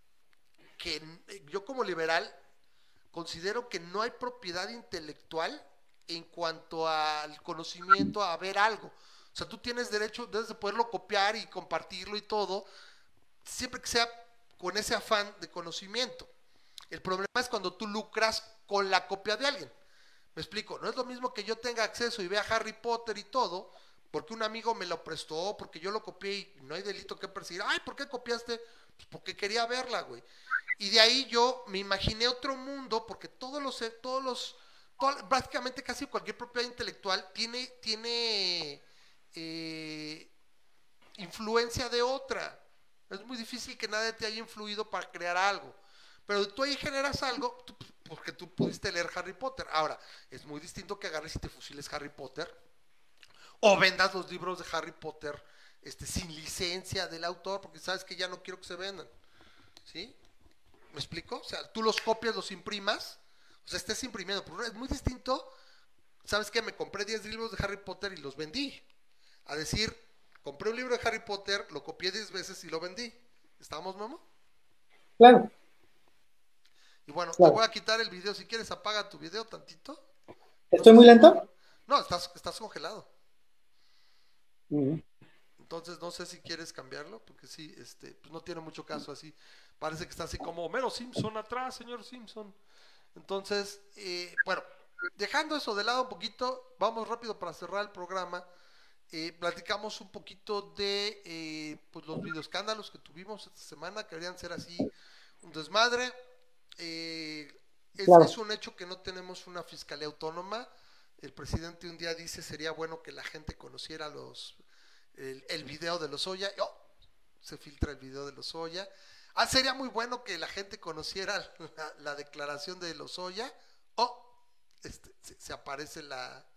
que yo como liberal considero que no hay propiedad intelectual en cuanto al conocimiento, a ver algo. O sea, tú tienes derecho, debes de poderlo copiar y compartirlo y todo, siempre que sea con ese afán de conocimiento. El problema es cuando tú lucras con la copia de alguien. Me explico, no es lo mismo que yo tenga acceso y vea Harry Potter y todo, porque un amigo me lo prestó, porque yo lo copié y no hay delito que perseguir. Ay, ¿por qué copiaste? Pues porque quería verla, güey. Y de ahí yo me imaginé otro mundo, porque todos los, todos los, todo, prácticamente casi cualquier propiedad intelectual tiene, tiene eh, influencia de otra. Es muy difícil que nadie te haya influido para crear algo. Pero tú ahí generas algo tú, porque tú pudiste leer Harry Potter. Ahora, es muy distinto que agarres y te fusiles Harry Potter o vendas los libros de Harry Potter este, sin licencia del autor, porque sabes que ya no quiero que se vendan. ¿Sí? ¿Me explico? O sea, tú los copias, los imprimas, o sea, estés imprimiendo. Pero es muy distinto, ¿sabes qué? Me compré diez libros de Harry Potter y los vendí. A decir, compré un libro de Harry Potter, lo copié diez veces y lo vendí. ¿Estamos, Memo? Claro. Y bueno, claro. te voy a quitar el video. Si quieres, apaga tu video tantito. ¿Estoy No muy sé si lento? me... No, estás, estás congelado. Uh-huh. Entonces no sé si quieres cambiarlo, porque sí, este, pues no tiene mucho caso así. Parece que está así como Homero Simpson atrás, señor Simpson. Entonces, eh, bueno, dejando eso de lado un poquito, vamos rápido para cerrar el programa. Eh, platicamos un poquito de eh, pues los videoescándalos que tuvimos esta semana, que deberían ser así un desmadre. Eh, es, Claro. es un hecho que no tenemos una fiscalía autónoma. El presidente un día dice sería bueno que la gente conociera los el, el video de Lozoya. Oh, se filtra el video de Lozoya. Ah, sería muy bueno que la gente conociera la, la declaración de Lozoya. Oh, este, se, se aparece la,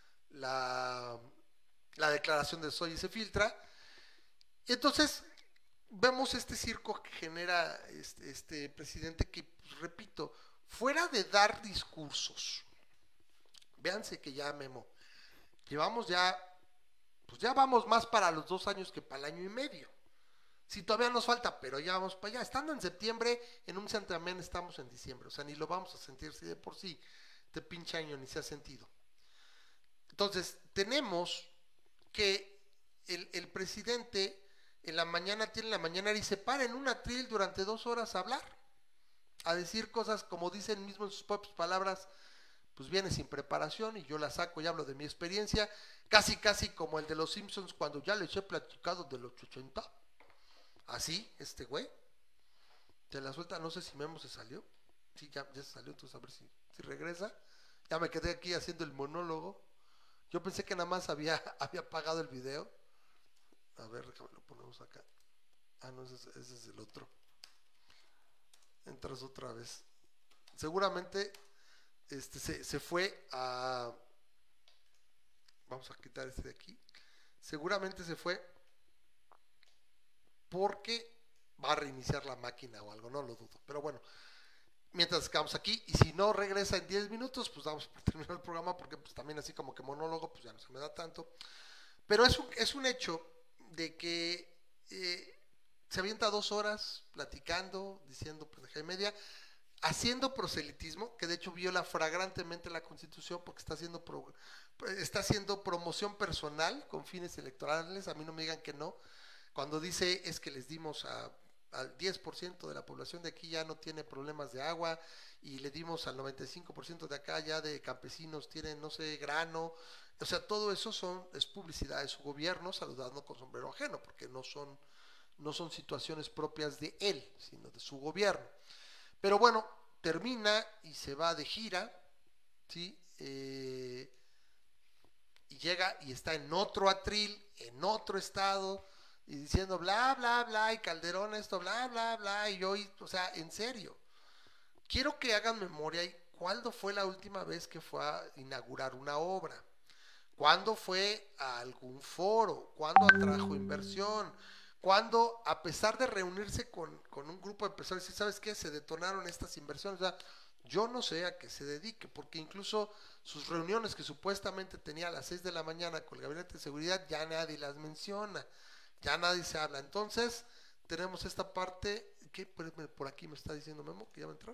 la, la declaración de Lozoya y se filtra. Y entonces vemos este circo que genera este, este presidente que, pues, repito, fuera de dar discursos, véanse que ya, Memo, llevamos ya, pues ya vamos más para los dos años que para el año y medio. Sí, todavía nos falta, pero ya vamos para allá. Estando en septiembre, en un santiamén estamos en diciembre, o sea, ni lo vamos a sentir si de por sí este pinche año ni se ha sentido. Entonces, tenemos que el, el presidente en la mañana tiene la mañana y se para en un atril durante dos horas a hablar, a decir cosas como dicen mismo en sus propias palabras, pues viene sin preparación y yo la saco y hablo de mi experiencia, casi casi como el de los Simpsons cuando ya les he platicado de los ochenta, así, este güey, te la suelta, no sé si Memo se salió, sí, ya, ya se salió, entonces a ver si, si regresa, ya me quedé aquí haciendo el monólogo, yo pensé que nada más había, había apagado el video, a ver, déjame lo ponemos acá, ah no, ese es, ese es el otro, entras otra vez, seguramente este se, se fue a, vamos a quitar este de aquí, seguramente se fue porque va a reiniciar la máquina o algo, no lo dudo, pero bueno, mientras quedamos aquí, y si no regresa en diez minutos, pues damos por terminar el programa, porque pues también así como que monólogo, pues ya no se me da tanto, pero es un, es un hecho de que eh, se avienta dos horas platicando, diciendo pendeja y media, haciendo proselitismo, que de hecho viola flagrantemente la Constitución porque está haciendo pro, está haciendo promoción personal con fines electorales, a mí no me digan que no, cuando dice es que les dimos a al diez por ciento de la población de aquí ya no tiene problemas de agua, y le dimos al noventa y cinco por ciento de acá ya de campesinos tienen, no sé, grano. O sea, todo eso son, es publicidad de su gobierno saludando con sombrero ajeno, porque no son, no son situaciones propias de él, sino de su gobierno. Pero bueno, termina y se va de gira, ¿sí? Eh, y llega y está en otro atril, en otro estado, y diciendo bla, bla, bla, y Calderón esto, bla, bla, bla, y yo, y, o sea, en serio. Quiero que hagan memoria y cuándo fue la última vez que fue a inaugurar una obra. ¿Cuándo fue a algún foro? ¿Cuándo atrajo inversión? ¿Cuándo, a pesar de reunirse con, con un grupo de personas, y ¿sabes qué? Se detonaron estas inversiones. O sea, yo no sé a qué se dedique, porque incluso sus reuniones que supuestamente tenía a las seis de la mañana con el Gabinete de Seguridad, ya nadie las menciona, ya nadie se habla. Entonces, tenemos esta parte, que por aquí me está diciendo Memo que ya va a entrar.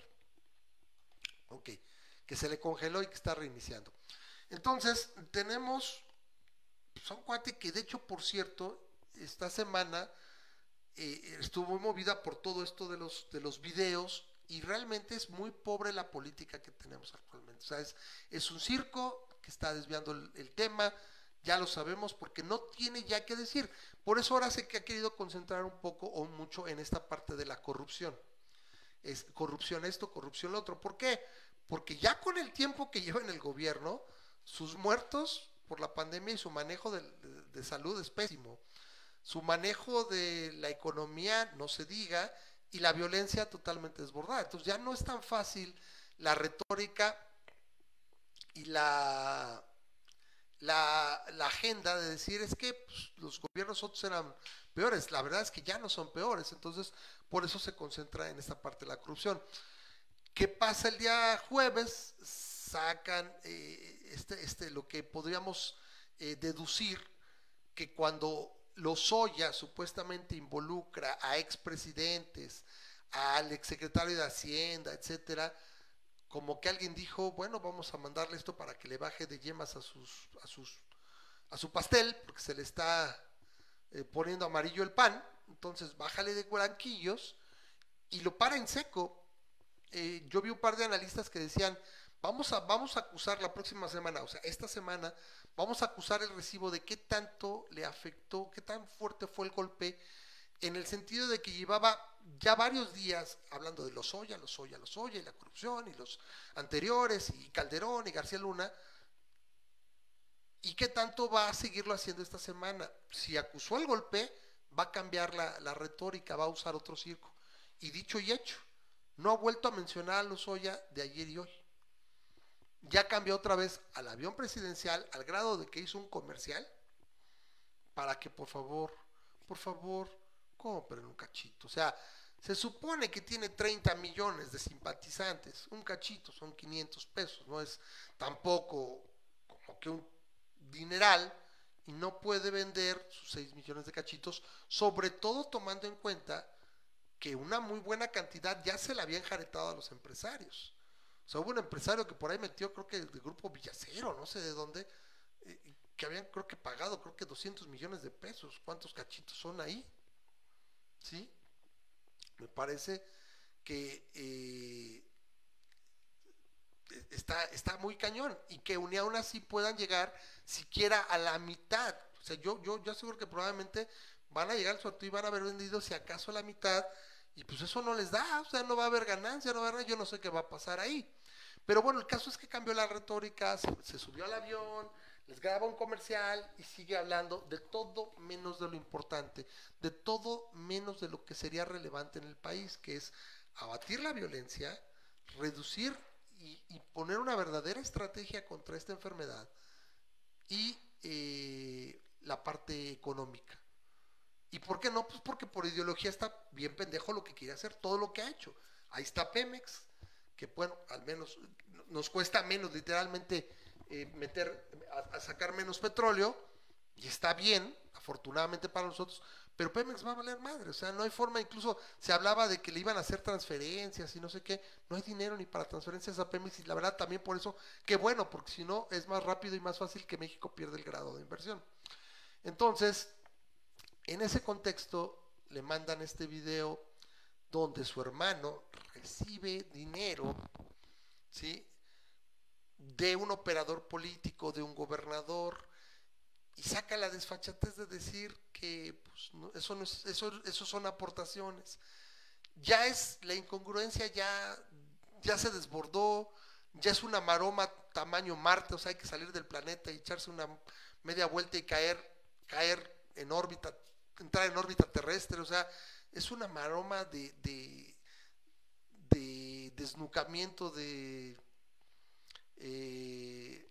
Ok, que se le congeló y que está reiniciando. Entonces, tenemos pues, a un cuate que de hecho, por cierto, esta semana eh, estuvo muy movida por todo esto de los, de los videos, y realmente es muy pobre la política que tenemos actualmente. O sea, es, es un circo que está desviando el, el tema, ya lo sabemos, porque no tiene ya que decir. Por eso ahora sé que ha querido concentrar un poco o mucho en esta parte de la corrupción. Es corrupción esto, corrupción lo otro. ¿Por qué? Porque ya con el tiempo que lleva en el gobierno, sus muertos por la pandemia y su manejo de, de, de salud es pésimo. Su manejo de la economía no se diga, y la violencia totalmente desbordada. Entonces ya no es tan fácil la retórica y la, la, la agenda de decir es que pues, los gobiernos otros eran peores. La verdad es que ya no son peores. Entonces por eso se concentra en esta parte de la corrupción. ¿Qué pasa el día jueves? Sacan eh, este, este, lo que podríamos eh, deducir, que cuando Lozoya supuestamente involucra a expresidentes, al exsecretario de Hacienda, etcétera, como que alguien dijo, bueno, vamos a mandarle esto para que le baje de yemas a sus, a sus, a su pastel, porque se le está eh, poniendo amarillo el pan. Entonces bájale de blanquillos y lo para en seco. Eh, yo vi un par de analistas que decían, vamos a, vamos a acusar la próxima semana, o sea, esta semana, vamos a acusar el recibo de qué tanto le afectó, qué tan fuerte fue el golpe, en el sentido de que llevaba ya varios días hablando de Lozoya, Lozoya, Lozoya, y la corrupción, y los anteriores, y Calderón, y García Luna, y qué tanto va a seguirlo haciendo esta semana. Si acusó el golpe, va a cambiar la, la retórica, va a usar otro circo, y dicho y hecho, no ha vuelto a mencionar a Lozoya de ayer y hoy. Ya cambió otra vez al avión presidencial, al grado de que hizo un comercial para que por favor, por favor, compren un cachito. O sea, se supone que tiene treinta millones de simpatizantes, un cachito son quinientos pesos, no es tampoco como que un dineral, y no puede vender sus seis millones de cachitos, sobre todo tomando en cuenta que una muy buena cantidad ya se la habían enjaretado a los empresarios. O sea, hubo un empresario que por ahí metió, creo que del grupo Villacero, no sé de dónde, eh, que habían, creo que pagado, creo que doscientos millones de pesos. ¿Cuántos cachitos son ahí? ¿Sí? Me parece que eh, está, está muy cañón, y que ni aún así puedan llegar siquiera a la mitad. O sea, yo, yo, yo aseguro que probablemente van a llegar al sorteo y van a haber vendido si acaso la mitad, y pues eso no les da, o sea, no va a haber ganancia, no va a haber, yo no sé qué va a pasar ahí. Pero bueno, el caso es que cambió la retórica, se, se subió al avión, les graba un comercial y sigue hablando de todo menos de lo importante, de todo menos de lo que sería relevante en el país, que es abatir la violencia, reducir y, y poner una verdadera estrategia contra esta enfermedad, y eh, la parte económica. ¿Y por qué no? Pues porque por ideología está bien pendejo lo que quiere hacer, todo lo que ha hecho. Ahí está Pemex, que bueno, al menos nos cuesta menos literalmente eh, meter, a, a sacar menos petróleo, y está bien, afortunadamente para nosotros, pero Pemex va a valer madre. O sea, no hay forma. Incluso se hablaba de que le iban a hacer transferencias y no sé qué, no hay dinero ni para transferencias a Pemex, y la verdad también por eso, qué bueno, porque si no es más rápido y más fácil que México pierda el grado de inversión. Entonces, en ese contexto le mandan este video donde su hermano recibe dinero, ¿sí?, de un operador político, de un gobernador, y saca la desfachatez de decir que pues, no, eso, no es, eso, eso son aportaciones. Ya es, la incongruencia ya, ya se desbordó, ya es una maroma tamaño Marte, o sea, hay que salir del planeta y echarse una media vuelta y caer, caer en órbita, entrar en órbita terrestre, o sea, es una maroma de, de, de desnucamiento, de, eh,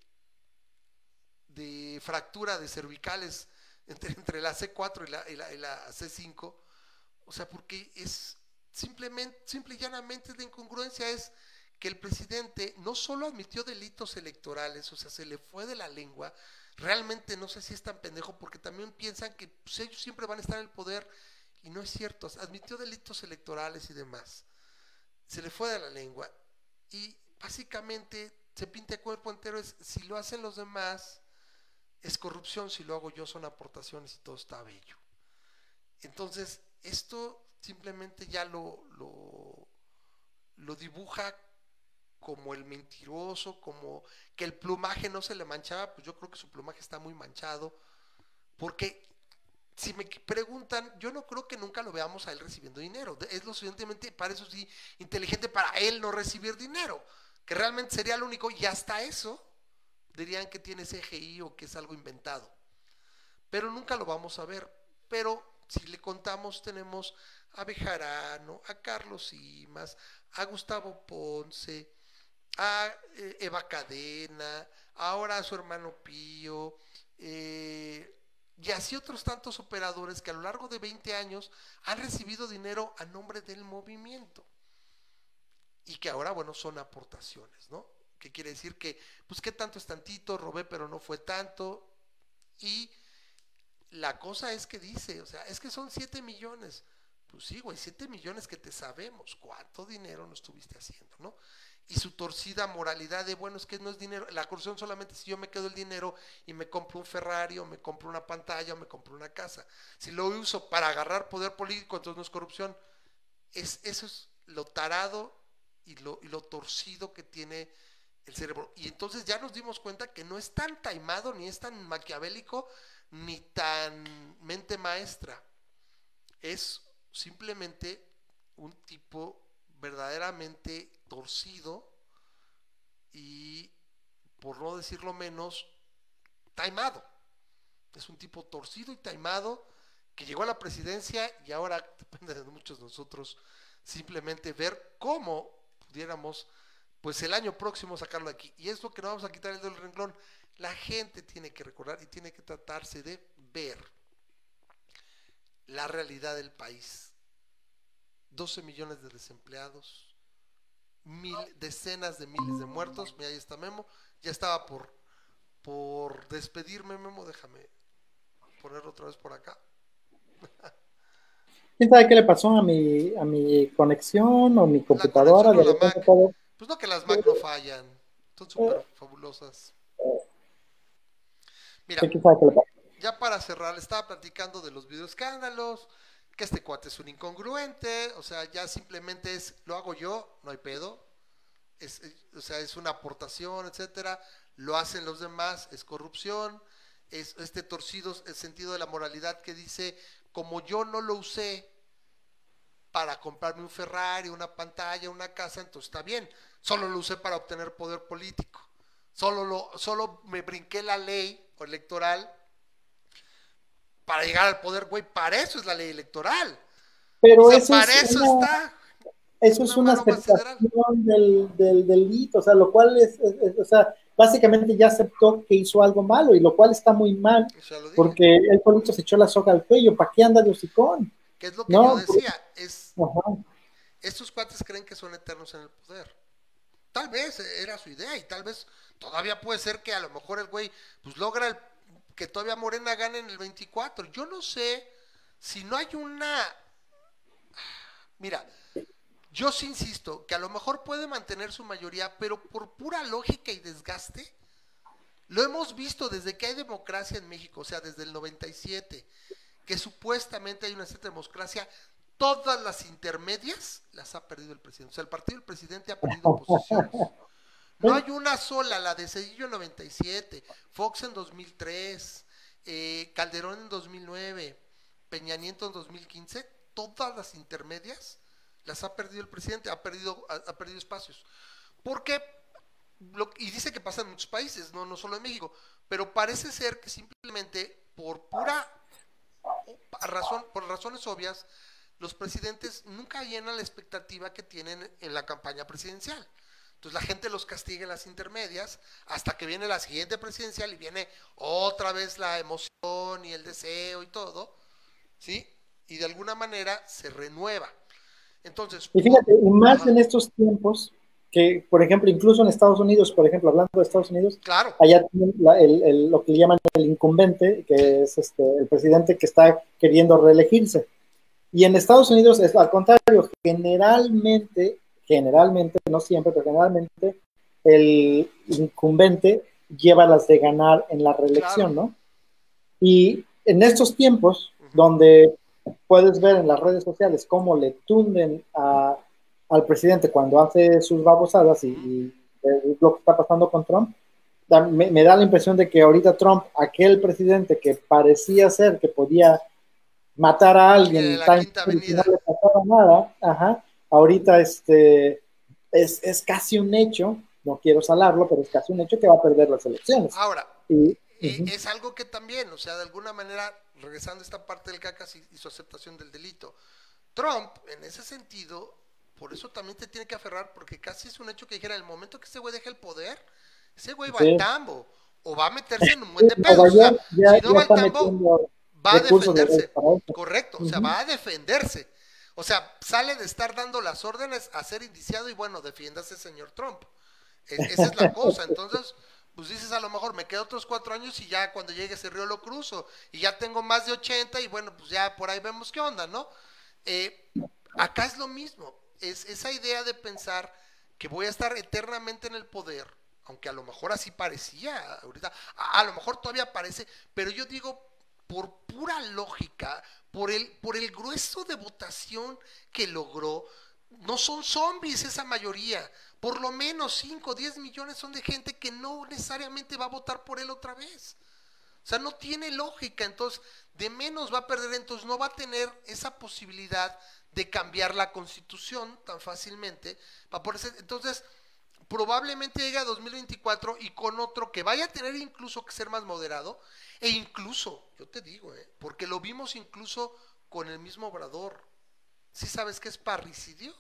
de fractura de cervicales entre, entre la C cuatro y la, y, la, y la C cinco, o sea, porque es simplemente, simple y llanamente la incongruencia es que el presidente no solo admitió delitos electorales, o sea, se le fue de la lengua. Realmente no sé si es tan pendejo, porque también piensan que pues, ellos siempre van a estar en el poder, y no es cierto. Admitió delitos electorales y demás, se le fue de la lengua, y básicamente se pinta el cuerpo entero. Es, si lo hacen los demás es corrupción, si lo hago yo son aportaciones, y todo está bello. Entonces esto simplemente ya lo lo, lo dibuja como el mentiroso, como que el plumaje no se le manchaba. Pues yo creo que su plumaje está muy manchado, porque si me preguntan, yo no creo que nunca lo veamos a él recibiendo dinero. Es lo suficientemente, para eso sí, inteligente para él no recibir dinero, que realmente sería lo único, y hasta eso dirían que tiene C G I o que es algo inventado, pero nunca lo vamos a ver. Pero si le contamos, tenemos a Bejarano, a Carlos Simas, a Gustavo Ponce, a eh, Eva Cadena, ahora a su hermano Pío, eh, y así otros tantos operadores que a lo largo de veinte años han recibido dinero a nombre del movimiento, y que ahora, bueno, son aportaciones, ¿no? Que quiere decir que, pues, ¿qué tanto es tantito? Robé, pero no fue tanto. Y la cosa es que dice, o sea, es que son siete millones. Pues sí, güey, siete millones que te sabemos cuánto dinero no estuviste haciendo, ¿no? Y su torcida moralidad de, bueno, es que no es dinero, la corrupción solamente si yo me quedo el dinero y me compro un Ferrari, o me compro una pantalla, o me compro una casa. Si lo uso para agarrar poder político, entonces no es corrupción. Es, eso es lo tarado y lo, y lo torcido que tiene el cerebro. Y entonces ya nos dimos cuenta que no es tan taimado, ni es tan maquiavélico, ni tan mente maestra. Es simplemente un tipo verdaderamente torcido y, por no decirlo menos, taimado. Es un tipo torcido y taimado que llegó a la presidencia, y ahora depende de muchos de nosotros simplemente ver cómo pudiéramos, pues, el año próximo sacarlo de aquí. Y es lo que no vamos a quitar el del renglón. La gente tiene que recordar y tiene que tratarse de ver la realidad del país. doce millones de desempleados, mil, decenas de miles de muertos. Mira, ahí está Memo. Ya estaba por, por despedirme, Memo. Déjame ponerlo otra vez por acá. ¿Quién sabe qué le pasó a mi, a mi conexión o mi computadora? La De conexión o la repente Mac. todo. Pues no, que las Mac no fallan. Son súper fabulosas. Mira, ¿Quién sabe qué le pasó? ya para cerrar, estaba platicando de los videoescándalos, que este cuate es un incongruente, o sea, ya simplemente es, lo hago yo, no hay pedo, es, o sea, es una aportación, etcétera, lo hacen los demás, es corrupción, es este torcido el sentido de la moralidad que dice, como yo no lo usé para comprarme un Ferrari, una pantalla, una casa, entonces está bien, solo lo usé para obtener poder político, solo, lo, solo me brinqué la ley electoral para llegar al poder, güey, para eso es la ley electoral. Pero o sea, eso para es eso una, está. eso es una aceptación del, del delito, o sea, lo cual es, es, es, o sea, básicamente ya aceptó que hizo algo malo, y lo cual está muy mal, porque él por se echó la soga al cuello. ¿Para qué anda de hocicón? Que es lo que ¿no? yo decía, es, Ajá. estos cuates creen que son eternos en el poder. Tal vez era su idea, y tal vez todavía puede ser que a lo mejor el güey pues logra el, que todavía Morena gane en el veinticuatro. Yo no sé si no hay una... Mira, yo sí insisto que a lo mejor puede mantener su mayoría, pero por pura lógica y desgaste, lo hemos visto desde que hay democracia en México, o sea, desde el noventa y siete, que supuestamente hay una cierta democracia, todas las intermedias las ha perdido el presidente. O sea, el partido del presidente ha perdido posiciones. No hay una sola, la de Cedillo en noventa y siete, Fox en dos mil tres, eh, Calderón en dos mil nueve, Peña Nieto en dos mil quince, todas las intermedias las ha perdido el presidente, ha perdido, ha, ha perdido espacios. Porque, lo, y dice que pasa en muchos países, no, no solo en México, pero parece ser que simplemente por pura razón, por razones obvias, los presidentes nunca llenan la expectativa que tienen en la campaña presidencial. Entonces la gente los castiga en las intermedias hasta que viene la siguiente presidencial y viene otra vez la emoción y el deseo y todo, ¿sí? Y de alguna manera se renueva. Entonces, y fíjate, y más ajá, en estos tiempos, que por ejemplo, incluso en Estados Unidos, por ejemplo, hablando de Estados Unidos, claro, allá tienen la- el, el- lo que le llaman el incumbente, que sí, es este, el presidente que está queriendo reelegirse. Y en Estados Unidos es al contrario, generalmente, generalmente, no siempre, pero generalmente, el incumbente lleva las de ganar en la claro. reelección, ¿no? Y en estos tiempos, Uh-huh. donde puedes ver en las redes sociales cómo le tunden a, al presidente cuando hace sus babosadas y, Uh-huh. y es lo que está pasando con Trump, da, me, me da la impresión de que ahorita Trump, aquel presidente que parecía ser que podía matar a alguien Eh, la tan Quinta y no Avenida. le pasaba nada, ajá, ahorita este es, es casi un hecho, no quiero salarlo, pero es casi un hecho que va a perder las elecciones. Ahora, Y, eh, uh-huh. es algo que también, o sea, de alguna manera, regresando a esta parte del cacas y, y su aceptación del delito, Trump, en ese sentido, por eso también te tiene que aferrar, porque casi es un hecho que dijera, en el momento que ese güey deje el poder, ese güey va al Sí. tambo, o va a meterse en un Sí, buen de Nueva pedos, o sea, York ya, si no ya va al está tambo, metiendo va a recursos legales defenderse, para eso. correcto, o sea, Uh-huh. va a defenderse. O sea, sale de estar dando las órdenes a ser indiciado y bueno, defiéndase, señor Trump. Es, esa es la cosa, entonces, pues dices, a lo mejor me quedo otros cuatro años y ya cuando llegue ese río lo cruzo, y ya tengo más de ochenta y bueno, pues ya por ahí vemos qué onda, ¿no? Eh, acá es lo mismo, es esa idea de pensar que voy a estar eternamente en el poder, aunque a lo mejor así parecía ahorita, a, a lo mejor todavía parece, pero yo digo, por pura lógica, por el, por el grueso de votación que logró, no son zombies esa mayoría, por lo menos cinco o diez millones son de gente que no necesariamente va a votar por él otra vez. O sea, no tiene lógica, entonces de menos va a perder, entonces no va a tener esa posibilidad de cambiar la constitución tan fácilmente. Para ponerse, entonces, probablemente llegue a dos mil veinticuatro y con otro que vaya a tener incluso que ser más moderado, e incluso, yo te digo, eh, porque lo vimos incluso con el mismo Obrador. ¿Sí sabes qué es parricidio?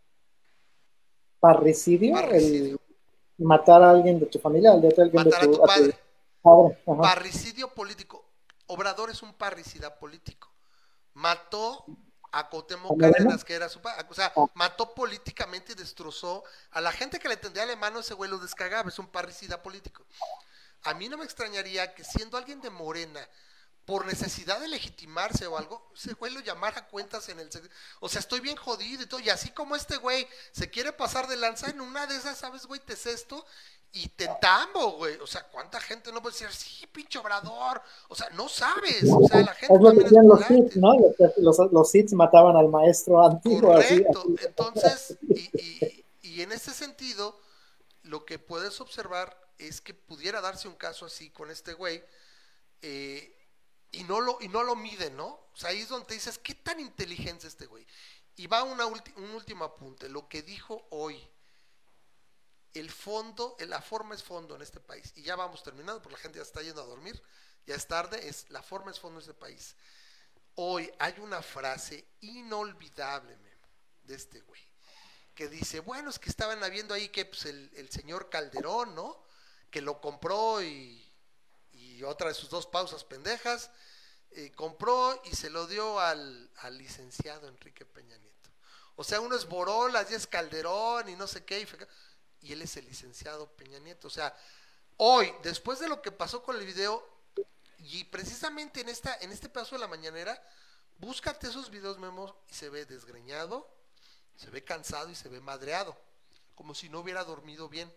Parricidio, el Parricidio. matar a alguien de tu familia, el de alguien de Matar a tu tu, a tu padre. padre. Ajá. Parricidio político. Obrador es un parricida político. Mató a Cuauhtémoc Cárdenas, que era su padre. O sea, Ah, mató políticamente y destrozó a la gente que le tendía la mano, ese güey lo descagaba. Es un parricida político. A mí no me extrañaría que siendo alguien de Morena, por necesidad de legitimarse o algo, ese güey lo llamara a cuentas en el... O sea, estoy bien jodido y todo. Y así como este güey se quiere pasar de lanza, en una de esas, ¿sabes, güey? Te cesto y te entambo, güey. O sea, ¿cuánta gente no puede decir, sí, pinche Obrador? O sea, no sabes. O sea, la gente es lo que también es decían los Sith, volátil. ¿no? Los, los, los Sith mataban al maestro antiguo, así. Correcto. así. Entonces, y, y, y en ese sentido, lo que puedes observar es que pudiera darse un caso así con este güey, eh, y no lo y no lo miden, ¿no? O sea, ahí es donde te dices, ¿qué tan inteligente es este güey? Y va una ulti- un último apunte, lo que dijo hoy, el fondo, la forma es fondo en este país, y ya vamos terminando porque la gente ya está yendo a dormir, ya es tarde, es la forma es fondo en este país. Hoy hay una frase inolvidable, Memo, de este güey, que dice, bueno, es que estaban habiendo ahí que pues, el, el señor Calderón, ¿no? Que lo compró y, y otra de sus dos pausas pendejas, eh, compró y se lo dio al, al licenciado Enrique Peña Nieto. O sea, uno es Borolas y es Calderón y no sé qué, y, y él es el licenciado Peña Nieto. O sea, hoy, después de lo que pasó con el video, y precisamente en, esta, en este pedazo de la mañanera, búscate esos videos, Memo, y se ve desgreñado, se ve cansado y se ve madreado, como si no hubiera dormido bien.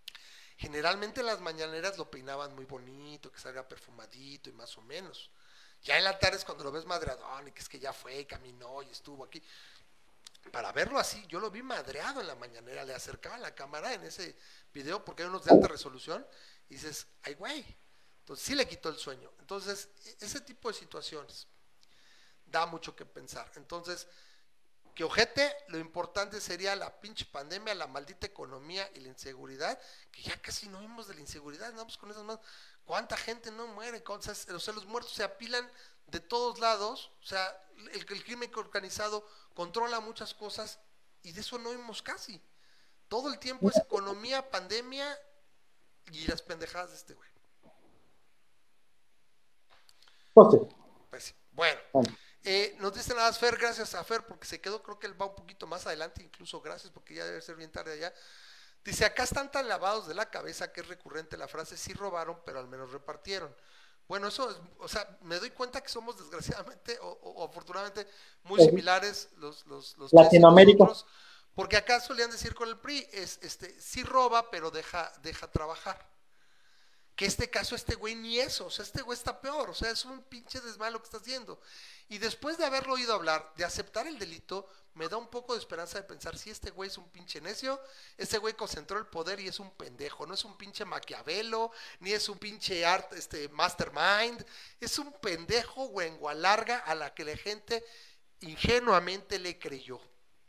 Generalmente las mañaneras lo peinaban muy bonito, que salga perfumadito y más o menos. Ya en la tarde es cuando lo ves madreadón y que es que ya fue, caminó y estuvo aquí. Para verlo así, yo lo vi madreado en la mañanera, le acercaba la cámara en ese video porque hay unos de alta resolución y dices, ay güey, entonces sí le quitó el sueño. Entonces, ese tipo de situaciones da mucho que pensar. Entonces, que ojete, lo importante sería la pinche pandemia, la maldita economía y la inseguridad, que ya casi no vimos de la inseguridad, andamos con esas más. ¿Cuánta gente no muere? O sea, o sea, los muertos se apilan de todos lados, o sea, el, el crimen organizado controla muchas cosas y de eso no vimos casi. Todo el tiempo es economía, pandemia y las pendejadas de este güey. Pues sí, bueno. Eh, nos dice nada más Fer, gracias a Fer, porque se quedó, creo que él va un poquito más adelante, incluso gracias, porque ya debe ser bien tarde allá. Dice, acá están tan lavados de la cabeza que es recurrente la frase, sí robaron, pero al menos repartieron. Bueno, eso es, o sea, me doy cuenta que somos desgraciadamente o, o, o afortunadamente muy similares los, los, los Latinoamérica. nosotros, porque acá solían decir con el P R I, es, este, sí roba, pero deja, deja trabajar. Que este caso, este güey ni eso, o sea, este güey está peor, o sea, es un pinche desmadre lo que está haciendo. Y después de haberlo oído hablar, de aceptar el delito, me da un poco de esperanza de pensar, si este güey es un pinche necio, este güey concentró el poder y es un pendejo, no es un pinche Maquiavelo, ni es un pinche art, este, mastermind, es un pendejo güengua larga a la que la gente ingenuamente le creyó.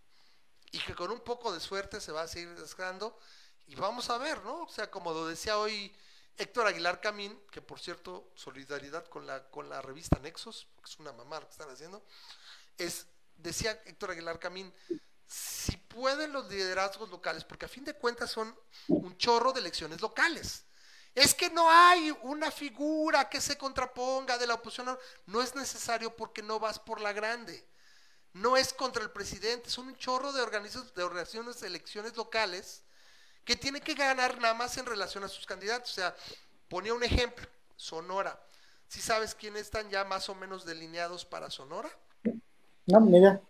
Y que con un poco de suerte se va a seguir desgranando, y vamos a ver, ¿no? O sea, como lo decía hoy Héctor Aguilar Camín, que por cierto, solidaridad con la, con la revista Nexos, porque es una mamá lo que están haciendo, es, decía Héctor Aguilar Camín, si pueden los liderazgos locales, porque a fin de cuentas son un chorro de elecciones locales, es que no hay una figura que se contraponga de la oposición, no es necesario porque no vas por la grande, no es contra el presidente, es un chorro de organizaciones de, organizaciones de elecciones locales, que tiene que ganar nada más en relación a sus candidatos. O sea, ponía un ejemplo, Sonora. ¿Sí sabes quiénes están ya más o menos delineados para Sonora? No, mira.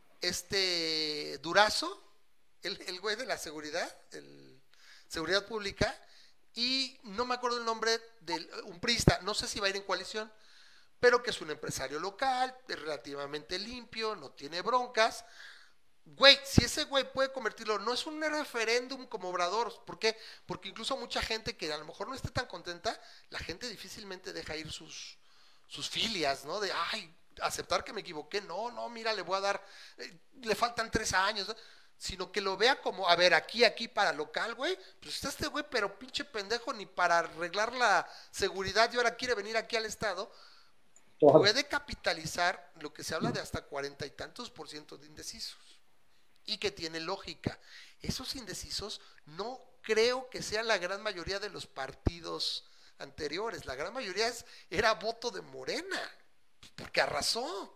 Este Durazo, el, el güey de la seguridad, el seguridad pública, y no me acuerdo el nombre de un priista, no sé si va a ir en coalición, pero que es un empresario local, es relativamente limpio, no tiene broncas. Güey, si ese güey puede convertirlo, no es un referéndum como Obrador, ¿por qué? Porque incluso mucha gente que a lo mejor no esté tan contenta, la gente difícilmente deja ir sus, sus filias, ¿no? De, ay, aceptar que me equivoqué, no, no, mira, le voy a dar, eh, le faltan tres años, ¿no? Sino que lo vea como, a ver, aquí, aquí para local, güey, pues está este güey, pero pinche pendejo, ni para arreglar la seguridad y ahora quiere venir aquí al estado, puede capitalizar lo que se habla de hasta cuarenta y tantos por ciento de indecisos. Y que tiene lógica. Esos indecisos no creo que sea la gran mayoría de los partidos anteriores. La gran mayoría es, era voto de Morena, porque arrasó.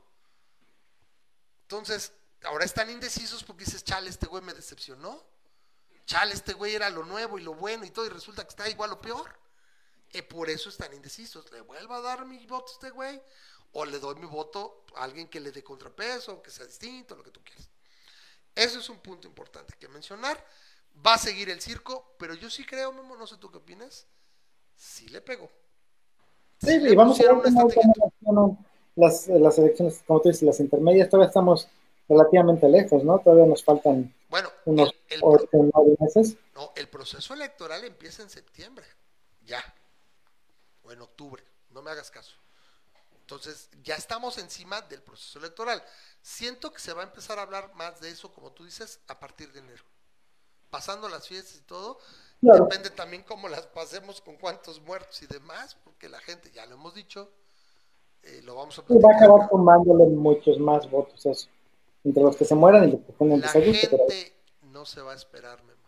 Entonces, ahora están indecisos porque dices, chale, este güey me decepcionó. Chale, este güey era lo nuevo y lo bueno y todo, y resulta que está igual o peor. Y por eso están indecisos. ¿Le vuelvo a dar mi voto a este güey? ¿O le doy mi voto a alguien que le dé contrapeso, que sea distinto, lo que tú quieras? Eso es un punto importante que mencionar. Va a seguir el circo, pero yo sí creo, Memo, no sé tú qué opinas, sí le pegó. Sí, sí, y vamos a ver cómo, cómo las, las elecciones, como tú dices, las intermedias, todavía estamos relativamente lejos, ¿no? Todavía nos faltan bueno, unos el, el, ocho o nueve meses. No, el proceso electoral empieza en septiembre, ya, o en octubre, no me hagas caso. Entonces, ya estamos encima del proceso electoral. Siento que se va a empezar a hablar más de eso, como tú dices, a partir de enero. Pasando las fiestas y todo, claro. Depende también cómo las pasemos, con cuántos muertos y demás, porque la gente, ya lo hemos dicho, eh, lo vamos a platicar. Va a acabar tomándole muchos más votos eso, entre los que se mueran y los que pongan La gente pero... no se va a esperar, Memo.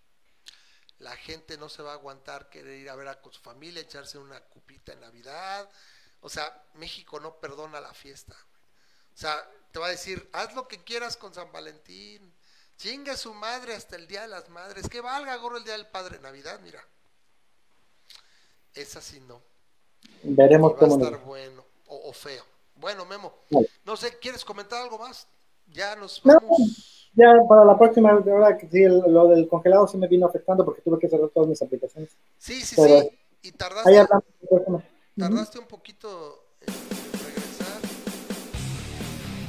La gente no se va a aguantar querer ir a ver a con su familia, echarse una cupita en Navidad. O sea, México no perdona la fiesta. O sea, te va a decir, haz lo que quieras con San Valentín, chingue su madre hasta el Día de las Madres, que valga gorro el Día del Padre, Navidad, mira. Es así, no. Veremos cómo. Va cómo a estar no. bueno o, o feo. Bueno, Memo, no. no sé, ¿quieres comentar algo más? Ya nos no, vamos. Ya para la próxima, de verdad que sí, el, lo del congelado sí me vino afectando porque tuve que cerrar todas mis aplicaciones. Sí, sí, Pero, sí. Y tardaste. Ahí hablamos de Tardaste un poquito en regresar.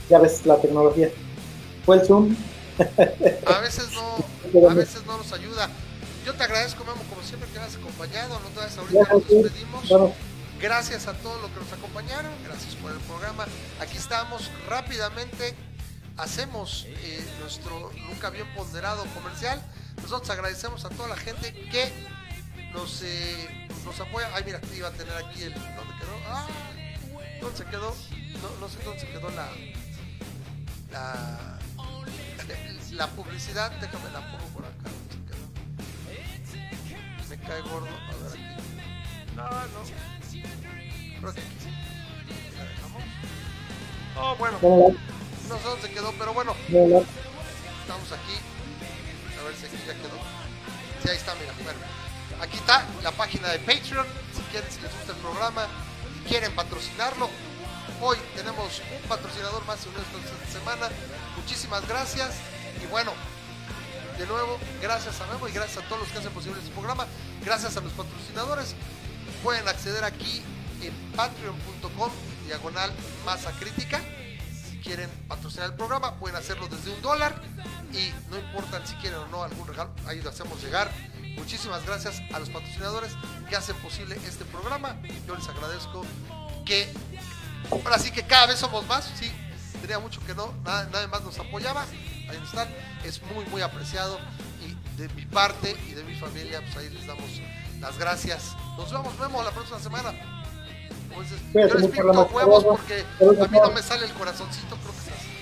ya ves la tecnología. Fue el Zoom. A veces no, a veces no nos ayuda. Yo te agradezco, Memo, como siempre que me has acompañado. No te vayas ahorita, nos despedimos. Bueno, Gracias a todos los que nos acompañaron, gracias por el programa. Aquí estamos rápidamente, hacemos eh, nuestro nunca bien ponderado comercial. Nosotros agradecemos a toda la gente que nos, eh, nos apoya. Ay, mira, iba a tener aquí el... ¿Dónde quedó? Ah, ¿dónde se quedó? No, no sé dónde se quedó la... La, la publicidad. Déjame la pongo por acá. ¿Dónde se quedó? Me cae gordo. A ver aquí. No, no. Creo que aquí sí. ¿La dejamos? Oh, bueno. No sé dónde se quedó, pero bueno. Estamos aquí. A ver si aquí ya quedó. Sí, ahí está, mira. Bueno, aquí está la página de Patreon. Si quieren, si les gusta el programa, si quieren patrocinarlo. Hoy tenemos un patrocinador más en esta semana. Muchísimas gracias. Y bueno, de nuevo, gracias a Memo y gracias a todos los que hacen posible este programa. Gracias a los patrocinadores. Pueden acceder aquí en patreon punto com diagonal masa crítica. Si quieren patrocinar el programa, pueden hacerlo desde un dólar. Y no importa si quieren o no algún regalo, ahí lo hacemos llegar. Muchísimas gracias a los patrocinadores que hacen posible este programa. Yo les agradezco que ahora sí que cada vez somos más. Sí, tenía mucho que no, nada, nadie más nos apoyaba. Ahí están, es muy muy apreciado. Y de mi parte y de mi familia, pues ahí les damos las gracias. Nos vemos, vemos la próxima semana. Como dices, yo les pido huevos porque a mí no me sale el corazoncito, creo que es así.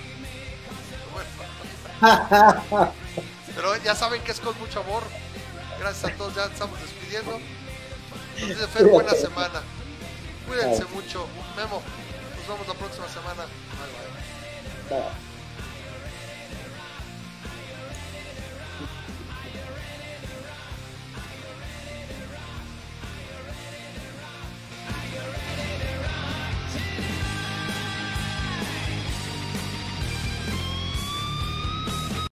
Bueno. Pero ya saben que es con mucho amor. Gracias a todos, ya estamos despidiendo. Nos dice Fer, buena semana. Cuídense mucho. Memo, nos vemos la próxima semana. Bye, bye. Bye.